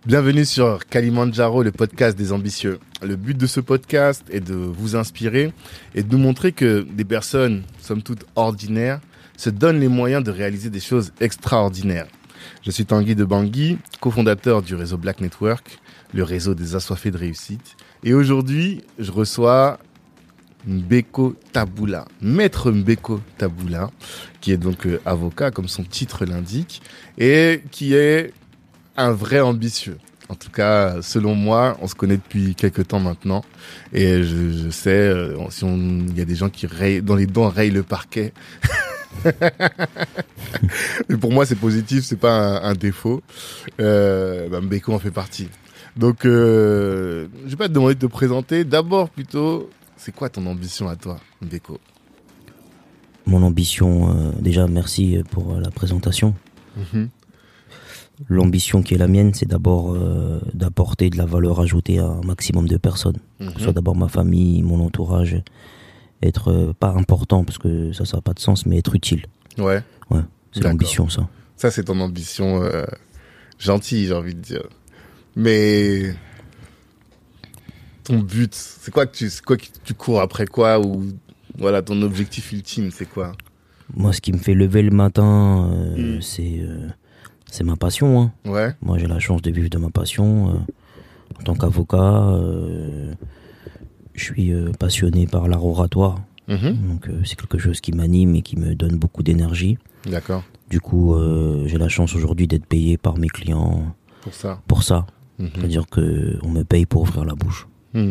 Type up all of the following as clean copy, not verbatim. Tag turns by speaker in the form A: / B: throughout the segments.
A: Bienvenue sur Kalimandjaro, le podcast des ambitieux. Le but de ce podcast est de vous inspirer et de nous montrer que des personnes, somme toute ordinaires, se donnent les moyens de réaliser des choses extraordinaires. Je suis Tanguy de Bangui, cofondateur du réseau Black Network, le réseau des assoiffés de réussite. Et aujourd'hui, je reçois Mbeko Taboula, maître Mbeko Taboula, qui est donc avocat, comme son titre l'indique, et qui est un vrai ambitieux. En tout cas, selon moi, on se connaît depuis quelques temps maintenant, et je sais, si il y a des gens qui rayent, dans les dents rayent le parquet. Mais pour moi, c'est positif, c'est pas un défaut. Mbeko en fait partie. Donc, je vais pas te demander de te présenter. D'abord, plutôt, c'est quoi ton ambition à toi, Mbeko?
B: Mon ambition, déjà, merci pour la présentation. L'ambition qui est la mienne, c'est d'abord d'apporter de la valeur ajoutée à un maximum de personnes. Que ce soit d'abord ma famille, mon entourage, être pas important, parce que ça n'a pas de sens, mais être utile.
A: Ouais.
B: Ouais, c'est l'ambition, ça.
A: Ça, c'est ton ambition gentille, j'ai envie de dire. Mais ton but, c'est quoi que tu cours après quoi, ou voilà, ton objectif ultime, c'est quoi?
B: Moi, ce qui me fait lever le matin, c'est ma passion. Hein.
A: Ouais.
B: Moi, j'ai la chance de vivre de ma passion. En tant qu'avocat, je suis passionné par l'art oratoire. Donc, c'est quelque chose qui m'anime et qui me donne beaucoup d'énergie.
A: D'accord.
B: Du coup, j'ai la chance aujourd'hui d'être payé par mes clients pour ça. C'est-à-dire qu'on me paye pour ouvrir la bouche.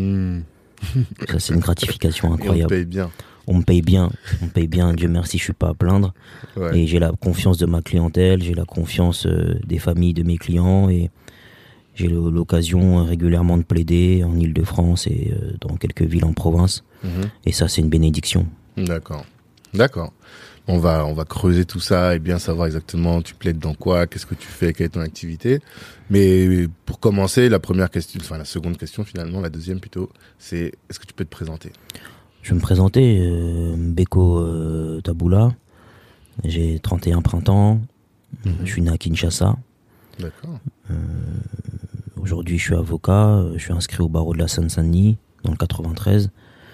B: Ça, c'est une gratification incroyable.
A: Et on paye bien.
B: On me paye bien, Dieu merci, je suis pas à plaindre. Ouais. Et j'ai la confiance de ma clientèle, j'ai la confiance des familles de mes clients, et j'ai l'occasion régulièrement de plaider en Île-de-France et dans quelques villes en province. Et ça, c'est une bénédiction.
A: D'accord. On va creuser tout ça et bien savoir exactement tu plaides dans quoi, qu'est-ce que tu fais, quelle est ton activité. Mais pour commencer, la seconde question finalement, la deuxième plutôt, c'est est-ce que tu peux te présenter?
B: Je vais me présenter, Mbeko Taboula, j'ai 31 printemps, je suis né à Kinshasa.
A: D'accord.
B: Aujourd'hui, je suis avocat, je suis inscrit au barreau de la Seine-Saint-Denis, dans le 93.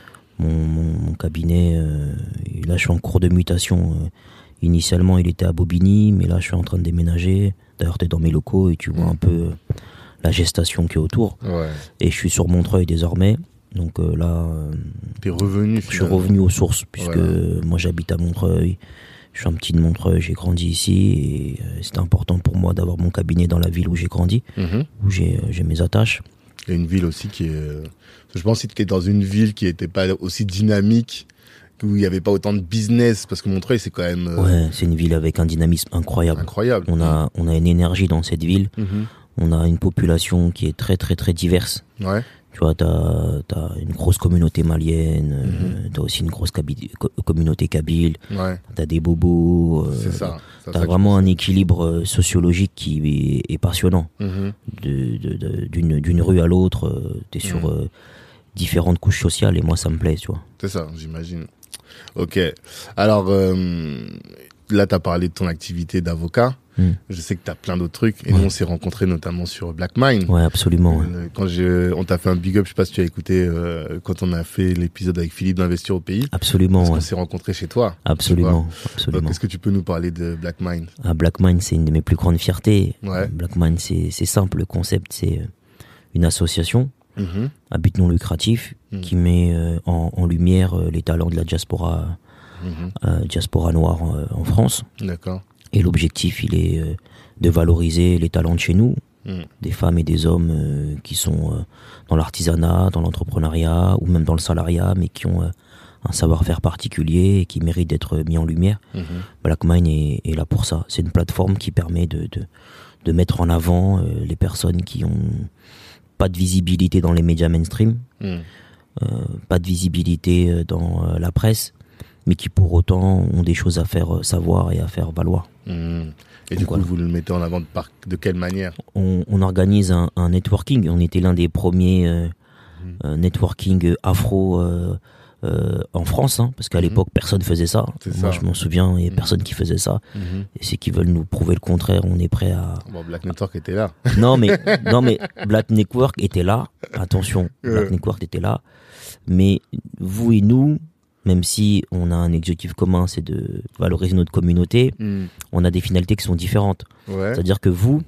B: Mon cabinet, là, je suis en cours de mutation. Initialement, il était à Bobigny, mais là, je suis en train de déménager. D'ailleurs, tu es dans mes locaux et tu vois un peu la gestation qui est autour. Ouais. Et je suis sur Montreuil désormais. Donc là,
A: t'es revenu.
B: Je suis revenu aux sources, puisque moi j'habite à Montreuil, je suis un petit de Montreuil, j'ai grandi ici, et c'était important pour moi d'avoir mon cabinet dans la ville où j'ai grandi, où j'ai mes attaches.
A: Il y a une ville aussi qui est... Je pense que tu es dans une ville qui n'était pas aussi dynamique, où il n'y avait pas autant de business, parce que Montreuil c'est quand même...
B: Ouais, c'est une ville avec un dynamisme incroyable. On a une énergie dans cette ville, on a une population qui est très très très diverse. Ouais. Tu vois, t'as une grosse communauté malienne, t'as aussi une grosse communauté kabyle, t'as des bobos.
A: C'est ça.
B: T'as vraiment un équilibre sociologique qui est passionnant. D'une rue à l'autre, t'es sur différentes couches sociales, et moi ça me plaît, tu vois.
A: C'est ça, j'imagine. Ok. Alors, là t'as parlé de ton activité d'avocat. Je sais que t'as plein d'autres trucs, et nous on s'est rencontrés notamment sur Black Mind.
B: Ouais, absolument.
A: Quand on t'a fait un big up, je sais pas si tu as écouté quand on a fait l'épisode avec Philippe d'Investir au pays.
B: Absolument.
A: Parce qu'on s'est rencontrés chez toi.
B: Absolument.
A: Est-ce que tu peux nous parler de Black Mind?
B: Black Mind, c'est une de mes plus grandes fiertés. Ouais. Black Mind, c'est simple, le concept, c'est une association à but non lucratif qui met en lumière les talents de la diaspora noire en France.
A: D'accord.
B: Et l'objectif, il est de valoriser les talents de chez nous, des femmes et des hommes qui sont dans l'artisanat, dans l'entrepreneuriat ou même dans le salariat, mais qui ont un savoir-faire particulier et qui méritent d'être mis en lumière. Black Mind est là pour ça. C'est une plateforme qui permet de mettre en avant les personnes qui ont pas de visibilité dans les médias mainstream, pas de visibilité dans la presse, mais qui pour autant ont des choses à faire savoir et à faire valoir.
A: Et donc, du coup, vous le mettez en avant de quelle manière?
B: On organise un networking. On était l'un des premiers networking afro en France, hein, parce qu'à l'époque personne faisait ça. Moi je m'en souviens, il y a personne qui faisait ça. Et ceux qui veulent nous prouver le contraire, on est prêt à.
A: Bon, Black Network était là.
B: non mais Black Network était là. Attention, Black Network était là. Mais vous et nous, même si on a un objectif commun, c'est de valoriser notre communauté, on a des finalités qui sont différentes.
A: Ouais.
B: C'est-à-dire que vous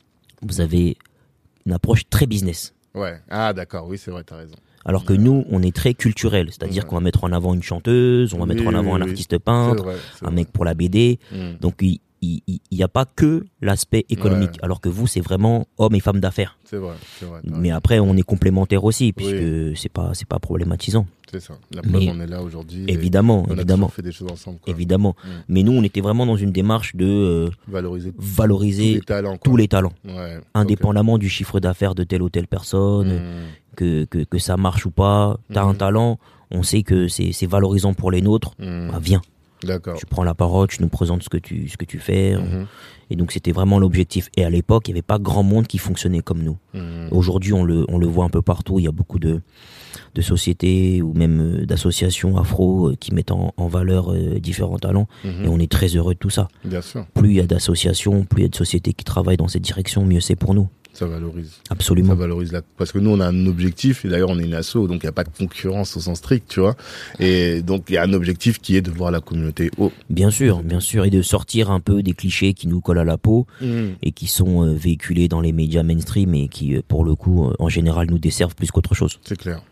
B: avez une approche très business.
A: Ouais. Ah d'accord, oui c'est vrai, t'as raison.
B: Alors que nous, on est très culturel, c'est-à-dire qu'on va mettre en avant une chanteuse, on va mettre en avant un artiste peintre, un mec pour la BD. Donc il y a pas que l'aspect économique, alors que vous, c'est vraiment hommes et femmes d'affaires.
A: C'est vrai.
B: Mais après, on est complémentaires aussi, puisque c'est pas problématisant.
A: C'est ça. La preuve, on est là aujourd'hui.
B: Évidemment.
A: On a toujours fait des choses ensemble. Quoi.
B: Évidemment. Mais nous, on était vraiment dans une démarche de valoriser tous les talents.
A: Ouais.
B: Indépendamment du chiffre d'affaires de telle ou telle personne, que ça marche ou pas. T'as un talent, on sait que c'est valorisant pour les nôtres. Bah, viens.
A: D'accord.
B: Tu prends la parole, tu nous présentes ce que tu fais. Et donc c'était vraiment l'objectif. Et à l'époque, il n'y avait pas grand monde qui fonctionnait comme nous. Aujourd'hui, on le voit un peu partout. Il y a beaucoup de sociétés ou même d'associations afro qui mettent en valeur différents talents. Et on est très heureux de tout ça.
A: Bien sûr.
B: Plus il y a d'associations, plus il y a de sociétés qui travaillent dans cette direction, mieux c'est pour nous.
A: Ça valorise.
B: Absolument.
A: Ça valorise parce que nous, on a un objectif, et d'ailleurs, on est une asso, donc il n'y a pas de concurrence au sens strict, tu vois. Et donc, il y a un objectif qui est de voir la communauté haut.
B: Bien sûr. Et de sortir un peu des clichés qui nous collent à la peau et qui sont véhiculés dans les médias mainstream et qui, pour le coup, en général, nous desservent plus qu'autre chose.
A: C'est clair.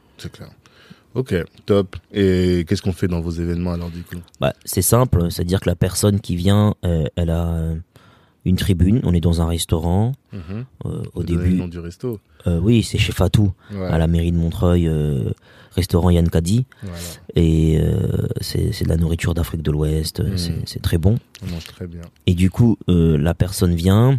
A: Ok, top. Et qu'est-ce qu'on fait dans vos événements alors, du coup?
B: Bah, c'est simple, c'est-à-dire que la personne qui vient, elle a une tribune, on est dans un restaurant. Au début,
A: le nom du resto.
B: Oui, c'est chez Fatou, à la mairie de Montreuil, restaurant Yann Kadi.
A: Voilà. Et
B: c'est de la nourriture d'Afrique de l'Ouest, c'est très bon.
A: On mange très bien.
B: Et du coup, la personne vient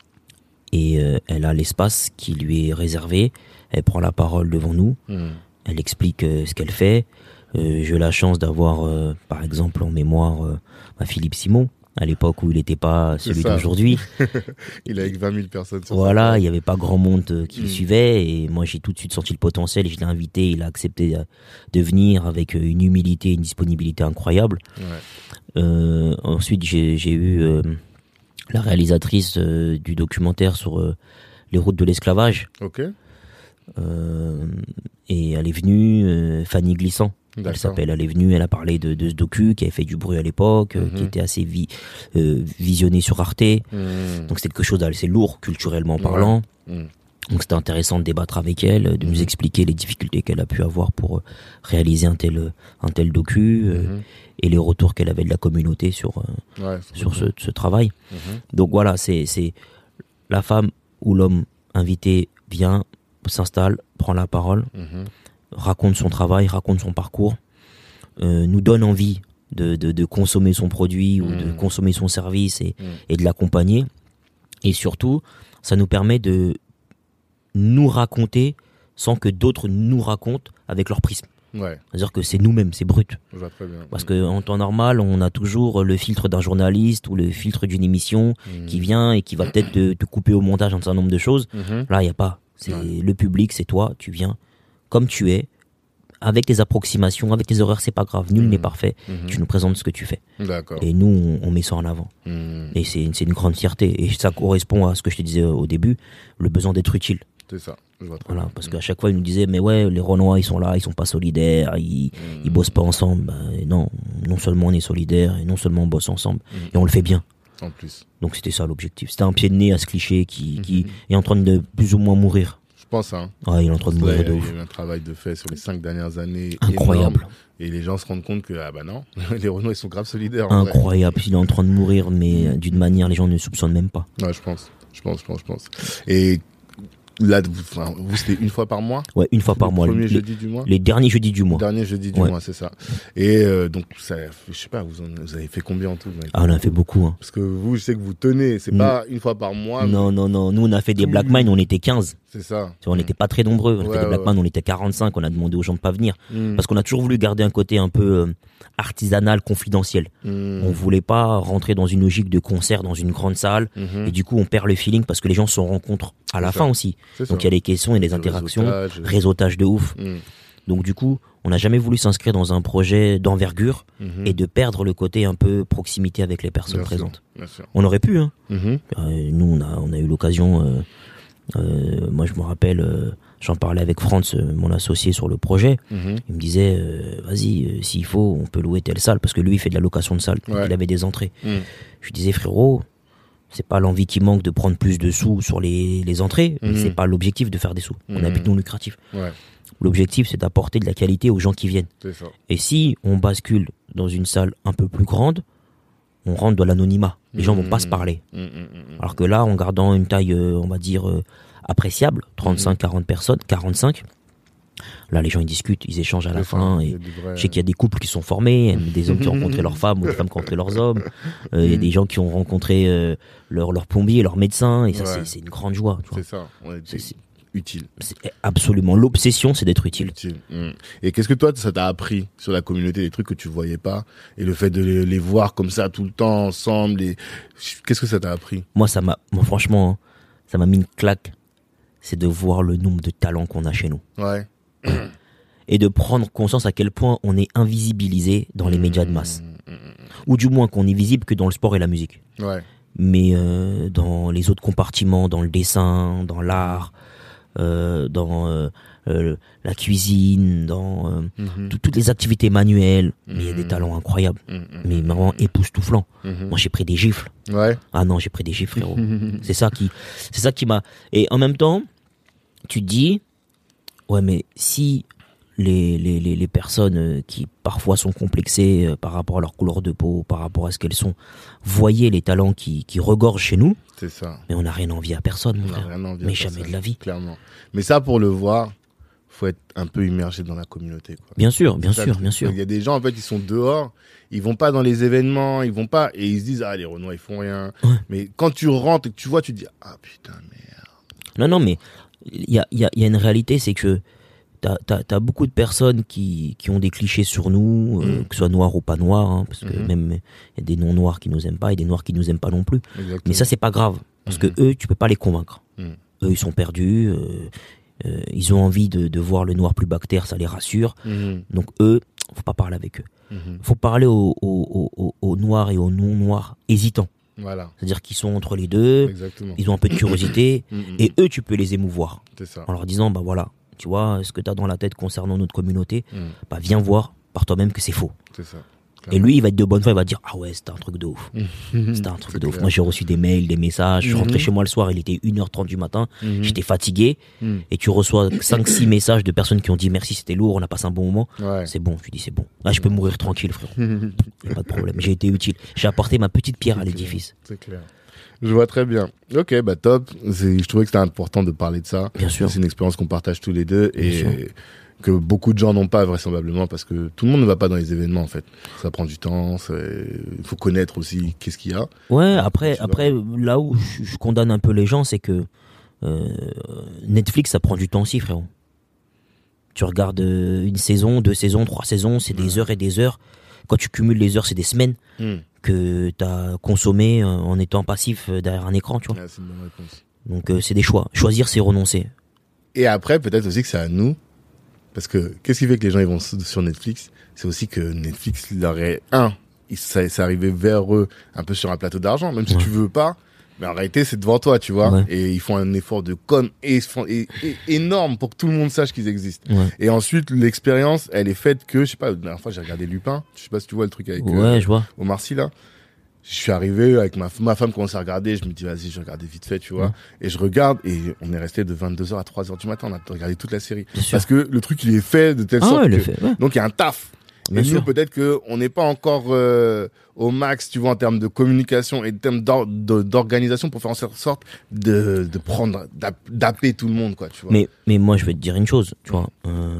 B: et elle a l'espace qui lui est réservé. Elle prend la parole devant nous. Elle explique ce qu'elle fait. J'ai eu la chance d'avoir, par exemple, en mémoire, Philippe Simon, à l'époque où il n'était pas celui d'aujourd'hui.
A: Il est avec 20 000 personnes sur
B: Voilà, il n'y avait pas grand monde qui le suivait. Et moi, j'ai tout de suite senti le potentiel. Je l'ai invité, il a accepté de venir avec une humilité, une disponibilité incroyable. Ensuite, j'ai eu la réalisatrice du documentaire sur les routes de l'esclavage.
A: Ok.
B: Et elle est venue, Fanny Glissant. Elle est venue, elle a parlé de ce docu qui avait fait du bruit à l'époque, qui était assez visionné sur Arte. Donc c'était quelque chose d'assez lourd culturellement parlant. Donc c'était intéressant de débattre avec elle, de nous expliquer les difficultés qu'elle a pu avoir pour réaliser un tel docu et les retours qu'elle avait de la communauté sur ce travail. Donc voilà, c'est la femme ou l'homme invité vient, s'installe, prend la parole, raconte son travail, raconte son parcours, nous donne envie de consommer son produit ou de consommer son service et de l'accompagner. Et surtout, ça nous permet de nous raconter sans que d'autres nous racontent avec leur prisme. C'est-à-dire que c'est nous-mêmes, c'est brut.
A: Je vois très bien.
B: Parce qu'en temps normal, on a toujours le filtre d'un journaliste ou le filtre d'une émission qui vient et qui va peut-être te couper au montage un certain nombre de choses. Là, il n'y a pas. C'est le public, c'est toi, tu viens comme tu es, avec tes approximations, avec tes erreurs, c'est pas grave. Nul n'est parfait. Tu nous présentes ce que tu fais.
A: D'accord.
B: Et nous, on met ça en avant. Et c'est une grande fierté. Et ça correspond à ce que je te disais au début, le besoin d'être utile.
A: C'est ça. Je vois très
B: voilà,
A: bien.
B: parce qu'à chaque fois, ils nous disaient, mais ouais, les Renois, ils sont là, ils sont pas solidaires, ils bossent pas ensemble. Ben, non seulement on est solidaires, et non seulement on bosse ensemble, et on le fait bien.
A: En plus.
B: Donc c'était ça l'objectif. C'était un pied de nez à ce cliché qui est en train de plus ou moins mourir.
A: Je pense, hein.
B: Ouais, il est en train de mourir de ouf.
A: Il y a eu un travail de fait sur les 5 dernières années.
B: Incroyable.
A: Énorme, et les gens se rendent compte que, ah bah non, les Renois, ils sont grave solidaires.
B: Incroyable. Il est en train de mourir, mais d'une manière, les gens ne soupçonnent même pas.
A: Ouais, je pense. Et là, vous c'était une fois par mois? Ouais,
B: une fois par mois.
A: Premier jeudi du mois?
B: Les derniers jeudis du mois.
A: Dernier jeudi du mois, c'est ça. Et donc, ça, je sais pas, vous avez fait combien en tout?
B: Ah, on a fait beaucoup. Hein.
A: Parce que vous, je sais que vous tenez, c'est pas une fois par mois.
B: Non. Nous, on a fait des Black Mind, on était 15.
A: C'est ça.
B: Tu vois, on n'était pas très nombreux. On était des Black Mind, on était 45. On a demandé aux gens de pas venir. Parce qu'on a toujours voulu garder un côté un peu artisanal, confidentiel. On voulait pas rentrer dans une logique de concert dans une grande salle. Et du coup, on perd le feeling parce que les gens se rencontrent à la fin aussi. Donc il y a les questions et les interactions, réseautage de ouf. Donc du coup, on n'a jamais voulu s'inscrire dans un projet d'envergure et de perdre le côté un peu proximité avec les personnes présentes.
A: Bien sûr.
B: On aurait pu, hein. Nous, on a eu l'occasion, moi je me rappelle, j'en parlais avec Franz, mon associé sur le projet. Il me disait, vas-y, s'il faut, on peut louer telle salle, parce que lui, il fait de la location de salle. Donc il avait des entrées. Je lui disais, frérot, c'est pas l'envie qui manque de prendre plus de sous sur les entrées, mais c'est pas l'objectif de faire des sous. On a but non lucratif. L'objectif, c'est d'apporter de la qualité aux gens qui viennent.
A: C'est ça.
B: Et si on bascule dans une salle un peu plus grande, on rentre dans l'anonymat. Les gens vont pas se parler. Alors que là, en gardant une taille, on va dire, appréciable, 35, 40 personnes, 45, là, les gens, ils discutent, ils échangent à la fin. Et je sais qu'il y a des couples qui sont formés, des hommes qui ont rencontré leurs femmes, ou des femmes qui ont rencontré leurs hommes. Il y a des gens qui ont rencontré leur plombier, leur médecin. Et ça, c'est une grande joie. Tu vois.
A: C'est ça. C'est utile.
B: C'est absolument. L'obsession, c'est d'être utile.
A: Et qu'est-ce que toi, ça t'a appris sur la communauté, des trucs que tu voyais pas, et le fait de les voir comme ça tout le temps ensemble, qu'est-ce que ça t'a appris?
B: Moi, franchement, hein, ça m'a mis une claque. C'est de voir le nombre de talents qu'on a chez nous.
A: Ouais.
B: Et de prendre conscience à quel point on est invisibilisé dans les médias de masse. Ou du moins qu'on est visible que dans le sport et la musique.
A: Ouais.
B: Mais dans les autres compartiments, dans le dessin, dans l'art, dans la cuisine, dans toutes les activités manuelles, mais il y a des talents incroyables, mais vraiment époustouflants. Moi, j'ai pris des gifles.
A: Ouais.
B: Ah non, j'ai pris des gifles, frérot. C'est ça qui m'a. Et en même temps, tu te dis, ouais, mais si les personnes qui parfois sont complexées par rapport à leur couleur de peau, par rapport à ce qu'elles sont, voyaient les talents qui regorgent chez nous,
A: c'est ça.
B: Mais on n'a rien envie à personne, mon frère. Mais jamais de la vie.
A: Clairement. Mais ça, pour le voir, faut être un peu immergé dans la communauté, quoi.
B: Bien sûr.
A: Il y a des gens, en fait, ils sont dehors, ils vont pas dans les événements, ils vont pas, et ils se disent, ah, les Renois, ils font rien.
B: Ouais.
A: Mais quand tu rentres et que tu vois, tu te dis, ah, putain, merde.
B: Non, mais il y a une réalité, c'est que t'as beaucoup de personnes qui ont des clichés sur nous, que ce soit noirs ou pas noirs, hein, parce que même il y a des non-noirs qui nous aiment pas et des noirs qui nous aiment pas non plus.
A: Exactement.
B: Mais ça, c'est pas grave, parce que eux, tu peux pas les convaincre. Eux, ils sont perdus, ils ont envie de voir le noir plus bactère, ça les rassure. Donc eux, faut pas parler avec eux. Faut parler aux noirs et aux non-noirs hésitants.
A: Voilà.
B: C'est-à-dire qu'ils sont entre les deux.
A: Exactement.
B: Ils ont un peu de curiosité, et eux, tu peux les émouvoir.
A: C'est ça.
B: En leur disant, bah voilà, tu vois, ce que tu as dans la tête concernant notre communauté, bah viens voir par toi-même que c'est faux.
A: C'est ça.
B: Et lui, il va être de bonne foi, il va dire, ah ouais, c'était un truc de ouf. C'était un truc de ouf. Moi, j'ai reçu des mails, des messages, je suis rentré chez moi le soir, il était 1h30 du matin, j'étais fatigué, et tu reçois 5-6 messages de personnes qui ont dit merci, c'était lourd, on a passé un bon moment.
A: Ouais.
B: C'est bon, je dis c'est bon. Là, je peux mourir tranquille, frère. Y a pas de problème, j'ai été utile. J'ai apporté ma petite pierre à l'édifice.
A: C'est clair. Je vois très bien. Ok, bah top. Je trouvais que c'était important de parler de ça.
B: Bien sûr.
A: C'est une expérience qu'on partage tous les deux
B: Bien sûr.
A: et que beaucoup de gens n'ont pas vraisemblablement parce que tout le monde ne va pas dans les événements en fait. Ça prend du temps. Il faut connaître aussi qu'est-ce qu'il y a.
B: Ouais. Après, là où je condamne un peu les gens, c'est que Netflix, ça prend du temps aussi, frérot. Tu regardes une saison, 2 saisons, 3 saisons, c'est des heures et des heures. Quand tu cumules les heures, c'est des semaines que t'as consommé en étant passif derrière un écran, tu vois.
A: Ouais, c'est une bonne réponse.
B: Donc c'est des choix. Choisir, c'est renoncer.
A: Et après, peut-être aussi que c'est à nous. Parce que qu'est-ce qui fait que les gens ils vont sur Netflix? C'est aussi que Netflix leur est c'est arrivé vers eux un peu sur un plateau d'argent, même si tu veux pas. Mais en réalité, c'est devant toi, tu vois. Ouais. Et ils font un effort de com énorme pour que tout le monde sache qu'ils existent. Ouais. Et ensuite, l'expérience, elle est faite que, je sais pas, la dernière fois, j'ai regardé Lupin. Je sais pas si tu vois le truc avec
B: je vois.
A: Omar Sy, là. Je suis arrivé avec ma femme commence à regarder, je me dis vas-y, je vais regarder vite fait, tu vois. Et je regarde et on est resté de 22h à 3h du matin, on a regardé toute la série. Parce que le truc il est fait de telle sorte que donc il y a un taf. Mais nous peut-être que on n'est pas encore au max, tu vois, en termes de communication et en termes d'organisation pour faire en sorte de prendre d'appeler tout le monde, quoi, tu vois.
B: Mais moi je vais te dire une chose, tu vois.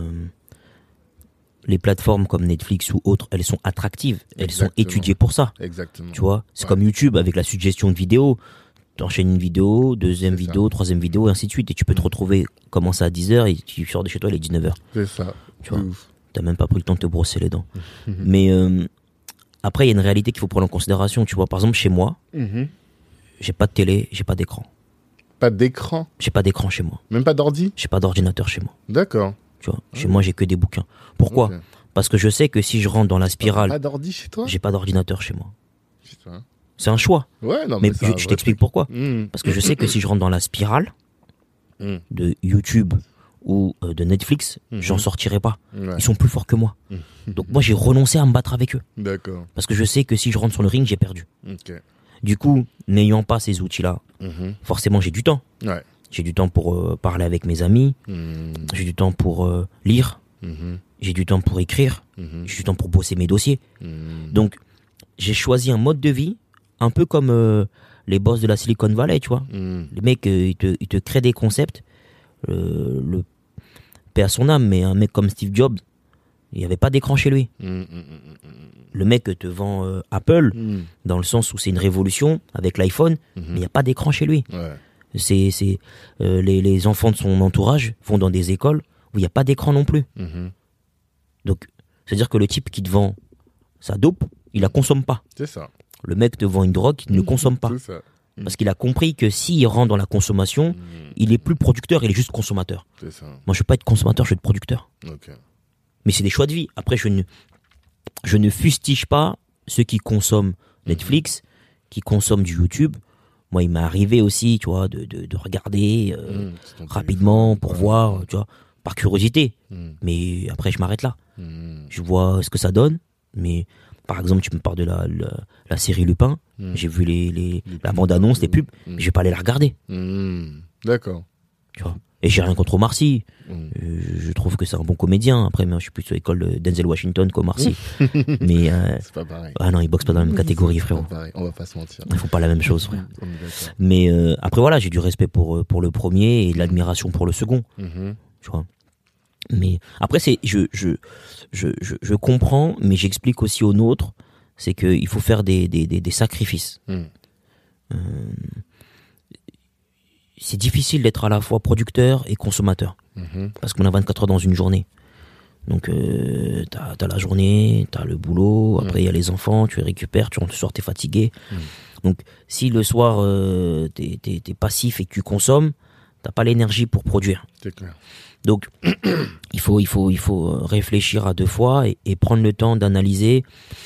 B: Les plateformes comme Netflix ou autres, elles sont attractives. Elles sont étudiées pour ça.
A: Exactement.
B: Tu vois, c'est comme YouTube avec la suggestion de vidéos. T'enchaînes une vidéo, deuxième vidéo, troisième vidéo, et ainsi de suite. Et tu peux te retrouver, commencer à 10h et tu sors de chez toi, il est 19h.
A: C'est ça.
B: Tu vois, t'as même pas pris le temps de te brosser les dents. Mais après, il y a une réalité qu'il faut prendre en considération. Tu vois, par exemple, chez moi, j'ai pas de télé, j'ai pas d'écran.
A: Pas d'écran?
B: J'ai pas d'écran chez moi.
A: Même pas d'ordi?
B: J'ai pas d'ordinateur chez moi.
A: D'accord.
B: Tu vois, chez moi, j'ai que des bouquins. Pourquoi ?
A: Ok.
B: Parce que je sais que si je rentre dans la
A: T'as
B: spirale,
A: pas d'ordi chez toi?
B: j'ai pas d'ordinateur chez moi.
A: Putain.
B: C'est un choix.
A: Ouais, non,
B: Mais
A: c'est un
B: je
A: vrai
B: t'explique
A: truc.
B: pourquoi.
A: Mmh.
B: Parce que je sais que si je rentre dans la spirale
A: Mmh.
B: de YouTube ou de Netflix, j'en sortirai pas.
A: Ouais.
B: Ils sont plus forts que moi. Donc moi, j'ai renoncé à me battre avec eux.
A: D'accord.
B: Parce que je sais que si je rentre sur le ring, j'ai perdu.
A: Ok.
B: Du coup, n'ayant pas ces outils-là,
A: Mhm.
B: forcément, j'ai du temps.
A: Ouais.
B: J'ai du temps pour parler avec mes amis.
A: Mhm.
B: J'ai du temps pour lire.
A: Mhm.
B: J'ai du temps pour écrire.
A: Mhm.
B: J'ai du temps pour bosser mes dossiers.
A: Mhm.
B: Donc, j'ai choisi un mode de vie un peu comme les boss de la Silicon Valley, tu vois.
A: Mhm.
B: Les mecs, ils te créent des concepts. Le paix à son âme, mais un mec comme Steve Jobs, il n'y avait pas d'écran chez lui.
A: Mhm.
B: Le mec te vend Apple,
A: Mhm.
B: dans le sens où c'est une révolution avec l'iPhone, mais il n'y a pas d'écran chez lui.
A: Ouais.
B: Les enfants de son entourage vont dans des écoles où il n'y a pas d'écran non plus.
A: Mhm.
B: Donc, c'est-à-dire que le type qui te vend sa dope, il la consomme pas.
A: C'est ça.
B: Le mec te vend une drogue, il ne consomme pas.
A: C'est ça.
B: Parce qu'il a compris que s'il rentre dans la consommation, il est plus producteur, il est juste consommateur.
A: C'est ça.
B: Moi, je veux pas être consommateur, je veux être producteur.
A: Ok.
B: Mais c'est des choix de vie. Après, je ne fustige pas ceux qui consomment Netflix, qui consomment du YouTube. Moi, il m'est arrivé aussi, tu vois, de regarder
A: C'est ton
B: rapidement
A: téléphone.
B: pour
A: Ouais.
B: voir, tu vois, par curiosité.
A: Mhm.
B: Mais après, je m'arrête là.
A: Mhm.
B: Je vois ce que ça donne. Mais par exemple, tu me parles de la série Lupin. J'ai vu la bande-annonce, les pubs. Mais je vais pas aller la regarder.
A: Mhm. D'accord.
B: Tu vois. Et j'ai rien contre Omar Sy.
A: Mhm.
B: Je trouve que c'est un bon comédien. Après, moi, je suis plus sur l'école de Denzel Washington qu'Omar Sy. Mais
A: C'est pas pareil.
B: ah non, il boxe pas dans la même catégorie,
A: C'est
B: frérot.
A: pas pareil. On va pas se mentir.
B: Ils font pas la même chose, frère.
A: On est d'accord.
B: Mais après, voilà, j'ai du respect pour le premier et de l'admiration pour le second.
A: Mhm.
B: Tu vois. Mais après, je comprends, mais j'explique aussi aux nôtres, c'est qu'il faut faire des sacrifices.
A: Mhm.
B: C'est difficile d'être à la fois producteur et consommateur.
A: Mhm.
B: Parce qu'on a 24 heures dans une journée. Donc, t'as la journée, t'as le boulot, après il y a les enfants, tu les récupères, tu rentres le soir, t'es fatigué. Donc, si le soir, t'es passif et que tu consommes, t'as pas l'énergie pour produire.
A: C'est clair.
B: Donc, il faut réfléchir à deux fois et prendre le temps d'analyser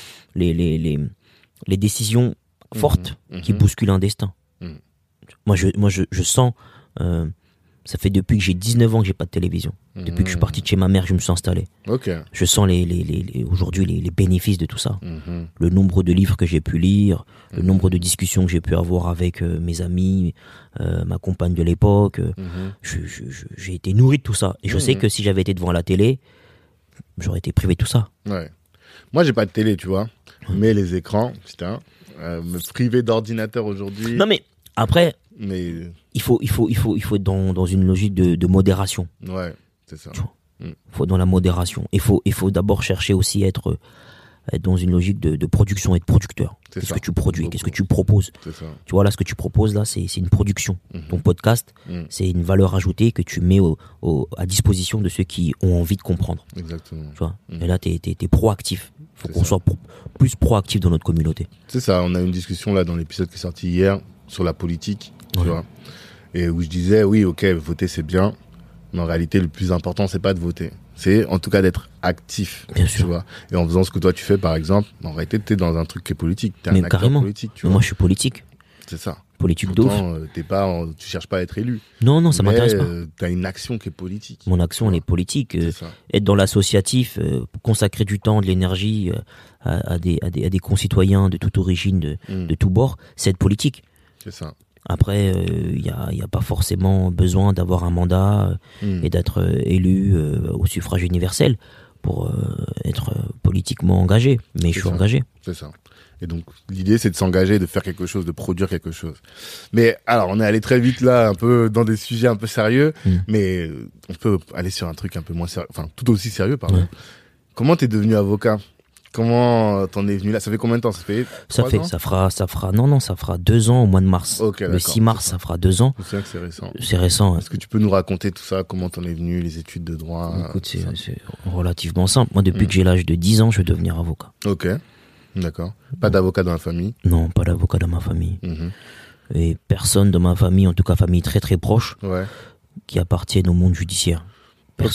B: les décisions fortes qui bousculent un destin.
A: Mhm.
B: Moi, je sens, ça fait depuis que j'ai 19 ans que j'ai pas de télévision. Depuis que je suis parti de chez ma mère, je me suis installé.
A: Ok.
B: Je sens aujourd'hui les bénéfices de tout ça.
A: Mhm.
B: Le nombre de livres que j'ai pu lire, le nombre de discussions que j'ai pu avoir avec mes amis, ma compagne de l'époque. J'ai été nourri de tout ça. Et je sais que si j'avais été devant la télé, j'aurais été privé de tout ça.
A: Ouais. Moi, j'ai pas de télé, tu vois. Mais les écrans, putain, me priver d'ordinateur aujourd'hui.
B: Non mais après,
A: Mais
B: il faut être dans une logique de modération.
A: ouais, c'est ça.
B: Il faut être dans la modération. Il faut d'abord chercher aussi à être dans une logique de production et de producteur.
A: C'est
B: Qu'est-ce
A: ça.
B: que tu produis?
A: Beaucoup.
B: Qu'est-ce que tu proposes?
A: C'est ça.
B: Tu vois, là, ce que tu proposes, là, c'est une production. Ton podcast, c'est une valeur ajoutée que tu mets à disposition de ceux qui ont envie de comprendre.
A: Exactement.
B: Tu vois. Et là, t'es proactif. Faut
A: C'est
B: qu'on
A: ça.
B: soit plus proactif dans notre communauté.
A: C'est ça, on a eu une discussion là dans l'épisode qui est sorti hier sur la politique, tu
B: Ouais.
A: vois. Et où je disais, oui, ok, voter c'est bien, mais en réalité, le plus important, c'est pas de voter. C'est en tout cas d'être actif,
B: Bien
A: tu
B: sûr.
A: vois. Et en faisant ce que toi tu fais, par exemple, en réalité, t'es dans un truc qui est politique. T'es
B: Mais
A: un acteur
B: carrément.
A: politique, tu
B: Mais
A: vois.
B: moi, je suis politique.
A: C'est ça.
B: Politique de ouf.
A: Pourtant, tu cherches pas à être élu.
B: Non, ça
A: mais,
B: m'intéresse pas.
A: T'as une action qui est politique.
B: Mon action, elle est politique.
A: C'est ça.
B: Être dans l'associatif, consacrer du temps, de l'énergie à des concitoyens de toute origine, de tous bords, c'est être politique.
A: C'est ça.
B: Après, il y a pas forcément besoin d'avoir un mandat et d'être élu au suffrage universel pour être politiquement engagé. Mais je suis
A: ça.
B: engagé.
A: C'est ça. Et donc, l'idée, c'est de s'engager, de faire quelque chose, de produire quelque chose. Mais alors, on est allé très vite là, un peu dans des sujets un peu sérieux, mais on peut aller sur un truc un peu moins sérieux, enfin, tout aussi sérieux, pardon.
B: Ouais.
A: Comment t'es devenu avocat? Comment t'en es venu là? Ça fait combien de temps? Ça fait 3 ans?
B: Ça fera 2 ans au mois de mars.
A: Ok,
B: Le
A: d'accord,
B: 6 mars,
A: c'est
B: ça fera 2 ans.
A: Je me souviens que c'est récent.
B: C'est récent.
A: Est-ce que tu peux nous raconter tout ça? Comment t'en es venu? Les études de droit?
B: Écoute,
A: tout ça
B: c'est relativement simple. Moi, depuis que j'ai l'âge de 10 ans, je vais devenir avocat.
A: Ok. D'accord. Pas d'avocat dans la famille?
B: Non, pas d'avocat dans ma famille.
A: Mhm.
B: Et personne dans ma famille, en tout cas famille très très proche,
A: Ouais.
B: qui appartiennent au monde judiciaire. Personne.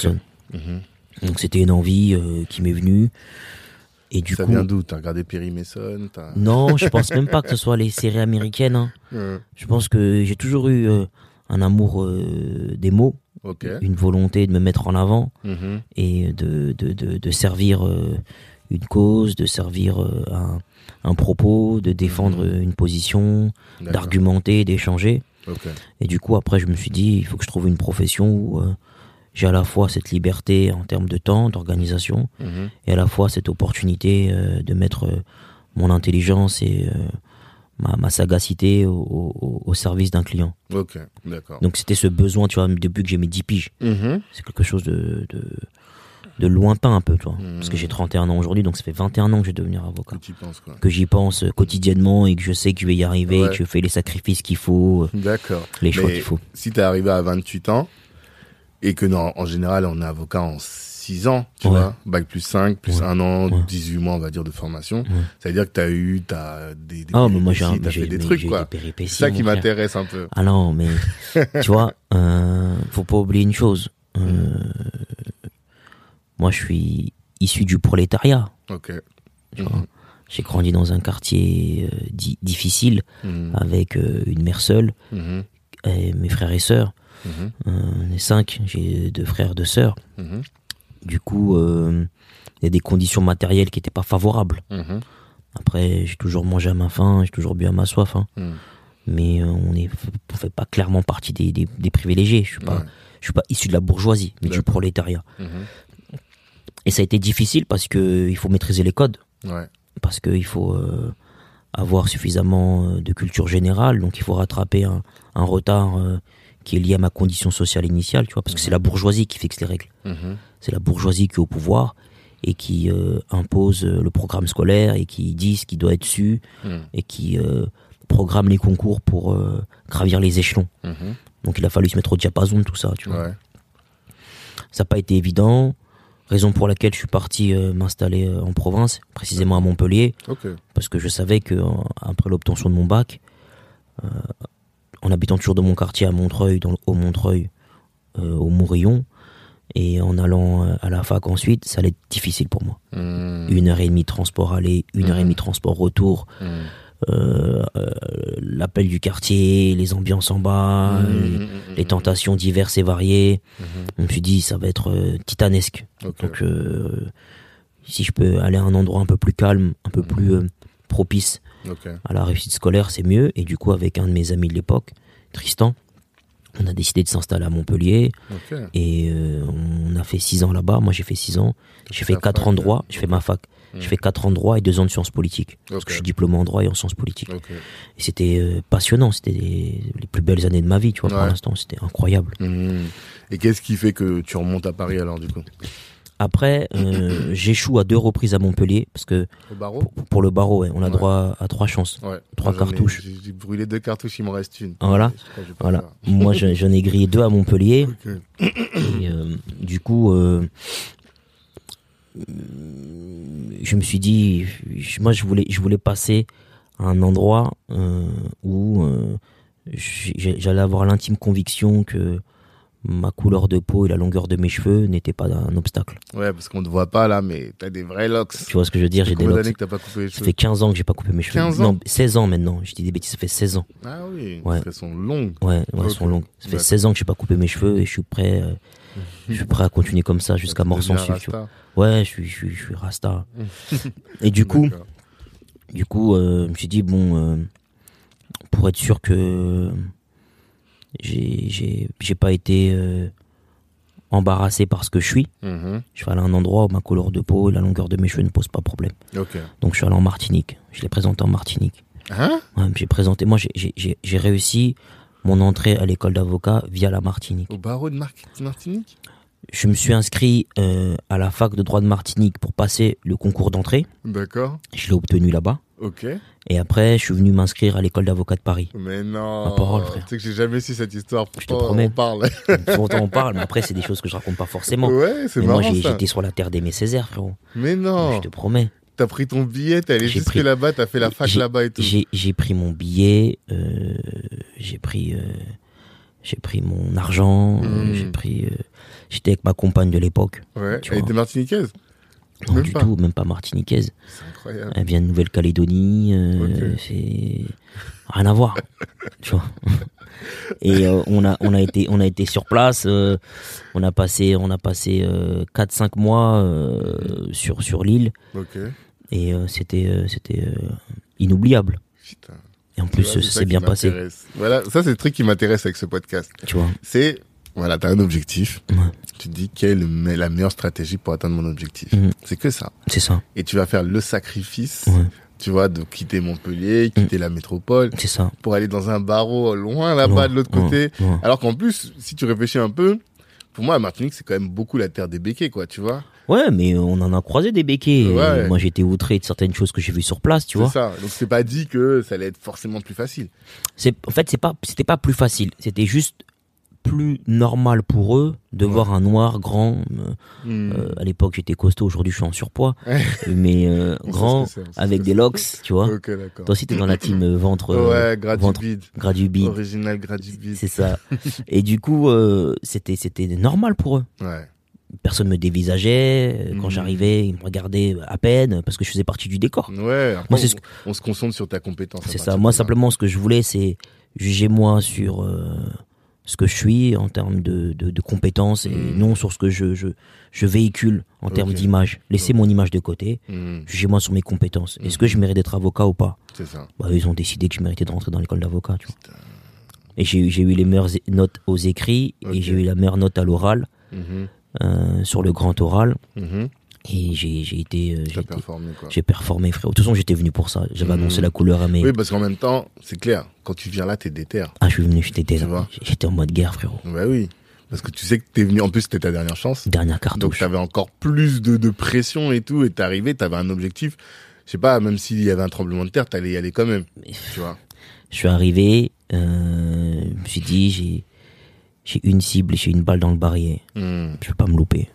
B: Donc c'était une envie qui m'est venue. Et du
A: ça
B: coup,
A: vient d'où? T'as regardé Perry Mason?
B: non, je pense même pas que ce soit les séries américaines. Hein. Je pense que j'ai toujours eu un amour des mots, une volonté de me mettre en avant et de servir une cause, de servir un propos, de défendre une position, d'argumenter, d'échanger. Et du coup, après, je me suis dit, il faut que je trouve une profession où j'ai à la fois cette liberté en termes de temps, d'organisation, et à la fois cette opportunité de mettre mon intelligence et ma sagacité au service d'un client.
A: Ok, d'accord.
B: Donc c'était ce besoin, tu vois, depuis que j'ai mes 10 piges. C'est quelque chose de lointain un peu, tu vois. Parce que j'ai 31 ans aujourd'hui, donc ça fait 21 ans que je vais devenir avocat.
A: Que tu penses, quoi.
B: Que j'y pense quotidiennement et que je sais que je vais y arriver, et que je fais les sacrifices qu'il faut, les choix qu'il faut.
A: Si t'es arrivé à 28 ans, et que en général, on est avocat en 6 ans, tu vois, bac plus 5, plus 1 an, 18 mois, on va dire, de formation. Ça veut dire que t'as des
B: mais moi,
A: t'as fait des trucs, quoi. C'est ça qui m'intéresse un peu.
B: Ah non, mais, tu vois, faut pas oublier une chose. Moi, je suis issu du prolétariat. Tu vois. J'ai grandi dans un quartier difficile, avec une mère seule, et mes frères et sœurs. On est 5, j'ai 2 frères, 2 sœurs. Du coup, il y a des conditions matérielles qui n'étaient pas favorables. Après, j'ai toujours mangé à ma faim, j'ai toujours bu à ma soif. Hein. Mais on fait pas clairement partie des privilégiés. Je suis pas issu de la bourgeoisie, mais du prolétariat. Et ça a été difficile parce que il faut maîtriser les codes. Parce qu'il faut avoir suffisamment de culture générale. Donc il faut rattraper un retard qui est lié à ma condition sociale initiale, tu vois, parce que c'est la bourgeoisie qui fixe les règles. C'est la bourgeoisie qui est au pouvoir et qui impose le programme scolaire et qui dit ce qui doit être su et qui programme les concours pour gravir les échelons. Donc il a fallu se mettre au diapason de tout ça, tu vois. Ça n'a pas été évident, raison pour laquelle je suis parti m'installer en province, précisément à Montpellier, parce que je savais que après l'obtention de mon bac, en habitant toujours dans mon quartier à Montreuil, dans le Haut-Montreuil, au Mourillon, et en allant à la fac ensuite, ça allait être difficile pour moi. 1h30 de transport aller, 1h30 de transport retour, l'appel du quartier, les ambiances en bas, les tentations diverses et variées. Je me suis dit, ça va être titanesque. Donc, si je peux aller à un endroit un peu plus calme, un peu plus propice à la réussite scolaire, c'est mieux. Et du coup, avec un de mes amis de l'époque, Tristan, on a décidé de s'installer à Montpellier. Et on a fait 6 ans là-bas. Moi, j'ai fait 6 ans. J'ai fait 4 ans de droit. J'ai fait ma fac. J'ai fait 4 ans de droit et 2 ans de sciences politiques. Parce que je suis diplômé en droit et en sciences politiques. Et c'était passionnant. C'était les plus belles années de ma vie, tu vois, pour l'instant. C'était incroyable.
A: Et qu'est-ce qui fait que tu remontes à Paris alors, du coup?
B: Après, j'échoue à 2 reprises à Montpellier, parce que
A: au barreau
B: pour le barreau, on a droit à 3 chances, 3 cartouches.
A: J'ai brûlé 2 cartouches, il m'en reste une.
B: Voilà. Moi, j'en ai grillé 2 à Montpellier. Et du coup, je me suis dit, moi, je voulais passer à un endroit où j'allais avoir l'intime conviction que ma couleur de peau et la longueur de mes cheveux n'étaient pas un obstacle.
A: Ouais, parce qu'on te voit pas là, mais t'as des vrais locks.
B: Tu vois ce que je veux dire? J'ai des locks.
A: Combien d'années que t'as pas coupé les cheveux?
B: Ça fait 15 ans que j'ai pas coupé mes cheveux.
A: 15 ans?
B: Non, 16 ans maintenant. Je dis des bêtises, ça fait 16 ans.
A: Ah oui,
B: ouais.
A: Elles sont longues.
B: Ouais, elles sont longues. Ça fait 16 ans que j'ai pas coupé mes cheveux et je suis prêt à continuer comme ça jusqu'à mort sans suivre. Tu vois. Ouais, je suis rasta. Et du coup, je me suis dit, bon, pour être sûr que j'ai pas été embarrassé par ce que je suis, je vais aller à un endroit où ma couleur de peau et la longueur de mes cheveux ne posent pas problème. Donc je suis allé en Martinique. Je l'ai présenté en Martinique. J'ai présenté. Moi, j'ai réussi mon entrée à l'école d'avocat via la Martinique.
A: Au barreau de Martinique?
B: Je me suis inscrit à la fac de droit de Martinique pour passer le concours d'entrée.
A: D'accord.
B: Je l'ai obtenu là-bas. Et après, je suis venu m'inscrire à l'école d'avocat de Paris.
A: Mais non.
B: Ma parole, frère.
A: Tu sais que j'ai jamais su cette histoire.
B: Je te promets.
A: On parle.
B: Pourtant, on parle, mais après, c'est des choses que je raconte pas forcément.
A: Ouais, c'est marrant.
B: Moi,
A: ça.
B: j'étais sur la terre d'Aimé Césaire, frérot.
A: Mais non.
B: Je te promets.
A: T'as pris ton billet, t'es allé jusque là-bas, t'as fait la fac là-bas et tout.
B: J'ai pris mon billet, j'ai pris J'ai pris mon argent, j'étais avec ma compagne de l'époque.
A: Ouais, elle était martiniquaise?
B: Non, du tout, même pas martiniquaise.
A: C'est incroyable.
B: Elle vient de Nouvelle-Calédonie, c'est rien à voir, tu vois. Et on a été sur place, on a passé 4-5 mois sur l'île.
A: Ok.
B: Et c'était inoubliable.
A: Putain.
B: Et en plus, ça s'est bien passé.
A: Voilà, ça c'est le truc qui m'intéresse avec ce podcast.
B: Tu vois.
A: C'est, voilà, t'as un objectif.
B: Ouais.
A: Tu te dis quelle est la meilleure stratégie pour atteindre mon objectif. C'est que ça.
B: C'est ça.
A: Et tu vas faire le sacrifice,
B: Ouais.
A: tu vois, de quitter Montpellier, quitter la métropole.
B: C'est ça.
A: Pour aller dans un barreau loin là-bas de l'autre côté.
B: Ouais.
A: Alors qu'en plus, si tu réfléchis un peu, pour moi, la Martinique, c'est quand même beaucoup la terre des béquets, quoi, tu vois.
B: Ouais, mais on en a croisé des béquets.
A: Ouais.
B: Moi, j'ai été outré de certaines choses que j'ai vues sur place, tu vois.
A: C'est ça. Donc, c'est pas dit que ça allait être forcément plus facile.
B: En fait, c'était pas plus facile. C'était juste plus normal pour eux de voir un noir grand. À l'époque, j'étais costaud. Aujourd'hui, je suis en surpoids. Mais grand, avec des locks, tu vois.
A: Ok, d'accord.
B: Toi aussi, t'es dans la team ventre.
A: Ouais, gradubide.
B: Gradubide.
A: Original gradubide.
B: C'est ça. Et du coup, c'était normal pour eux.
A: Ouais.
B: Personne me dévisageait. Quand j'arrivais, ils me regardaient à peine parce que je faisais partie du décor.
A: Ouais. Après,
B: Moi,
A: on se concentre sur ta compétence.
B: C'est ça. Moi, simplement, ce que je voulais, c'est juger moi sur ce que je suis en termes de compétences et non sur ce que je véhicule en termes d'image. Laissez mon image de côté. Jugez-moi sur mes compétences. Est-ce que je mérite d'être avocat ou pas?
A: C'est ça.
B: Bah, ils ont décidé que je méritais de rentrer dans l'école d'avocat, tu vois. Et j'ai eu les meilleures notes aux écrits et j'ai eu la meilleure note à l'oral. Sur le grand oral et j'ai
A: performé, quoi.
B: J'ai performé, frère. De toute façon, j'étais venu pour ça. J'avais annoncé la couleur à mes...
A: Oui, parce qu'en même temps, c'est clair, quand tu viens là, t'es déter.
B: Ah, je suis venu, j'étais en mode guerre, frérot.
A: Bah oui, parce que tu sais que t'es venu, en plus c'était ta dernière chance.
B: Dernière cartouche.
A: Donc t'avais encore plus de pression et tout, et t'es arrivé, t'avais un objectif. Je sais pas, même s'il y avait un tremblement de terre, t'allais y aller quand même, tu vois.
B: Je suis arrivé, je me suis dit, j'ai une cible, j'ai une balle dans le barillet. Je peux pas me louper.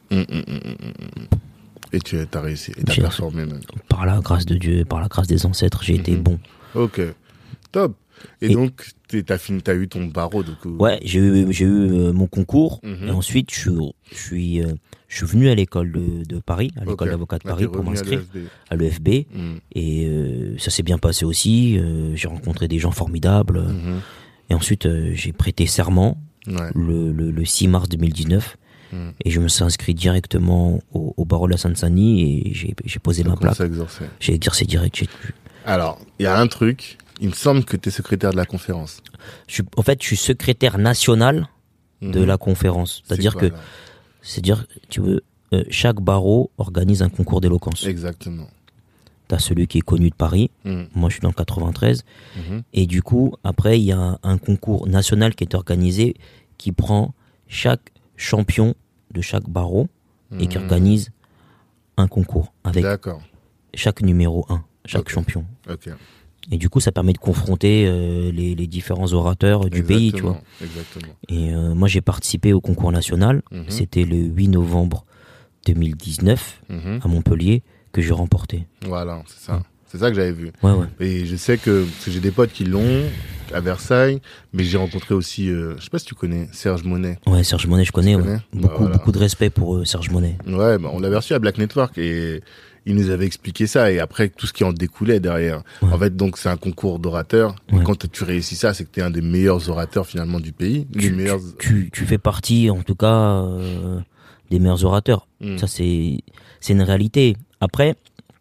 A: Et tu as réussi, et t'as performé même.
B: Par la grâce de Dieu, par la grâce des ancêtres, j'ai été bon.
A: Ok, top. Et donc, t'as eu ton barreau, du coup.
B: Ouais, j'ai eu mon concours, et ensuite, je suis venu à l'école de Paris, à l'école d'avocat de Paris, pour m'inscrire à l'EFB. Et ça s'est bien passé aussi. J'ai rencontré des gens formidables. Et ensuite, j'ai prêté serment le 6 mars 2019. Et je me suis inscrit directement au barreau de la Seine-Saint-Denis et j'ai posé ma plaque. J'ai exercé direct.
A: Alors, il y a un truc. Il me semble que tu es secrétaire de la conférence.
B: En fait, je suis secrétaire national de la conférence. C'est-à-dire que, tu veux, chaque barreau organise un concours d'éloquence.
A: Exactement.
B: T'as celui qui est connu de Paris. Moi, je suis dans le 93. Et du coup, après, il y a un concours national qui est organisé qui prend chaque champion de chaque barreau et qui organise un concours avec chaque numéro 1, chaque champion. Et du coup, ça permet de confronter les différents orateurs du pays, tu vois.
A: Exactement.
B: Et moi, j'ai participé au concours national. C'était le 8 novembre 2019 à Montpellier que j'ai remporté.
A: Voilà, c'est ça. C'est ça que j'avais vu.
B: Ouais.
A: Et je sais parce que j'ai des potes qui l'ont à Versailles, mais j'ai rencontré aussi, je sais pas si tu connais, Serge Monet.
B: Ouais, Serge Monet, je connais. Ouais. Beaucoup de respect pour Serge Monet.
A: Ouais, on l'avait reçu à Black Network et il nous avait expliqué ça et après tout ce qui en découlait derrière. En fait, donc c'est un concours d'orateurs. Et quand tu réussis ça, c'est que t'es un des meilleurs orateurs finalement du pays.
B: Tu fais partie, en tout cas, des meilleurs orateurs. Ça, c'est une réalité. Après,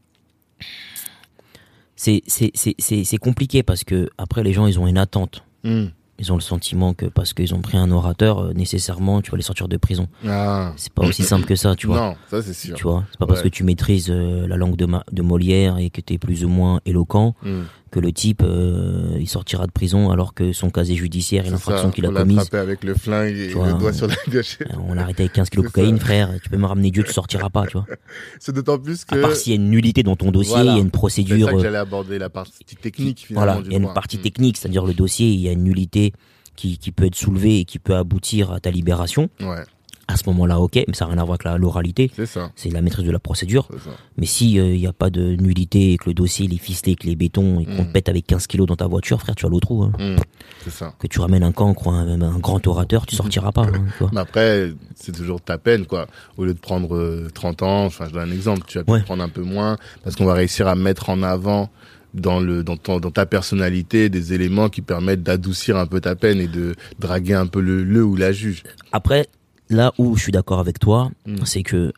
B: c'est compliqué parce que après les gens ils ont une attente. Ils ont le sentiment que parce qu'ils ont pris un orateur, nécessairement tu vas les sortir de prison. C'est pas aussi simple que ça, tu vois.
A: Non, ça c'est sûr.
B: Tu vois, c'est pas parce que tu maîtrises la langue de Molière et que t'es plus ou moins éloquent que le type il sortira de prison alors que son casier judiciaire et l'infraction qu'il a commise.
A: On l'a avec le flingue et le doigt sur la gâchette.
B: On l'a arrêté avec 15 kilos de cocaïne, frère. Tu peux me ramener Dieu, tu sortiras pas, tu vois.
A: C'est d'autant plus que.
B: À part s'il y a une nullité dans ton dossier, il y a une procédure.
A: C'est ça que j'allais aborder, la partie technique finalement.
B: Voilà, il y a une partie technique, c'est-à-dire le dossier, il y a une nullité qui peut être soulevée et qui peut aboutir à ta libération. À ce moment-là, ok, mais ça n'a rien à voir avec l'oralité.
A: C'est ça.
B: C'est la maîtrise de la procédure.
A: C'est ça.
B: Mais si il n'y a pas de nullité et que le dossier il est ficelé, que les bétons et qu'on te pète avec 15 kilos dans ta voiture, frère, tu as l'eau trou. Hein.
A: C'est ça.
B: Que tu ramènes un cancre ou un grand orateur, tu sortiras pas. Hein, tu vois.
A: Mais après, c'est toujours ta peine, quoi. Au lieu de prendre 30 ans, enfin, je donne un exemple, tu vas peut-être prendre un peu moins, parce qu'on va réussir à mettre en avant dans ta personnalité des éléments qui permettent d'adoucir un peu ta peine et de draguer un peu le ou la juge.
B: Après, là où je suis d'accord avec toi, c'est que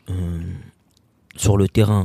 B: sur le terrain,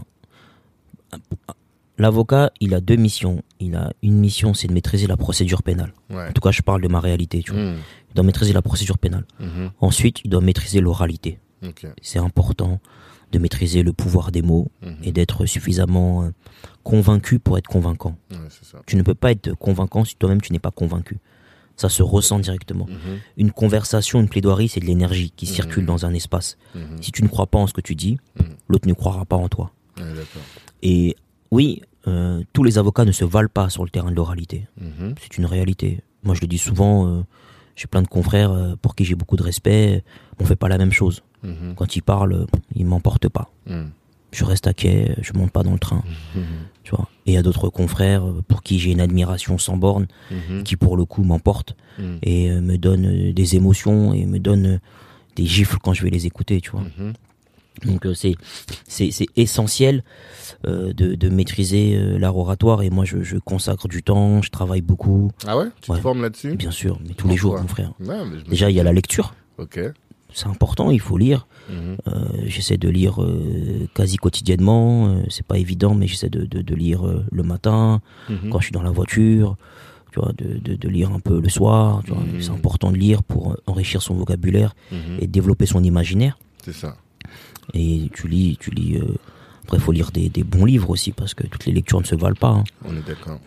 B: l'avocat, il a deux missions. Il a une mission, c'est de maîtriser la procédure pénale.
A: Ouais.
B: En tout cas, je parle de ma réalité, tu vois. Il doit maîtriser la procédure pénale. Ensuite, il doit maîtriser l'oralité.
A: Okay.
B: C'est important de maîtriser le pouvoir des mots et d'être suffisamment convaincu pour être convaincant.
A: Ouais, c'est ça.
B: Tu ne peux pas être convaincant si toi-même tu n'es pas convaincu. Ça se ressent directement. Une conversation, une plaidoirie, c'est de l'énergie qui circule dans un espace. Si tu ne crois pas en ce que tu dis, l'autre ne croira pas en toi.
A: Ouais, d'accord.
B: Et oui, tous les avocats ne se valent pas sur le terrain de l'oralité. C'est une réalité. Moi, je le dis souvent, j'ai plein de confrères pour qui j'ai beaucoup de respect. On fait pas la même chose. Quand ils parlent, ils m'emportent pas. Je reste à quai, je monte pas dans le train. Tu vois. Et il y a d'autres confrères pour qui j'ai une admiration sans borne, qui pour le coup m'emportent et me donnent des émotions et me donnent des gifles quand je vais les écouter, tu vois. Donc c'est essentiel de maîtriser l'art oratoire, et moi je consacre du temps, je travaille beaucoup.
A: Ah ouais? Tu te formes là-dessus?
B: Bien sûr, mais tous les jours, mon frère.
A: Ouais,
B: Déjà, il y a la lecture.
A: Ok.
B: C'est important, il faut lire. J'essaie de lire quasi quotidiennement. C'est pas évident, mais j'essaie de lire le matin, quand je suis dans la voiture. Tu vois, de lire un peu le soir. Tu vois. C'est important de lire pour enrichir son vocabulaire et développer son imaginaire.
A: C'est ça.
B: Et tu lis. Après, il faut lire des bons livres aussi, parce que toutes les lectures ne se valent pas. Hein.
A: On est d'accord.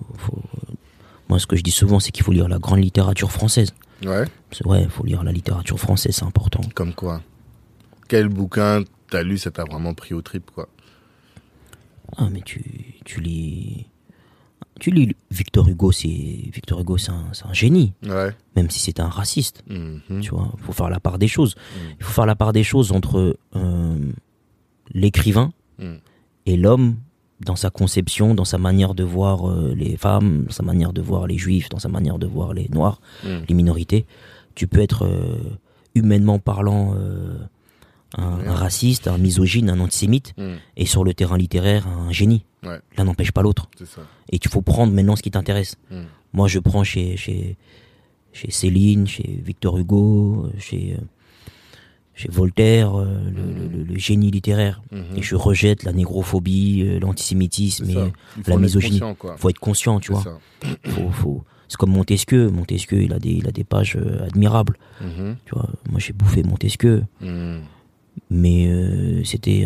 B: Moi, ce que je dis souvent, c'est qu'il faut lire la grande littérature française.
A: Ouais.
B: Ouais, il faut lire la littérature française, c'est important.
A: Comme quoi? Quel bouquin t'as lu, ça t'a vraiment pris au trip, quoi?
B: Ah, mais tu lis Victor Hugo, c'est un génie.
A: Ouais.
B: Même si c'est un raciste. Tu vois, il faut faire la part des choses. Il faut faire la part des choses entre l'écrivain et l'homme, dans sa conception, dans sa manière de voir les femmes, dans sa manière de voir les juifs, dans sa manière de voir les noirs, les minorités. Tu peux être humainement parlant un raciste, un misogyne, un antisémite, et sur le terrain littéraire un génie.
A: Ouais.
B: L'un n'empêche pas l'autre.
A: C'est ça.
B: Et il faut prendre maintenant ce qui t'intéresse. Moi, je prends chez Céline, chez Victor Hugo, chez Voltaire, le génie littéraire. Et je rejette la négrophobie, l'antisémitisme et la misogynie. Faut être conscient, tu vois. C'est comme Montesquieu. Montesquieu, il a des pages admirables. Tu vois, moi j'ai bouffé Montesquieu. Mais c'était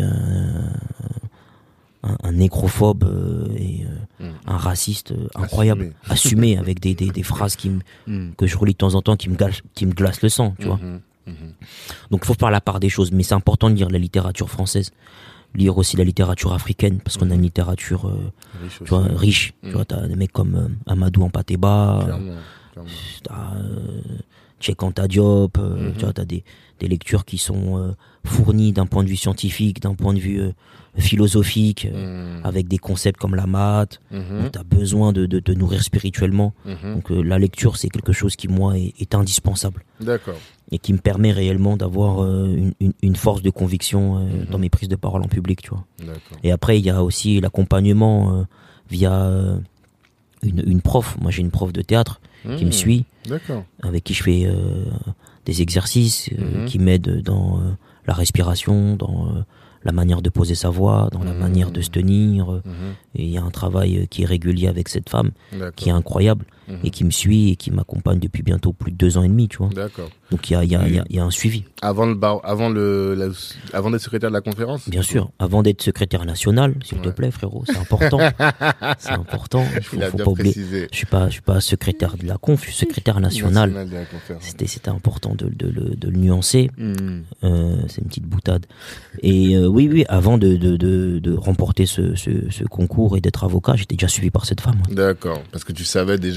B: un négrophobe et un raciste incroyable, assumé avec des phrases que je relis de temps en temps qui me glacent le sang, tu vois. Donc il faut faire la part des choses, mais c'est important de lire la littérature française, lire aussi la littérature africaine, parce qu'on a une littérature riche. Tu vois, t'as des mecs comme Amadou Hampâté-Bâ, t'as Cheikh Anta Diop, tu vois, t'as des lectures qui sont fournies d'un point de vue scientifique, d'un point de vue philosophique, avec des concepts comme la maths. Donc t'as besoin de te nourrir spirituellement. Donc la lecture, c'est quelque chose qui, moi, est indispensable.
A: D'accord.
B: Et qui me permet réellement d'avoir une force de conviction dans mes prises de parole en public, tu vois.
A: D'accord.
B: Et après, il y a aussi l'accompagnement via une prof. Moi, j'ai une prof de théâtre qui me suit, avec qui je fais des exercices qui m'aident dans la respiration, dans la manière de poser sa voix, dans la manière de se tenir. Et il y a un travail qui est régulier avec cette femme, qui est incroyable, et qui me suit et qui m'accompagne depuis bientôt plus de 2 ans et demi, tu vois.
A: D'accord.
B: Donc il y a un suivi.
A: Avant d'être secrétaire de la conférence?
B: Bien sûr, avant d'être secrétaire national, s'il te plaît, frérot, c'est important. C'est important. Faut pas oublier. Je suis pas secrétaire de la conf, je suis secrétaire national. C'était important de le nuancer. C'est une petite boutade. Et oui, avant de remporter ce concours et d'être avocat, j'étais déjà suivi par cette femme.
A: D'accord, parce que tu savais déjà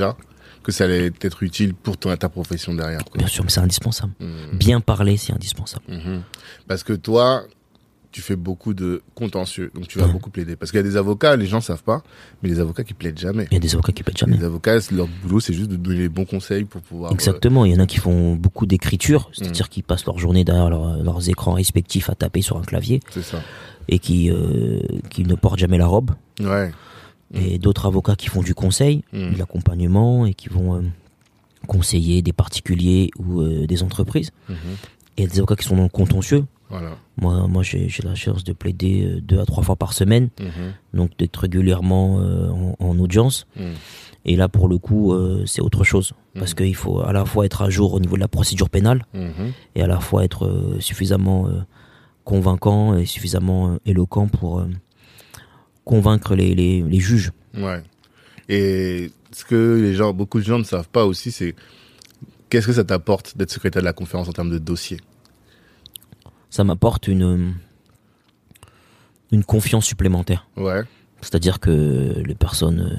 A: que ça allait être utile pour ta profession derrière, quoi.
B: Bien sûr, mais c'est indispensable. Bien parler, c'est indispensable.
A: Parce que toi, tu fais beaucoup de contentieux, donc tu vas beaucoup plaider. Parce qu'il y a des avocats, les gens savent pas, mais les avocats qui plaident jamais.
B: Il y a des avocats qui plaident jamais.
A: Les avocats, leur boulot, c'est juste de donner les bons conseils pour pouvoir...
B: Exactement, il y en a qui font beaucoup d'écriture, c'est-à-dire qu'ils passent leur journée derrière leurs écrans respectifs à taper sur un clavier.
A: C'est ça.
B: Et qui ne portent jamais la robe.
A: Ouais.
B: Et d'autres avocats qui font du conseil, de l'accompagnement, et qui vont conseiller des particuliers ou des entreprises. Et des avocats qui sont dans le contentieux.
A: Voilà.
B: Moi j'ai la chance de plaider 2 à 3 fois par semaine, donc d'être régulièrement en audience. Et là, pour le coup, c'est autre chose. Parce qu'il faut à la fois être à jour au niveau de la procédure pénale, et à la fois être suffisamment convaincant et suffisamment éloquent pour convaincre les juges.
A: Ouais. Et ce que beaucoup de gens ne savent pas aussi, c'est qu'est-ce que ça t'apporte d'être secrétaire de la conférence en termes de dossier?
B: Ça m'apporte une confiance supplémentaire.
A: Ouais.
B: C'est-à-dire que les personnes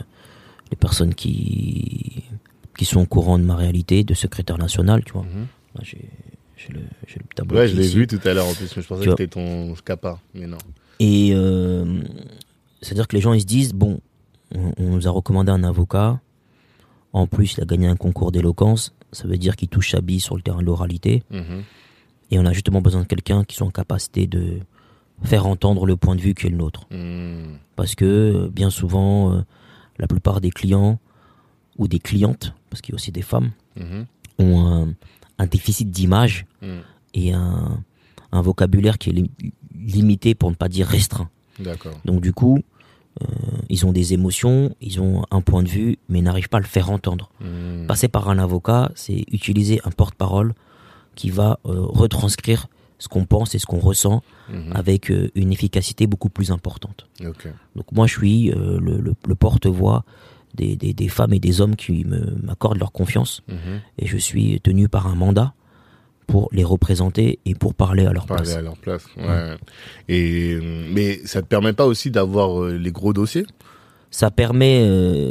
B: qui sont au courant de ma réalité de secrétaire national, tu vois. Là, j'ai le tableau.
A: Ouais, je l'ai
B: ici.
A: vu tout à l'heure en plus, mais je pensais que c'était ton CAPA, mais non.
B: Et c'est-à-dire que les gens ils se disent bon, on nous a recommandé un avocat. En plus, il a gagné un concours d'éloquence. Ça veut dire qu'il touche sa bille sur le terrain de l'oralité. Et on a justement besoin de quelqu'un qui soit en capacité de faire entendre le point de vue qui est le nôtre. Parce que bien souvent, la plupart des clients ou des clientes, parce qu'il y a aussi des femmes, ont un déficit d'image et un vocabulaire qui est limité, pour ne pas dire restreint.
A: D'accord.
B: Donc du coup, ils ont des émotions, ils ont un point de vue, mais ils n'arrivent pas à le faire entendre. Passer par un avocat, c'est utiliser un porte-parole qui va retranscrire ce qu'on pense et ce qu'on ressent avec une efficacité beaucoup plus importante.
A: Okay.
B: Donc moi, je suis le porte-voix des femmes et des hommes qui m'accordent leur confiance, et je suis tenu par un mandat pour les représenter et pour parler à leur place.
A: Parler à leur place, ouais. Mais ça te permet pas aussi d'avoir les gros dossiers?
B: Ça permet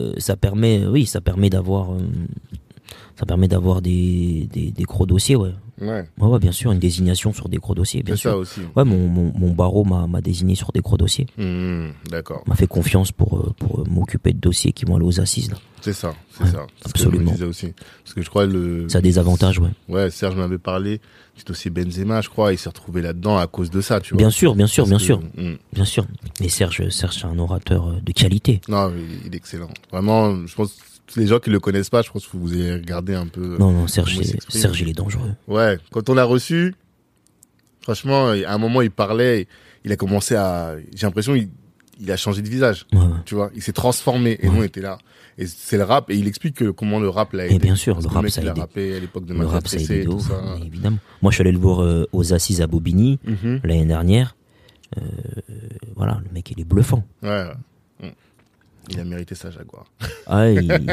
B: d'avoir des gros dossiers, ouais. Ouais, bien sûr, une désignation sur des gros dossiers, bien sûr.
A: Ça aussi.
B: Ouais, mon barreau m'a désigné sur des gros dossiers.
A: D'accord.
B: M'a fait confiance pour m'occuper de dossiers qui vont aller aux assises, là.
A: C'est ça.
B: Absolument.
A: Ce que je me disais aussi. Parce que je crois
B: ça a des avantages, ouais.
A: Ouais, Serge m'avait parlé du dossier Benzema, je crois, il s'est retrouvé là-dedans à cause de ça, tu vois.
B: Bien sûr. Bien sûr. Mais Serge, c'est un orateur de qualité.
A: Non, il est excellent. Vraiment, je pense, les gens qui le connaissent pas, je pense que vous avez regardé un peu.
B: Non, Serge, il est dangereux.
A: Ouais, quand on l'a reçu, franchement, à un moment, il parlait, il a commencé j'ai l'impression, il a changé de visage.
B: Ouais.
A: Tu vois, il s'est transformé, et nous, on était là. Et c'est le rap, et il explique comment le rap l'a aidé.
B: Et bien sûr, le rap,
A: mec,
B: ça a
A: il
B: aidé.
A: a rappé à l'époque de
B: Le rap, ça a aidé,
A: tout ça.
B: évidemment. Moi, je suis allé le voir aux assises à Bobigny, l'année dernière. Voilà, le mec, il est bluffant.
A: Ouais. Il a mérité sa Jaguar.
B: Ah,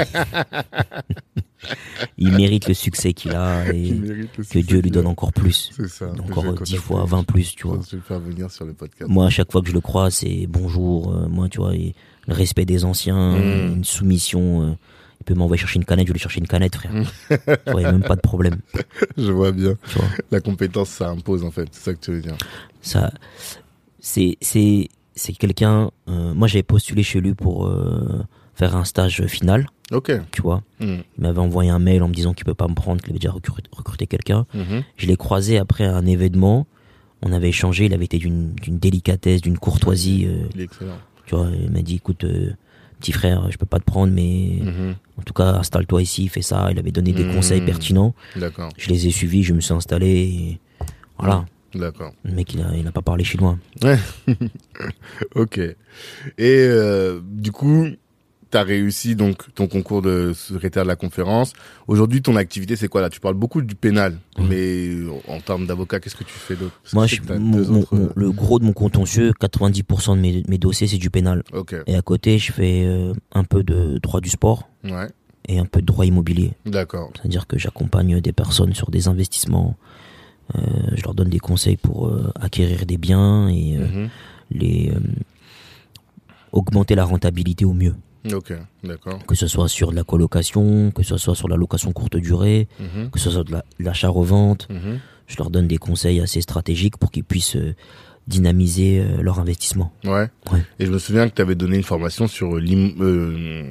B: il mérite le succès qu'il a, et que Dieu lui donne encore plus.
A: C'est ça.
B: Encore 10 fois, 20 plus, tu vois.
A: Je vais le faire venir sur le podcast.
B: Moi, à chaque fois que je le croise, c'est bonjour. Moi, tu vois, et le respect des anciens, une soumission. Il peut m'envoyer chercher une canette, je vais lui chercher une canette, frère. Il n'y a même pas de problème.
A: Je vois bien.
B: Tu vois.
A: La compétence, ça impose, en fait. C'est ça que tu veux dire.
B: Ça, c'est quelqu'un. Moi, j'avais postulé chez lui pour faire un stage final.
A: Ok.
B: Tu vois. Il m'avait envoyé un mail en me disant qu'il peut pas me prendre, qu'il avait déjà recruté quelqu'un. Je l'ai croisé après un événement. On avait échangé. Il avait été d'une délicatesse, d'une courtoisie.
A: Il est excellent.
B: Tu vois, il m'a dit, écoute, petit frère, je peux pas te prendre, mais en tout cas, installe-toi ici, fais ça. Il avait donné des conseils pertinents.
A: D'accord.
B: Je les ai suivis, je me suis installé. Et voilà.
A: D'accord.
B: Le mec, il n'a pas parlé chinois.
A: Ouais. Ok. Et du coup, t'as réussi donc ton concours de secrétaire de la conférence. Aujourd'hui, ton activité, c'est quoi là? Tu parles beaucoup du pénal, mais en termes d'avocat, qu'est-ce que tu fais d'autre?
B: Moi, le gros de mon contentieux, 90% de mes dossiers, c'est du pénal.
A: Ok.
B: Et à côté, je fais un peu de droit du sport.
A: Ouais.
B: Et un peu de droit immobilier.
A: D'accord.
B: C'est-à-dire que j'accompagne des personnes sur des investissements. Je leur donne des conseils pour acquérir des biens et augmenter la rentabilité au mieux.
A: Ok, d'accord.
B: Que ce soit sur de la colocation, que ce soit sur la location courte durée, que ce soit de l'achat-revente. Je leur donne des conseils assez stratégiques pour qu'ils puissent dynamiser leur investissement.
A: Ouais. Et je me souviens que tu avais donné une formation sur les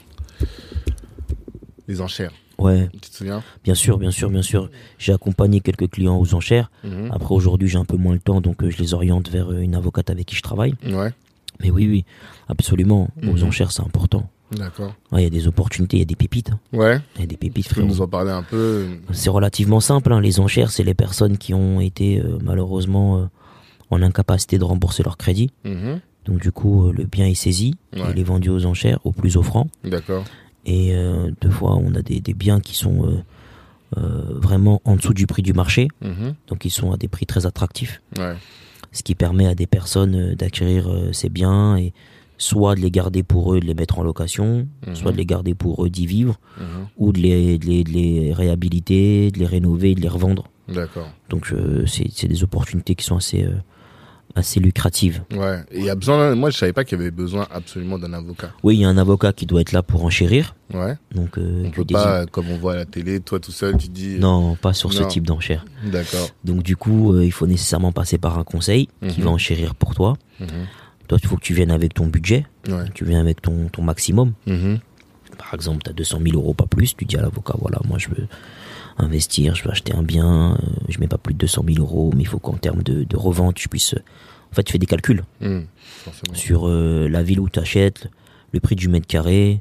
A: enchères.
B: Ouais.
A: Tu te souviens?
B: Bien sûr. J'ai accompagné quelques clients aux enchères. Après, aujourd'hui, j'ai un peu moins le temps, donc je les oriente vers une avocate avec qui je travaille.
A: Ouais.
B: Mais oui, absolument. Aux enchères, c'est important.
A: D'accord.
B: Il y a des opportunités, il y a des pépites.
A: Ouais.
B: Il y a des pépites,
A: Tu peux nous en parler un peu?
B: C'est relativement simple. Les enchères, c'est les personnes qui ont été malheureusement en incapacité de rembourser leur crédit. Donc du coup, le bien est saisi, il est vendu aux enchères, au plus offrant.
A: D'accord.
B: Et deux fois, on a des biens qui sont vraiment en dessous du prix du marché. Donc ils sont à des prix très attractifs.
A: Ouais.
B: Ce qui permet à des personnes d'acquérir ces biens et soit de les garder pour eux, de les mettre en location, soit de les garder pour eux, d'y vivre, ou de les réhabiliter, de les rénover, de les revendre.
A: D'accord.
B: Donc c'est des opportunités qui sont assez lucratives.
A: Ouais. Et il y a besoin. Moi, je savais pas qu'il y avait besoin absolument d'un avocat.
B: Oui, il y a un avocat qui doit être là pour enchérir.
A: Ouais.
B: Donc
A: on peut pas, comme on voit à la télé, toi tout seul, tu dis.
B: Non, pas sur ce type d'enchère.
A: D'accord.
B: Donc du coup, il faut nécessairement passer par un conseil qui va enchérir pour toi. Toi, il faut que tu viennes avec ton budget.
A: Ouais.
B: Tu viens avec ton maximum. Par exemple, tu as 200 000 euros, pas plus. Tu dis à l'avocat, voilà, moi je veux investir, je veux acheter un bien, je mets pas plus de 200 000 euros, mais il faut qu'en termes de revente, je puisse... En fait, tu fais des calculs sur la ville où tu achètes, le prix du mètre carré,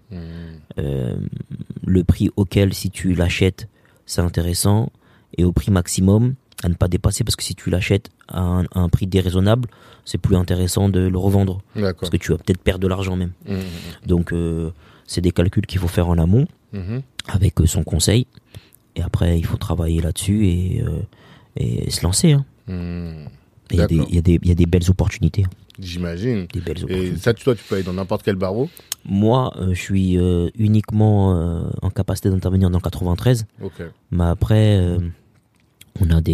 B: le prix auquel, si tu l'achètes, c'est intéressant, et au prix maximum à ne pas dépasser, parce que si tu l'achètes à un prix déraisonnable, c'est plus intéressant de le revendre.
A: D'accord.
B: Parce que tu vas peut-être perdre de l'argent même. Donc, c'est des calculs qu'il faut faire en amont, avec son conseil. Et après, il faut travailler là-dessus et se lancer. Il y a des belles opportunités.
A: J'imagine.
B: Des belles opportunités.
A: Et ça, toi, tu peux aller dans n'importe quel barreau?
B: Moi, je suis uniquement en capacité d'intervenir dans le 93.
A: Ok.
B: Mais après, on a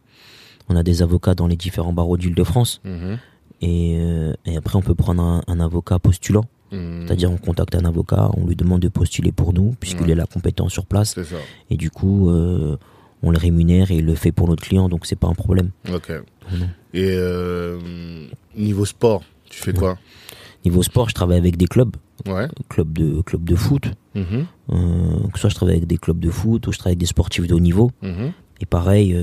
B: des avocats dans les différents barreaux d'Île-de-France. Et après, on peut prendre un avocat postulant. C'est-à-dire, on contacte un avocat, on lui demande de postuler pour nous, puisqu'il a la compétence sur place.
A: C'est ça.
B: Et du coup, on le rémunère et il le fait pour notre client, donc c'est pas un problème.
A: Ok. Et niveau sport, tu fais quoi?
B: Niveau sport, je travaille avec des clubs.
A: Ouais.
B: Clubs de foot. Que soit je travaille avec des clubs de foot ou je travaille avec des sportifs de haut niveau. Et pareil,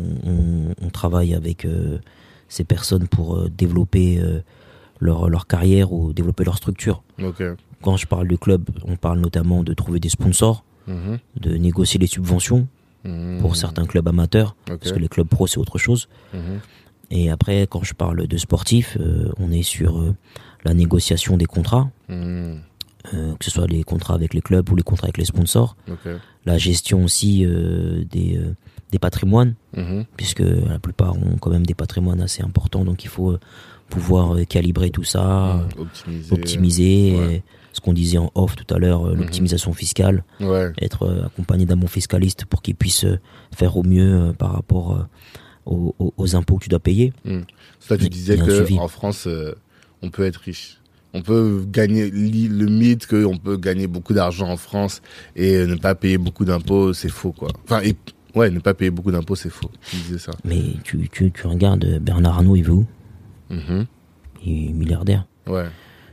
B: on travaille avec ces personnes pour développer leur carrière ou développer leur structure.
A: Okay.
B: Quand je parle de club, on parle notamment de trouver des sponsors, de négocier les subventions pour certains clubs amateurs, parce que les clubs pro c'est autre chose. Et après, quand je parle de sportifs, on est sur la négociation des contrats, que ce soit les contrats avec les clubs ou les contrats avec les sponsors. La gestion aussi des patrimoines, puisque la plupart ont quand même des patrimoines assez importants, donc il faut pouvoir calibrer tout ça, optimiser ce qu'on disait en off tout à l'heure, l'optimisation fiscale, être accompagné d'un bon fiscaliste pour qu'il puisse faire au mieux par rapport aux impôts que tu dois payer.
A: Ça, tu disais qu'en France, on peut être riche. On peut gagner le mythe qu'on peut gagner beaucoup d'argent en France et ne pas payer beaucoup d'impôts, c'est faux, quoi. Enfin, ne pas payer beaucoup d'impôts, c'est faux. Tu disais ça.
B: Mais tu regardes Bernard Arnault, il veut où? Il est milliardaire.
A: Ouais.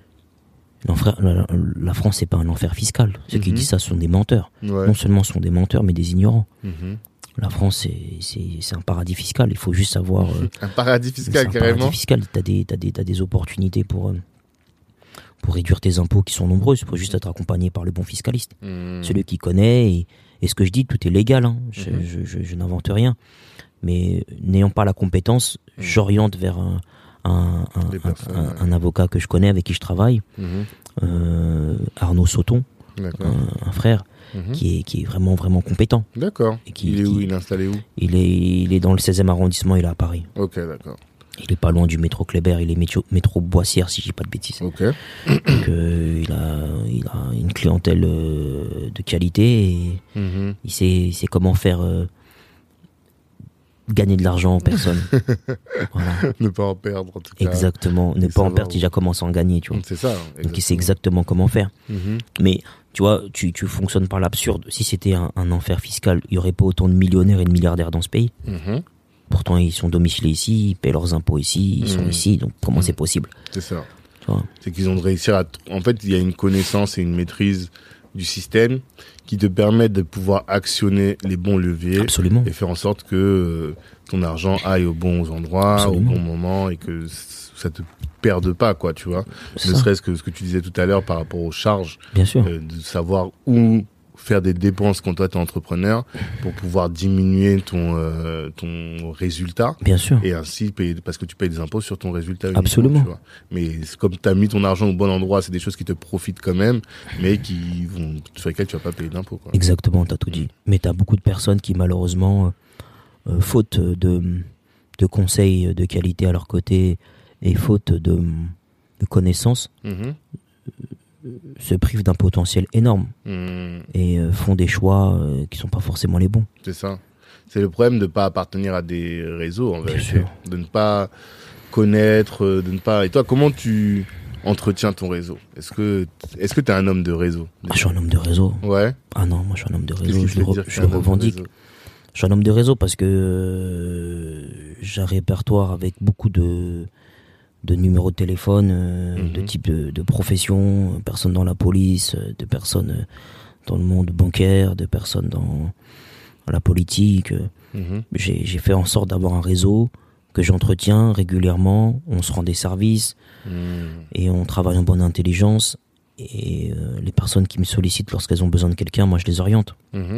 B: La France, c'est pas un enfer fiscal. Ceux qui disent ça sont des menteurs. Non seulement sont des menteurs, mais des ignorants. La France, c'est un paradis fiscal. Il faut juste savoir.
A: Un paradis fiscal, carrément. Un paradis fiscal.
B: T'as des opportunités pour réduire tes impôts qui sont nombreuses. Il faut juste être accompagné par le bon fiscaliste. Celui qui connaît. Et ce que je dis, tout est légal. Je n'invente rien. Mais n'ayant pas la compétence, j'oriente vers un avocat que je connais, avec qui je travaille, Arnaud Sauton, un frère qui est vraiment vraiment compétent.
A: D'accord. Il est installé où? Il
B: est dans le 16e arrondissement, il est à Paris.
A: Ok, d'accord.
B: Il est pas loin du métro Kléber, il est métro Boissière, si je dis pas de bêtises.
A: Ok.
B: Donc il a une clientèle de qualité et il sait comment faire gagner de l'argent en personne. Voilà.
A: Ne pas en perdre, en tout cas.
B: Exactement. Ne pas en perdre, déjà commencer à en gagner, tu vois.
A: C'est ça.
B: Donc il sait exactement comment faire. Mais tu vois, tu fonctionnes par l'absurde. Si c'était un enfer fiscal, il y aurait pas autant de millionnaires et de milliardaires dans ce pays. Pourtant, ils sont domiciliés ici, ils paient leurs impôts ici, ils sont ici. Donc comment c'est possible?
A: C'est ça.
B: Tu vois.
A: C'est qu'ils ont de réussir à... En fait, il y a une connaissance et une maîtrise du système qui te permettent de pouvoir actionner les bons leviers.
B: Absolument.
A: Et faire en sorte que ton argent aille aux bons endroits,
B: Absolument.
A: au bon moment, et que ça te perde pas, quoi, tu vois.
B: C'est
A: Ne
B: ça.
A: serait-ce que ce que tu disais tout à l'heure par rapport aux charges,
B: Bien sûr.
A: de savoir où faire des dépenses quand toi t'es entrepreneur pour pouvoir diminuer ton résultat.
B: Bien sûr.
A: Et ainsi payer, parce que tu payes des impôts sur ton résultat uniquement,
B: Absolument.
A: tu vois. Mais comme tu as mis ton argent au bon endroit, c'est des choses qui te profitent quand même, mais sur lesquelles tu vas pas payer d'impôts, quoi.
B: Exactement, t'as tout dit. Mais t'as beaucoup de personnes qui malheureusement, faute de conseils de qualité à leur côté et faute de connaissances, se privent d'un potentiel énorme et font des choix qui sont pas forcément les bons.
A: C'est ça. C'est le problème de ne pas appartenir à des réseaux, en vérité.
B: sûr.
A: De ne pas connaître, de ne pas... Et toi, comment tu entretiens ton réseau? Est-ce que tu es un homme de réseau?
B: Ah, je suis un homme de réseau.
A: Ouais.
B: Ah non, moi je suis un homme de
A: Qu'est-ce
B: réseau,
A: qui
B: je
A: te fait dire que
B: le
A: t'es un homme de
B: revendique.
A: réseau?
B: Je suis un homme de réseau parce que j'ai un répertoire avec beaucoup de numéros de téléphone, de type de profession, personnes dans la police, de personnes dans le monde bancaire, de personnes dans la politique. J'ai fait en sorte d'avoir un réseau que j'entretiens régulièrement, on se rend des services et on travaille en bonne intelligence et les personnes qui me sollicitent lorsqu'elles ont besoin de quelqu'un, moi je les oriente.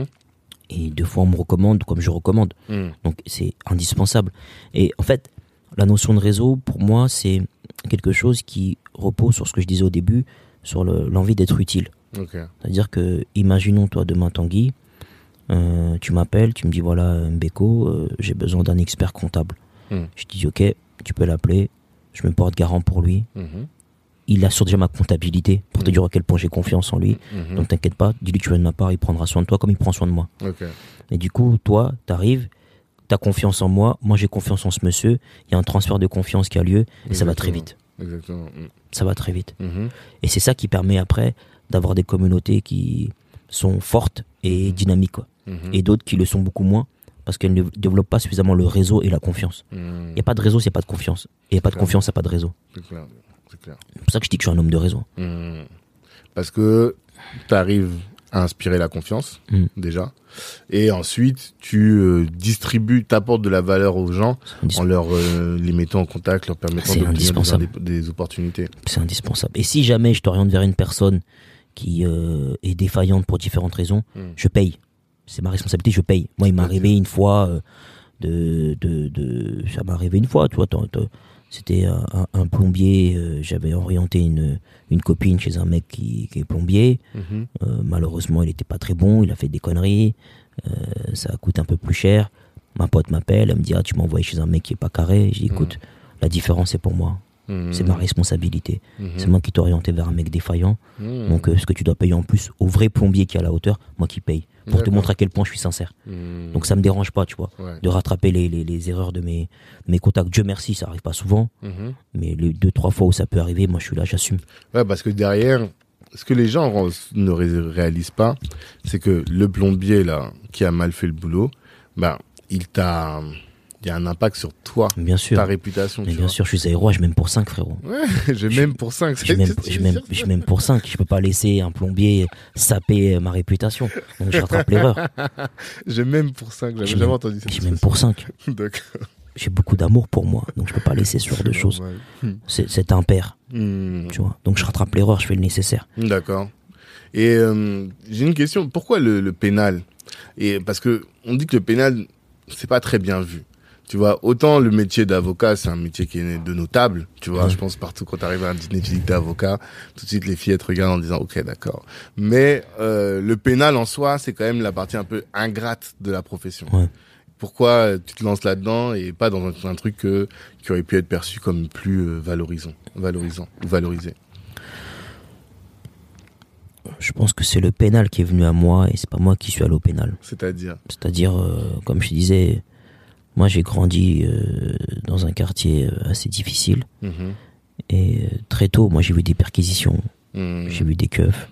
B: Et des fois on me recommande comme je recommande. Donc c'est indispensable. Et en fait, la notion de réseau, pour moi, c'est quelque chose qui repose sur ce que je disais au début, sur l'envie d'être utile.
A: Okay.
B: C'est-à-dire que, imaginons toi demain Tanguy, tu m'appelles, tu me dis voilà Mbeko, j'ai besoin d'un expert comptable. Je dis ok, tu peux l'appeler, je me porte garant pour lui. Il assure déjà ma comptabilité pour te dire à quel point j'ai confiance en lui. Donc t'inquiète pas, dis-lui que tu viens de ma part, il prendra soin de toi comme il prend soin de moi.
A: Okay.
B: Et du coup, toi, t'arrives, t'as confiance en moi j'ai confiance en ce monsieur, il y a un transfert de confiance qui a lieu et ça va très vite.
A: Exactement.
B: Ça va très vite. Et c'est ça qui permet après d'avoir des communautés qui sont fortes et dynamiques, quoi. Et d'autres qui le sont beaucoup moins parce qu'elles ne développent pas suffisamment le réseau et la confiance. Il n'y a pas de réseau, c'est pas de confiance. Et il n'y a pas de confiance, il n'y a pas de réseau.
A: C'est clair. C'est clair.
B: C'est pour ça que je dis que je suis un homme de réseau.
A: Parce que tu arrives à inspirer la confiance, déjà. Et ensuite, tu distribues, t'apportes de la valeur aux gens en leur les mettant en contact, leur permettant d'obtenir des opportunités.
B: C'est indispensable. Et si jamais je t'oriente vers une personne qui est défaillante pour différentes raisons, je paye. C'est ma responsabilité, je paye. Moi, il m'est arrivé une fois ça m'est arrivé une fois, tu vois, c'était un plombier, j'avais orienté une copine chez un mec qui est plombier. Malheureusement, il n'était pas très bon, il a fait des conneries, ça coûte un peu plus cher. Ma pote m'appelle, elle me dit tu m'as envoyé chez un mec qui est pas carré. Je dis écoute, la différence c'est pour moi. C'est ma responsabilité. C'est moi qui t'ai orienté vers un mec défaillant. Donc ce que tu dois payer en plus au vrai plombier qui est à la hauteur, moi qui paye. Pour te montrer à quel point je suis sincère. Donc ça me dérange pas, tu vois, de rattraper les erreurs de mes contacts. Dieu merci, ça arrive pas souvent. Mais les 2-3 fois où ça peut arriver, moi je suis là, j'assume. Ouais,
A: parce que derrière, ce que les gens ne réalisent pas, c'est que le plombier là, qui a mal fait le boulot, il y a un impact sur toi,
B: bien sûr.
A: Ta réputation.
B: Mais bien sûr, je suis Zaïrois, je m'aime pour 5, frérot.
A: Ouais, je m'aime pour 5.
B: Je m'aime pour 5. Je peux pas laisser un plombier saper ma réputation. Donc je rattrape l'erreur.
A: Je m'aime pour 5, j'avais jamais entendu ça.
B: Je m'aime pour 5.
A: D'accord.
B: J'ai beaucoup d'amour pour moi, donc je peux pas laisser ce genre de choses. C'est impair, tu vois. Donc je rattrape l'erreur, je fais le nécessaire.
A: D'accord. Et j'ai une question. Pourquoi le pénal? Et parce que on dit que le pénal, c'est pas très bien vu. Tu vois, autant le métier d'avocat, c'est un métier qui est de notable. Tu vois, je pense partout quand t'arrives à un dîner, tu dis que t'es avocat, tout de suite les filles elles te regardent en disant ok, d'accord. Mais le pénal en soi, c'est quand même la partie un peu ingrate de la profession. Pourquoi tu te lances là-dedans et pas dans un truc qui aurait pu être perçu comme plus valorisant ou valorisé?
B: Je pense que c'est le pénal qui est venu à moi et c'est pas moi qui suis allé au pénal.
A: C'est-à-dire,
B: comme je disais, Moi, j'ai grandi dans un quartier assez difficile. Et très tôt, moi, j'ai vu des perquisitions. J'ai vu des keufs.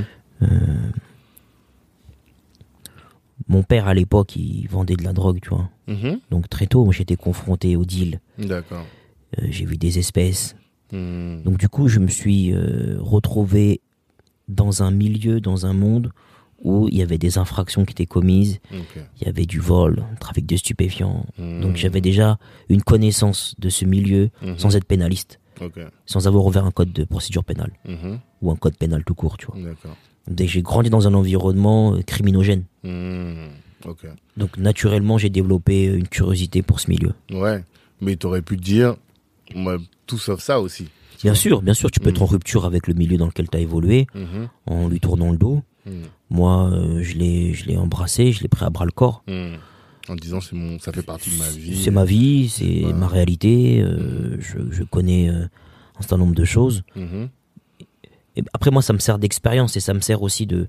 B: Mon père, à l'époque, il vendait de la drogue, tu vois. Donc, très tôt, moi, j'étais confronté au deal.
A: D'accord.
B: J'ai vu des espèces. Donc, du coup, je me suis retrouvé dans un milieu, dans un monde où il y avait des infractions qui étaient commises. Il y avait du vol, trafic de stupéfiants. Donc, j'avais déjà une connaissance de ce milieu sans être pénaliste. Sans avoir ouvert un code de procédure pénale. Ou un code pénal tout court, tu vois.
A: D'accord.
B: Donc, j'ai grandi dans un environnement criminogène. Donc, naturellement, j'ai développé une curiosité pour ce milieu.
A: Ouais, mais t'aurais pu te dire, moi, tout sauf ça aussi.
B: Bien sûr, tu peux être en rupture avec le milieu dans lequel tu as évolué, en lui tournant le dos. Moi, je l'ai embrassé, je l'ai pris à bras le corps.
A: En disant, ça fait partie de ma vie.
B: C'est ma vie, c'est ma réalité. Je connais un certain nombre de choses. Et après, moi, ça me sert d'expérience et ça me sert aussi de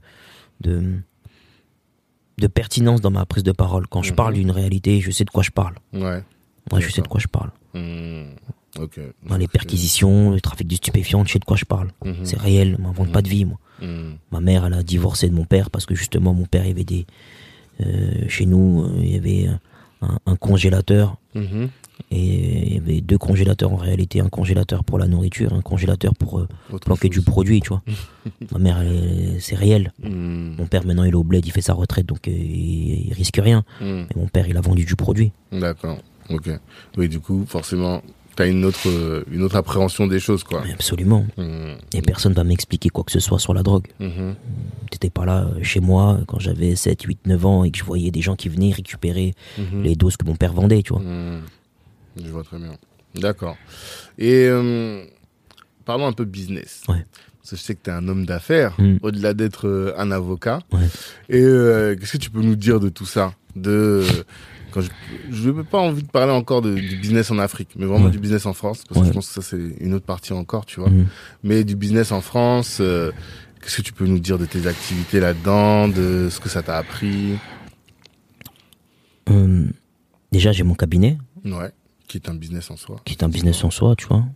B: pertinence dans ma prise de parole. Quand je parle d'une réalité, je sais de quoi je parle.
A: Ouais.
B: Moi, je sais de quoi je parle.
A: Okay.
B: Dans les perquisitions, le trafic de stupéfiants, je sais de quoi je parle. C'est réel, on m'invente pas de vie, moi. Ma mère, elle a divorcé de mon père parce que justement, mon père, il y avait des... chez nous, il y avait un congélateur. Et il y avait 2 congélateurs en réalité. Un congélateur pour la nourriture, un congélateur pour planquer du produit, tu vois. Ma mère, c'est réel. Mon père, maintenant, il est au bled, il fait sa retraite, donc il risque rien. Mais mon père, il a vendu du produit.
A: D'accord, ok. Oui, du coup, forcément, t'as une autre appréhension des choses, quoi.
B: Mais absolument. Et personne va m'expliquer quoi que ce soit sur la drogue. T'étais pas là chez moi quand j'avais 7, 8, 9 ans et que je voyais des gens qui venaient récupérer les doses que mon père vendait, tu vois.
A: Je vois très bien. D'accord. Et parlons un peu business.
B: Ouais.
A: Parce que je sais que tu es un homme d'affaires, au-delà d'être un avocat.
B: Ouais.
A: Et qu'est-ce que tu peux nous dire de tout ça? Quand je n'ai pas envie de parler encore du business en Afrique, mais vraiment du business en France, parce que je pense que ça, c'est une autre partie encore, tu vois. Mais du business en France, qu'est-ce que tu peux nous dire de tes activités là-dedans, de ce que ça t'a appris?
B: Déjà, j'ai mon cabinet.
A: Ouais. Qui est un business en soi.
B: Qui est un business en soi, tu vois.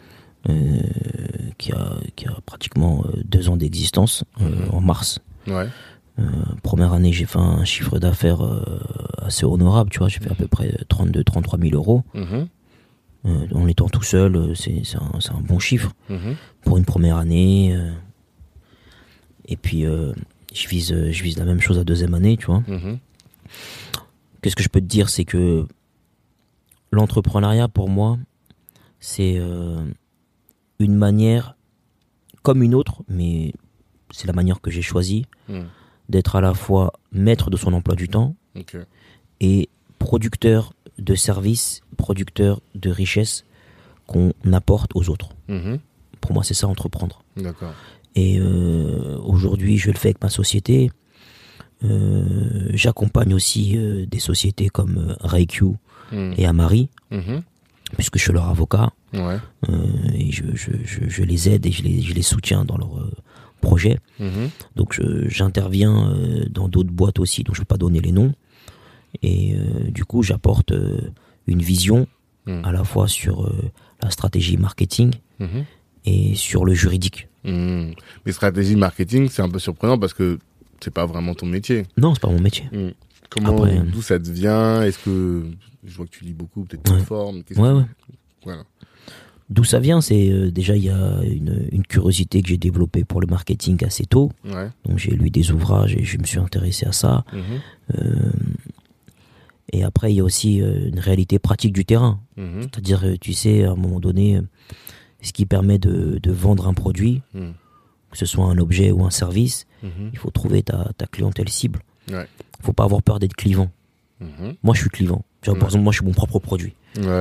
B: Qui a pratiquement 2 ans d'existence, en mars.
A: Ouais.
B: Première année, j'ai fait un chiffre d'affaires assez honorable, tu vois. J'ai fait à peu près 33 000 euros. En étant tout seul, c'est un bon chiffre pour une première année. Et puis, je vise la même chose à 2e année, tu vois. Qu'est-ce que je peux te dire, c'est que l'entrepreneuriat, pour moi, c'est une manière comme une autre, mais c'est la manière que j'ai choisie, d'être à la fois maître de son emploi du temps et producteur de services, producteur de richesses qu'on apporte aux autres. Pour moi, c'est ça, entreprendre.
A: D'accord.
B: Et aujourd'hui, je le fais avec ma société. J'accompagne aussi des sociétés comme RayQ et Amari, puisque je suis leur avocat. Et je les aide et je les soutiens dans leurs projets. Donc j'interviens dans d'autres boîtes aussi, dont je ne vais pas donner les noms. Et du coup, j'apporte une vision à la fois sur la stratégie marketing et sur le juridique.
A: Mais stratégie marketing, c'est un peu surprenant parce que c'est pas vraiment ton métier.
B: Non, c'est pas mon métier.
A: D'où ça te vient? Est-ce que je vois que tu lis beaucoup, peut-être tu te formes? Voilà.
B: D'où ça vient, c'est déjà il y a une curiosité que j'ai développée pour le marketing assez tôt. Donc j'ai lu des ouvrages et je me suis intéressé à ça. Et après il y a aussi une réalité pratique du terrain. C'est-à-dire, tu sais, à un moment donné, ce qui permet de vendre un produit, que ce soit un objet ou un service, il faut trouver ta clientèle cible. Faut pas avoir peur d'être clivant. Moi, je suis clivant. Tu vois, par exemple, moi, je suis mon propre produit.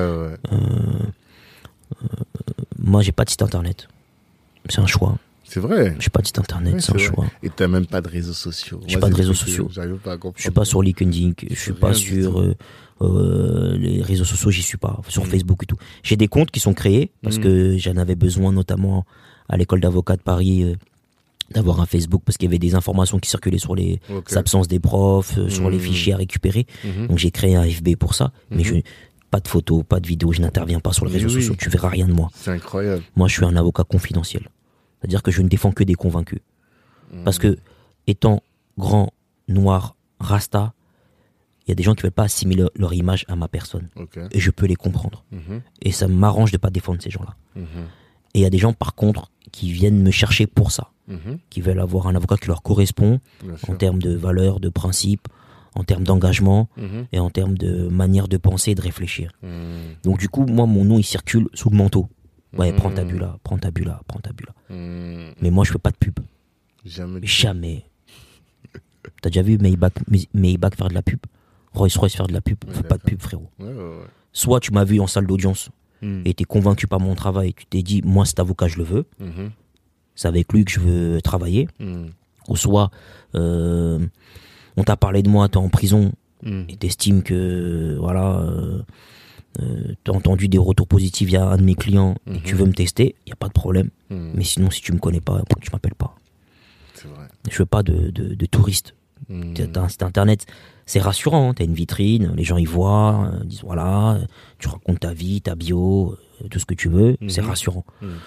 B: Moi, j'ai pas de site internet. C'est un choix.
A: C'est vrai.
B: J'ai pas de site internet, c'est un choix.
A: Et t'as même pas de réseaux sociaux.
B: J'ai pas de réseaux sociaux.
A: J'arrive pas à comprendre.
B: Je suis pas sur LinkedIn, je suis pas sur les réseaux sociaux, j'y suis pas. Sur Facebook et tout. J'ai des comptes qui sont créés parce que j'en avais besoin, notamment à l'école d'avocats de Paris, d'avoir un Facebook parce qu'il y avait des informations qui circulaient sur les absences des profs, sur les fichiers à récupérer. Donc j'ai créé un FB pour ça, mais pas de photos, pas de vidéos, je n'interviens pas sur les réseaux sociaux, tu verras rien de moi.
A: C'est incroyable.
B: Moi, je suis un avocat confidentiel. C'est-à-dire que je ne défends que des convaincus. Parce que, étant grand, noir, rasta, il y a des gens qui ne veulent pas assimiler leur image à ma personne. Et je peux les comprendre. Et ça m'arrange de ne pas défendre ces gens-là. Et il y a des gens, par contre, qui viennent me chercher pour ça. Qui veulent avoir un avocat qui leur correspond en termes de valeurs, de principes, en termes d'engagement et en termes de manière de penser et de réfléchir. Donc du coup, moi, mon nom, il circule sous le manteau. Ouais, prends ta bulle là, prends ta bulle là, prends ta bulle là. Mais moi, je fais pas de pub. Jamais. T'as déjà vu Maybach faire de la pub? Rolls-Royce faire de la pub? Fais pas de pub, frérot. Soit tu m'as vu en salle d'audience et t'es convaincu par mon travail, tu t'es dit, moi, cet avocat, je le veux. C'est avec lui que je veux travailler. Ou soit, on t'a parlé de moi, t'es en prison et t'estimes que, voilà, t'as entendu des retours positifs via un de mes clients et tu veux me tester, y a pas de problème. Mais sinon, si tu me connais pas, tu m'appelles pas.
A: C'est vrai.
B: Je veux pas de touristes. T'as un site internet, c'est rassurant, hein, t'as une vitrine, les gens y voient, disent voilà, tu racontes ta vie, ta bio, tout ce que tu veux, c'est rassurant.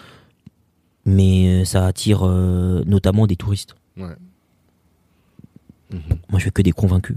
B: Mais ça attire notamment des touristes. Moi, je fais que des convaincus.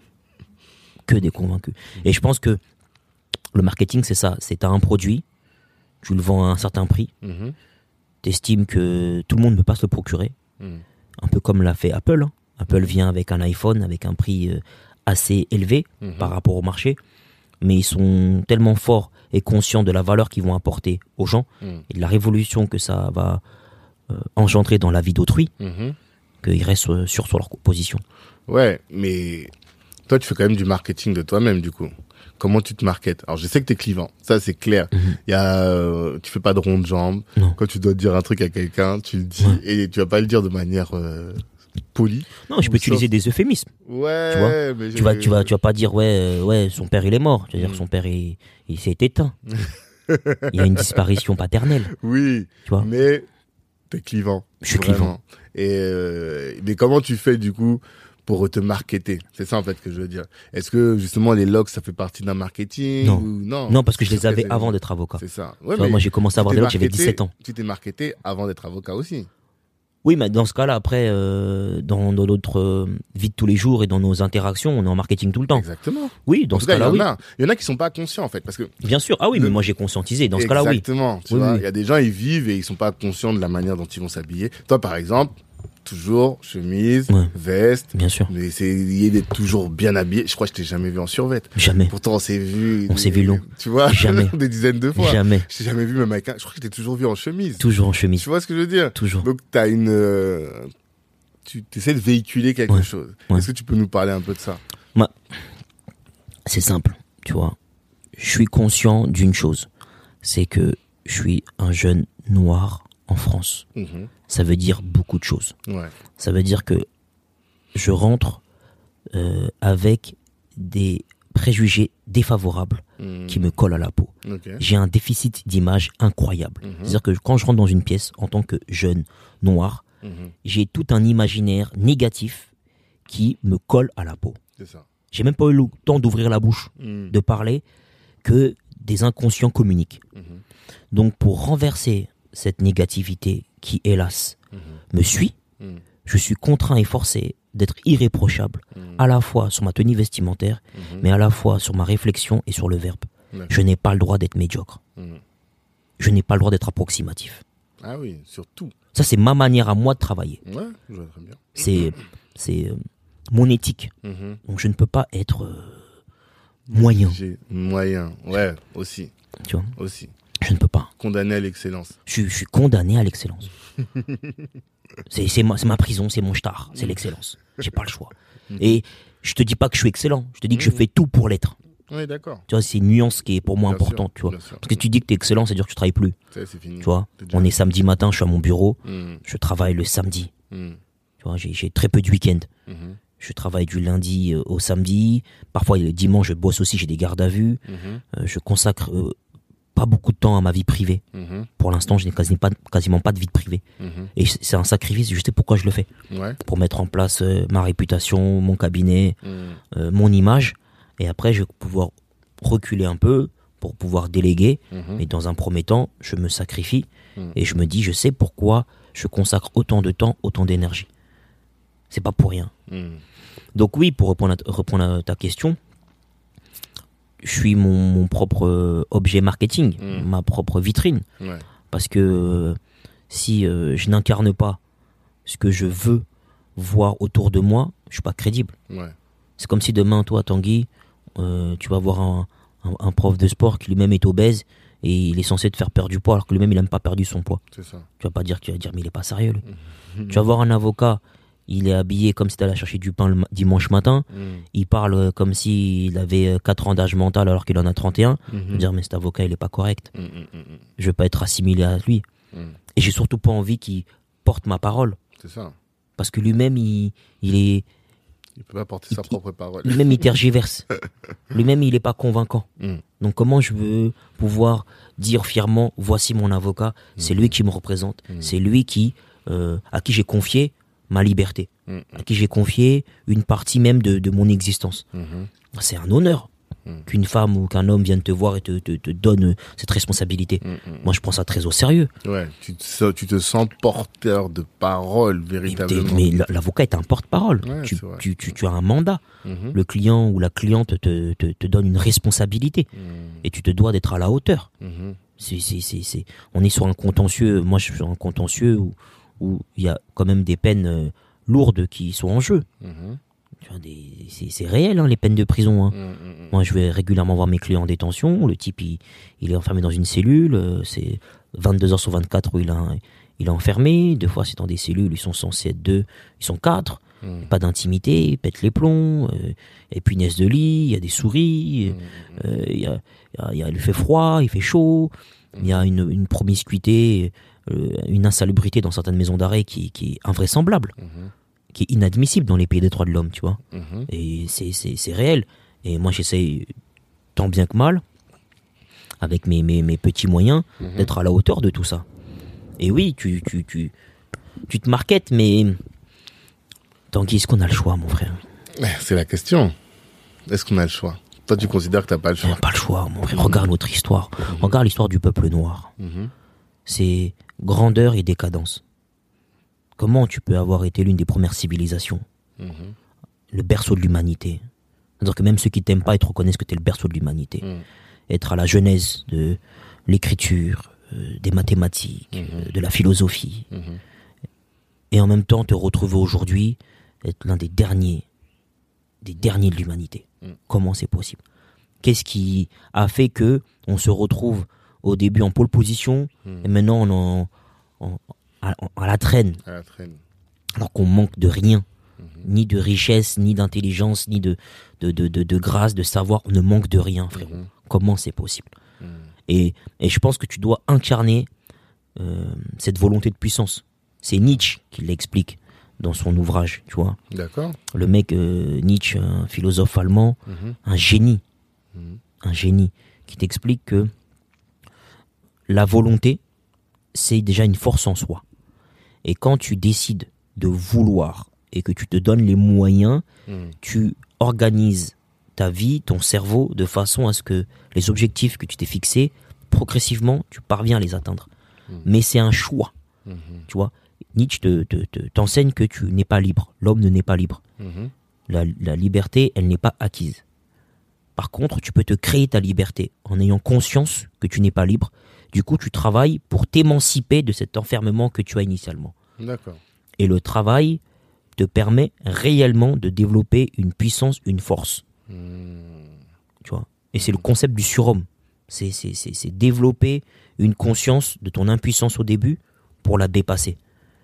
B: Que des convaincus. Et je pense que le marketing, c'est ça. C'est t'as un produit, tu le vends à un certain prix, t'estimes que tout le monde ne peut pas se le procurer. Un peu comme l'a fait Apple. Hein. Apple vient avec un iPhone avec un prix assez élevé par rapport au marché. Mais ils sont tellement forts et conscients de la valeur qu'ils vont apporter aux gens et de la révolution que ça va engendrer dans la vie d'autrui, qu'ils restent sûrs sur leur position.
A: Ouais, mais toi, tu fais quand même du marketing de toi-même, du coup. Comment tu te marketes? Alors, je sais que t'es clivant, ça c'est clair. Il y a, tu fais pas de rond de jambe. Quand tu dois dire un truc à quelqu'un, tu le dis et tu vas pas le dire de manière polie.
B: Non, je peux utiliser des euphémismes.
A: Ouais,
B: tu vois, mais tu vas pas dire ouais, son père il est mort. Tu vas dire son père il s'est éteint. Il y a une disparition paternelle.
A: Oui,
B: tu vois.
A: Mais t'es clivant.
B: Je suis clivant.
A: Et mais comment tu fais du coup pour te marketer? C'est ça en fait que je veux dire. Est-ce que justement les logs ça fait partie d'un marketing?
B: Non, parce que je les avais avant d'être avocat.
A: C'est ça.
B: Ouais, moi j'ai commencé à avoir des logs, j'avais 17 ans.
A: Tu t'es marketé avant d'être avocat aussi?
B: Oui, mais dans ce cas-là, après, dans notre vie de tous les jours et dans nos interactions, on est en marketing tout le temps.
A: Exactement.
B: Oui, dans ce cas-là, oui.
A: Il y en a qui sont pas conscients, en fait, parce que.
B: Bien sûr. Ah oui, mais moi j'ai conscientisé. Dans ce cas-là, oui.
A: Exactement. Tu vois, il y a des gens, ils vivent et ils sont pas conscients de la manière dont ils vont s'habiller. Toi, par exemple, toujours chemise, veste.
B: Bien sûr.
A: Mais il est toujours bien habillé. Je crois que je t'ai jamais vu en survette.
B: Jamais.
A: Pourtant, on s'est vu.
B: On s'est vu long.
A: Tu vois.
B: Jamais.
A: Des dizaines de fois.
B: Jamais.
A: Je t'ai jamais vu même avec je crois que je t'ai toujours vu en chemise.
B: Toujours en chemise.
A: Tu vois ce que je veux dire?
B: Toujours.
A: Donc, t'as tu essaies de véhiculer quelque chose. Est-ce que tu peux nous parler un peu de ça?
B: C'est simple, tu vois. Je suis conscient d'une chose. C'est que je suis un jeune noir en France. Ça veut dire beaucoup de choses. Ça veut dire que je rentre avec des préjugés défavorables qui me collent à la peau. J'ai un déficit d'image incroyable. C'est-à-dire que quand je rentre dans une pièce en tant que jeune noir, j'ai tout un imaginaire négatif qui me colle à la peau.
A: C'est ça.
B: J'ai même pas eu le temps d'ouvrir la bouche, de parler, que des inconscients communiquent. Donc pour renverser cette négativité qui, hélas, me suit, je suis contraint et forcé d'être irréprochable, à la fois sur ma tenue vestimentaire, mais à la fois sur ma réflexion et sur le verbe. Je n'ai pas le droit d'être médiocre. Je n'ai pas le droit d'être approximatif.
A: Ah oui, surtout.
B: Ça, c'est ma manière à moi de travailler.
A: Ouais, je vois très bien.
B: C'est mon éthique. Donc je ne peux pas être moyen.
A: Moyen, ouais, aussi.
B: Tu vois?
A: Aussi.
B: Je ne peux pas.
A: Condamné à l'excellence.
B: Je suis condamné à l'excellence. c'est ma prison, c'est mon shtar, c'est l'excellence. J'ai pas le choix. Et je te dis pas que je suis excellent, je te dis que je fais tout pour l'être.
A: Oui, d'accord.
B: Tu vois, c'est une nuance qui est pour moi importante, tu vois. Parce que tu dis que t'es excellent, c'est-à-dire que tu travailles plus.
A: C'est fini.
B: Tu vois, on est samedi matin, je suis à mon bureau, je travaille le samedi. Tu vois, j'ai très peu de week-end. Je travaille du lundi au samedi. Parfois, le dimanche, je bosse aussi, j'ai des gardes à vue. Je consacre pas beaucoup de temps à ma vie privée. Pour l'instant, je n'ai quasiment pas de vie privée. Et c'est un sacrifice, je sais pourquoi je le fais. Pour mettre en place ma réputation, mon cabinet, mon image. Et après, je vais pouvoir reculer un peu pour pouvoir déléguer. Mais dans un premier temps, je me sacrifie. Et je me dis, je sais pourquoi je consacre autant de temps, autant d'énergie. C'est pas pour rien. Donc oui, pour répondre à ta question, je suis mon propre objet marketing, ma propre vitrine. Parce que si je n'incarne pas ce que je veux voir autour de moi, je suis pas crédible. C'est comme si demain, toi, Tanguy, tu vas voir un prof de sport qui lui-même est obèse et il est censé te faire perdre du poids alors que lui-même il n'a même pas perdu son poids.
A: C'est ça.
B: Tu vas dire mais il est pas sérieux lui. Tu vas voir un avocat, il est habillé comme si tu allais chercher du pain le dimanche matin, il parle comme s'il avait 4 ans d'âge mental alors qu'il en a 31. Je veux dire mais cet avocat il est pas correct. Je veux pas être assimilé à lui. Et j'ai surtout pas envie qu'il porte ma parole.
A: C'est ça.
B: Parce que lui-même il
A: peut pas porter sa propre parole.
B: Lui-même, il tergiverse. Lui-même, il n'est pas convaincant. Donc, comment je veux pouvoir dire fièrement, voici mon avocat, c'est lui qui me représente, c'est lui à qui j'ai confié ma liberté, à qui j'ai confié une partie même de mon existence. C'est un honneur qu'une femme ou qu'un homme vienne te voir et te donne cette responsabilité. Moi, je prends ça très au sérieux.
A: Ouais, tu te sens porteur de parole, véritablement.
B: Mais l'avocat est un porte-parole. Ouais, tu as un mandat. Le client ou la cliente te donne une responsabilité. Et tu te dois d'être à la hauteur. On est sur un contentieux. Moi, je suis sur un contentieux où il y a quand même des peines lourdes qui sont en jeu. C'est réel, hein, les peines de prison. Moi, je vais régulièrement voir mes clients en détention. Le type, il est enfermé dans une cellule. C'est 22 heures sur 24 où il est enfermé. Des fois, c'est dans des cellules. Ils sont censés être 2. Ils sont 4. Pas d'intimité. Ils pètent les plombs. Et punaise de lit. Il y a des souris. Il fait froid. Il fait chaud. Il y a une promiscuité, une insalubrité dans certaines maisons d'arrêt qui est invraisemblable. Qui est inadmissible dans les pays des droits de l'homme, tu vois. Et c'est réel. Et moi, j'essaye, tant bien que mal, avec mes petits moyens, d'être à la hauteur de tout ça. Et oui, tu te marketes, mais Tanguy, est-ce qu'on a le choix, mon frère?
A: C'est la question. Est-ce qu'on a le choix? Toi, tu considères que t'as pas le choix?
B: On n'a pas le choix, mon frère. Regarde notre histoire. Regarde l'histoire du peuple noir. C'est grandeur et décadence. Comment tu peux avoir été l'une des premières civilisations, le berceau de l'humanité? C'est-à-dire que même ceux qui t'aiment pas, ils te reconnaissent que tu es le berceau de l'humanité. Être à la genèse de l'écriture, des mathématiques, de la philosophie. Et en même temps te retrouver aujourd'hui, être l'un des derniers de l'humanité. Comment c'est possible? Qu'est-ce qui a fait que on se retrouve au début en pole position et maintenant à la traîne. Alors qu'on manque de rien, ni de richesse, ni d'intelligence, ni de grâce, de savoir. On ne manque de rien, frérot. Comment c'est possible? Et je pense que tu dois incarner cette volonté de puissance. C'est Nietzsche qui l'explique dans son ouvrage, tu vois.
A: D'accord.
B: Le mec, Nietzsche, un philosophe allemand, un génie, qui t'explique que la volonté, c'est déjà une force en soi. Et quand tu décides de vouloir et que tu te donnes les moyens, tu organises ta vie, ton cerveau, de façon à ce que les objectifs que tu t'es fixés, progressivement, tu parviens à les atteindre. Mais c'est un choix. Tu vois, Nietzsche t'enseigne que tu n'es pas libre. L'homme ne n'est pas libre. La liberté, elle n'est pas acquise. Par contre, tu peux te créer ta liberté en ayant conscience que tu n'es pas libre. Du coup, tu travailles pour t'émanciper de cet enfermement que tu as initialement.
A: D'accord.
B: Et le travail te permet réellement de développer une puissance, une force. Tu vois. Et c'est le concept du surhomme. C'est développer une conscience de ton impuissance au début pour la dépasser.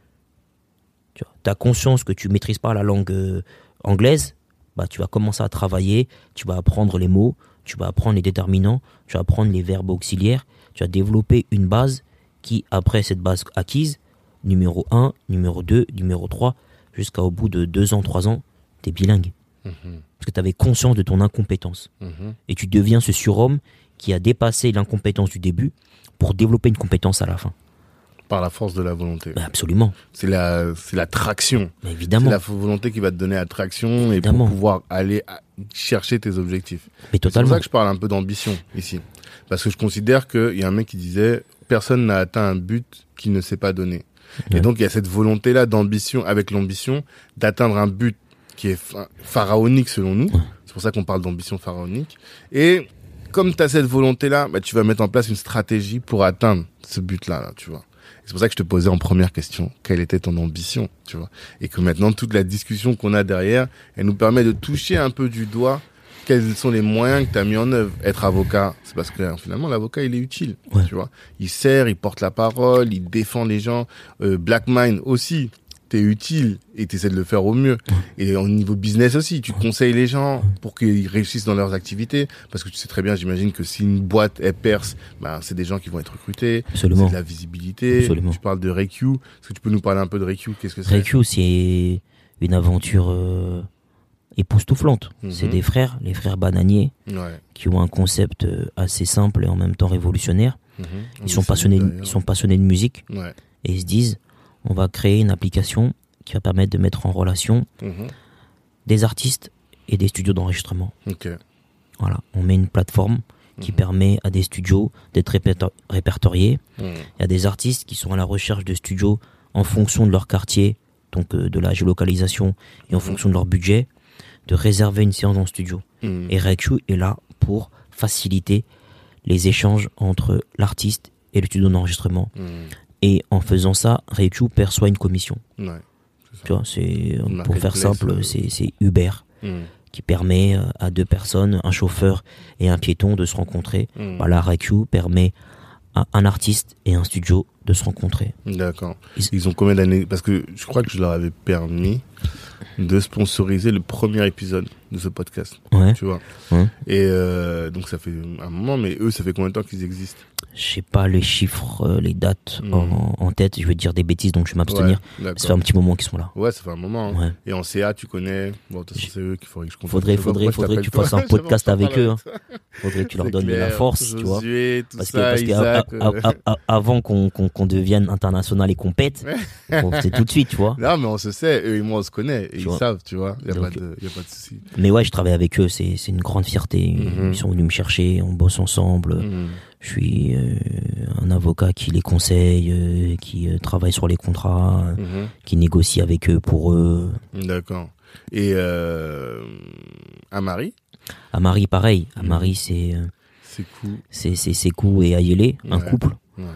B: Tu as conscience que tu ne maîtrises pas la langue anglaise, bah, tu vas commencer à travailler, tu vas apprendre les mots, tu vas apprendre les déterminants, tu vas apprendre les verbes auxiliaires, tu vas développer une base qui, après cette base acquise, numéro 1, numéro 2, numéro 3, jusqu'au bout de 2 ans, 3 ans, tu es bilingue. Parce que tu avais conscience de ton incompétence. Et tu deviens ce surhomme qui a dépassé l'incompétence du début pour développer une compétence à la fin.
A: Par la force de la volonté.
B: Absolument.
A: C'est la traction.
B: Mais évidemment.
A: C'est la volonté qui va te donner la traction et pour pouvoir aller chercher tes objectifs.
B: Mais totalement.
A: C'est pour ça que je parle un peu d'ambition ici. Parce que je considère qu'il y a un mec qui disait personne n'a atteint un but qu'il ne s'est pas donné. Ouais. Et donc il y a cette volonté-là d'ambition, avec l'ambition, d'atteindre un but qui est pharaonique selon nous. Ouais. C'est pour ça qu'on parle d'ambition pharaonique. Et comme tu as cette volonté-là, bah, tu vas mettre en place une stratégie pour atteindre ce but-là, là, tu vois. C'est pour ça que je te posais en première question, quelle était ton ambition, tu vois. Et que maintenant, toute la discussion qu'on a derrière, elle nous permet de toucher un peu du doigt quels sont les moyens que tu as mis en œuvre. Être avocat, c'est parce que finalement, l'avocat, il est utile, ouais. Tu vois. Il sert, il porte la parole, il défend les gens. Black Mind aussi, t'es utile et t'essaies de le faire au mieux. Et au niveau business aussi, tu conseilles les gens pour qu'ils réussissent dans leurs activités. Parce que tu sais très bien, j'imagine que si une boîte, elle perce, ben, c'est des gens qui vont être recrutés.
B: Absolument.
A: C'est de la visibilité. Absolument. Tu parles de Req. Est-ce que tu peux nous parler un peu de Req? Qu'est-ce que c'est?
B: Req, c'est une aventure époustouflante. C'est des frères, les frères bananiers, qui ont un concept assez simple et en même temps révolutionnaire. Ils sont passionnés de musique et ils se disent, on va créer une application qui va permettre de mettre en relation des artistes et des studios d'enregistrement.
A: Okay.
B: Voilà, on met une plateforme qui permet à des studios d'être répertoriés. Il y a des artistes qui sont à la recherche de studios en fonction de leur quartier, donc de la géolocalisation et en fonction de leur budget, de réserver une séance en studio. Et Req est là pour faciliter les échanges entre l'artiste et le studio d'enregistrement. Et en faisant ça, Req perçoit une commission. Ouais, tu vois, pour faire simple, c'est Uber qui permet à deux personnes, un chauffeur et un piéton, de se rencontrer. Voilà, Req permet à un artiste et un studio de se rencontrer.
A: D'accord. Ils ont combien d'années? Parce que je crois que je leur avais permis de sponsoriser le premier épisode de ce podcast.
B: Ouais.
A: Tu vois. Et donc ça fait un moment, mais eux, ça fait combien de temps qu'ils existent?
B: Je sais pas les chiffres, les dates en tête. Je vais te dire des bêtises, donc je vais m'abstenir. Ouais, ça fait un petit moment qu'ils sont là.
A: Ouais, ça fait un moment. Hein. Ouais. Et en CA, tu connais. Bon, c'est eux qu'il faudrait que je comprenne.
B: Faudrait que tu fasses un podcast avec eux. Hein. Faudrait que tu leur donnes de la force, tu vois. Parce que avant qu'on devienne international et qu'on pète, c'est tout de suite, tu vois.
A: Non, mais on se sait. Eux et moi, on se connaît. Et ils savent, tu vois. Il y a pas de souci.
B: Mais ouais, je travaille avec eux. C'est une grande fierté. Ils sont venus me chercher. On bosse ensemble. Je suis un avocat qui les conseille, qui travaille sur les contrats, qui négocie avec eux pour eux.
A: D'accord. Et Amari?
B: Amari, pareil. Amari, c'est Sekou et Ayele, un couple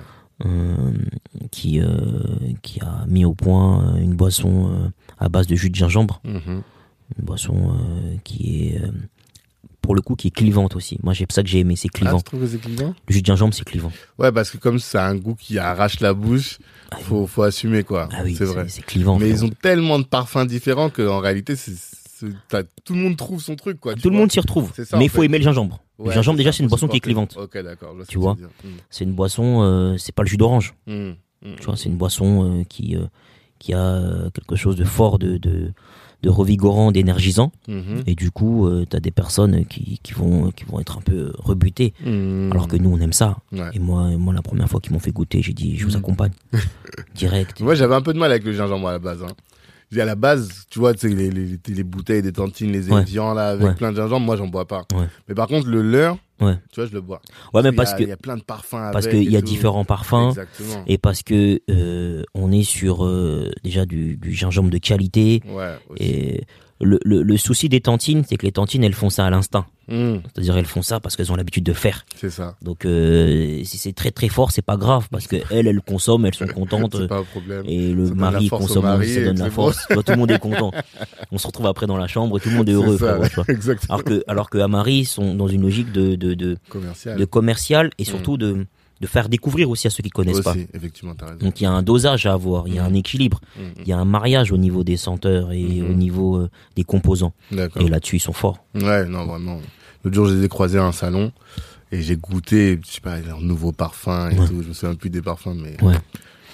B: qui a mis au point une boisson à base de jus de gingembre. Une boisson qui est... pour le coup, qui est clivante aussi. Moi, c'est ça que j'ai aimé, c'est clivant.
A: Ah, tu trouves que c'est clivant?
B: Le jus de gingembre, c'est clivant.
A: Ouais, parce que comme ça a un goût qui arrache la bouche, faut assumer, quoi.
B: Ah oui,
A: c'est vrai.
B: C'est clivant.
A: Mais ils ont tellement de parfums différents qu'en réalité, tout le monde trouve son truc, quoi.
B: Tout le monde s'y retrouve. Ça, mais il faut aimer le gingembre. Ouais, le gingembre, déjà, c'est une boisson qui est clivante.
A: Ok, d'accord.
B: Tu vois? C'est une boisson, c'est pas le jus d'orange. Tu vois, c'est une boisson qui a quelque chose de fort, de revigorant, d'énergisant. Et du coup, t'as des personnes qui vont être un peu rebutées. Alors que nous, on aime ça. Ouais. Et moi, la première fois qu'ils m'ont fait goûter, j'ai dit, je vous accompagne. Direct.
A: Moi, j'avais un peu de mal avec le gingembre à la base. Hein. À la base, tu vois, les bouteilles des tantines, les Evian, là, avec plein de gingembre, moi, j'en bois pas. Ouais. Mais par contre, le leur, tu vois, je le bois.
B: Ouais, mais parce que
A: il y a plein de parfums avec.
B: Parce qu'il y a différents parfums.
A: Exactement.
B: Et parce que, on est sur, déjà du gingembre de qualité.
A: Ouais, aussi.
B: Et le souci des tantines, c'est que les tantines, elles font ça à l'instinct. C'est-à-dire, elles font ça parce qu'elles ont l'habitude de faire.
A: C'est ça.
B: Donc, si c'est très très fort, c'est pas grave parce que elles consomment, elles sont contentes.
A: C'est pas un problème.
B: Et le mari consomme, ça donne la force. Tout le monde est content. On se retrouve après dans la chambre et tout le monde est heureux.
A: Ça, exactement.
B: Alors que Amari sont dans une logique de commercial et surtout de faire découvrir aussi à ceux qui connaissent pas.
A: Effectivement, t'as raison.
B: Donc il y a un dosage à avoir, il y a un équilibre, il y a un mariage au niveau des senteurs et au niveau des composants.
A: D'accord.
B: Et là-dessus ils sont forts.
A: Ouais, non vraiment. L'autre jour je les ai croisés à un salon et j'ai goûté, je sais pas, leurs nouveaux parfums et tout. Je me souviens plus des parfums, mais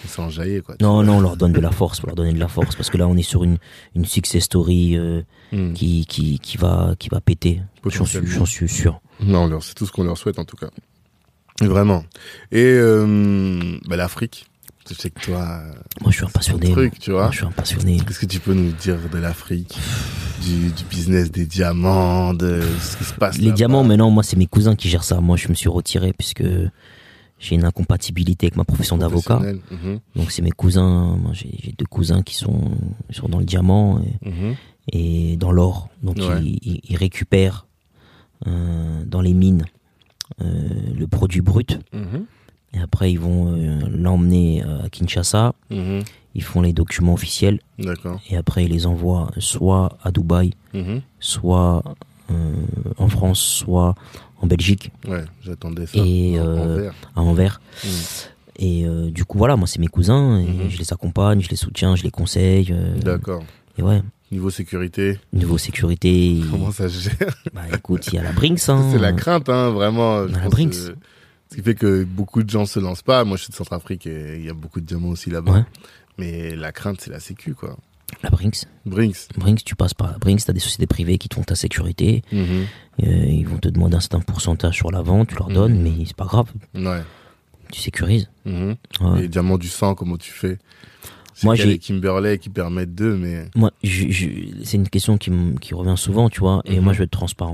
A: Ils sont enjaillés, quoi.
B: Non, on leur donne de la force, pour leur donner de la force, parce que là, on est sur une success story qui va péter. J'en suis sûr.
A: Non, c'est tout ce qu'on leur souhaite, en tout cas. Vraiment. Et l'Afrique, je sais que toi...
B: Moi, je suis un passionné.
A: Tu vois.
B: Moi, je suis un passionné.
A: Qu'est-ce que tu peux nous dire de l'Afrique, du business des diamants, de ce qui se passe
B: Les diamants, maintenant, moi, c'est mes cousins qui gèrent ça. Moi, je me suis retiré puisque j'ai une incompatibilité avec ma profession d'avocat. Donc, c'est mes cousins. Moi, j'ai 2 cousins qui sont dans le diamant et dans l'or. Donc, ils récupèrent dans les mines le produit brut. Et après, ils vont l'emmener à Kinshasa. Ils font les documents officiels.
A: D'accord.
B: Et après, ils les envoient soit à Dubaï, soit en France, soit en Belgique.
A: Ouais, j'attendais ça.
B: Et à Anvers. Et du coup, voilà, moi, c'est mes cousins. Et je les accompagne, je les soutiens, je les conseille.
A: D'accord.
B: Et ouais.
A: Niveau sécurité,
B: comment
A: ça se gère?
B: Bah écoute, il y a la Brinks. Hein.
A: C'est la crainte, hein, vraiment.
B: La Brinks.
A: Ce qui fait que beaucoup de gens se lancent pas. Moi, je suis de Centrafrique et il y a beaucoup de diamants aussi là-bas. Ouais. Mais la crainte, c'est la sécu, quoi.
B: La Brinks, tu passes par la Brinks, t'as des sociétés privées qui te font ta sécurité. Ils vont te demander un certain pourcentage sur la vente, tu leur donnes, mais c'est pas grave.
A: Ouais.
B: Tu sécurises.
A: Ouais. Les diamants du sang, comment tu fais?
B: Moi, j'ai
A: Kimberley qui permettent d'eux, mais...
B: Moi, c'est une question qui revient souvent, tu vois, et moi, je vais être transparent.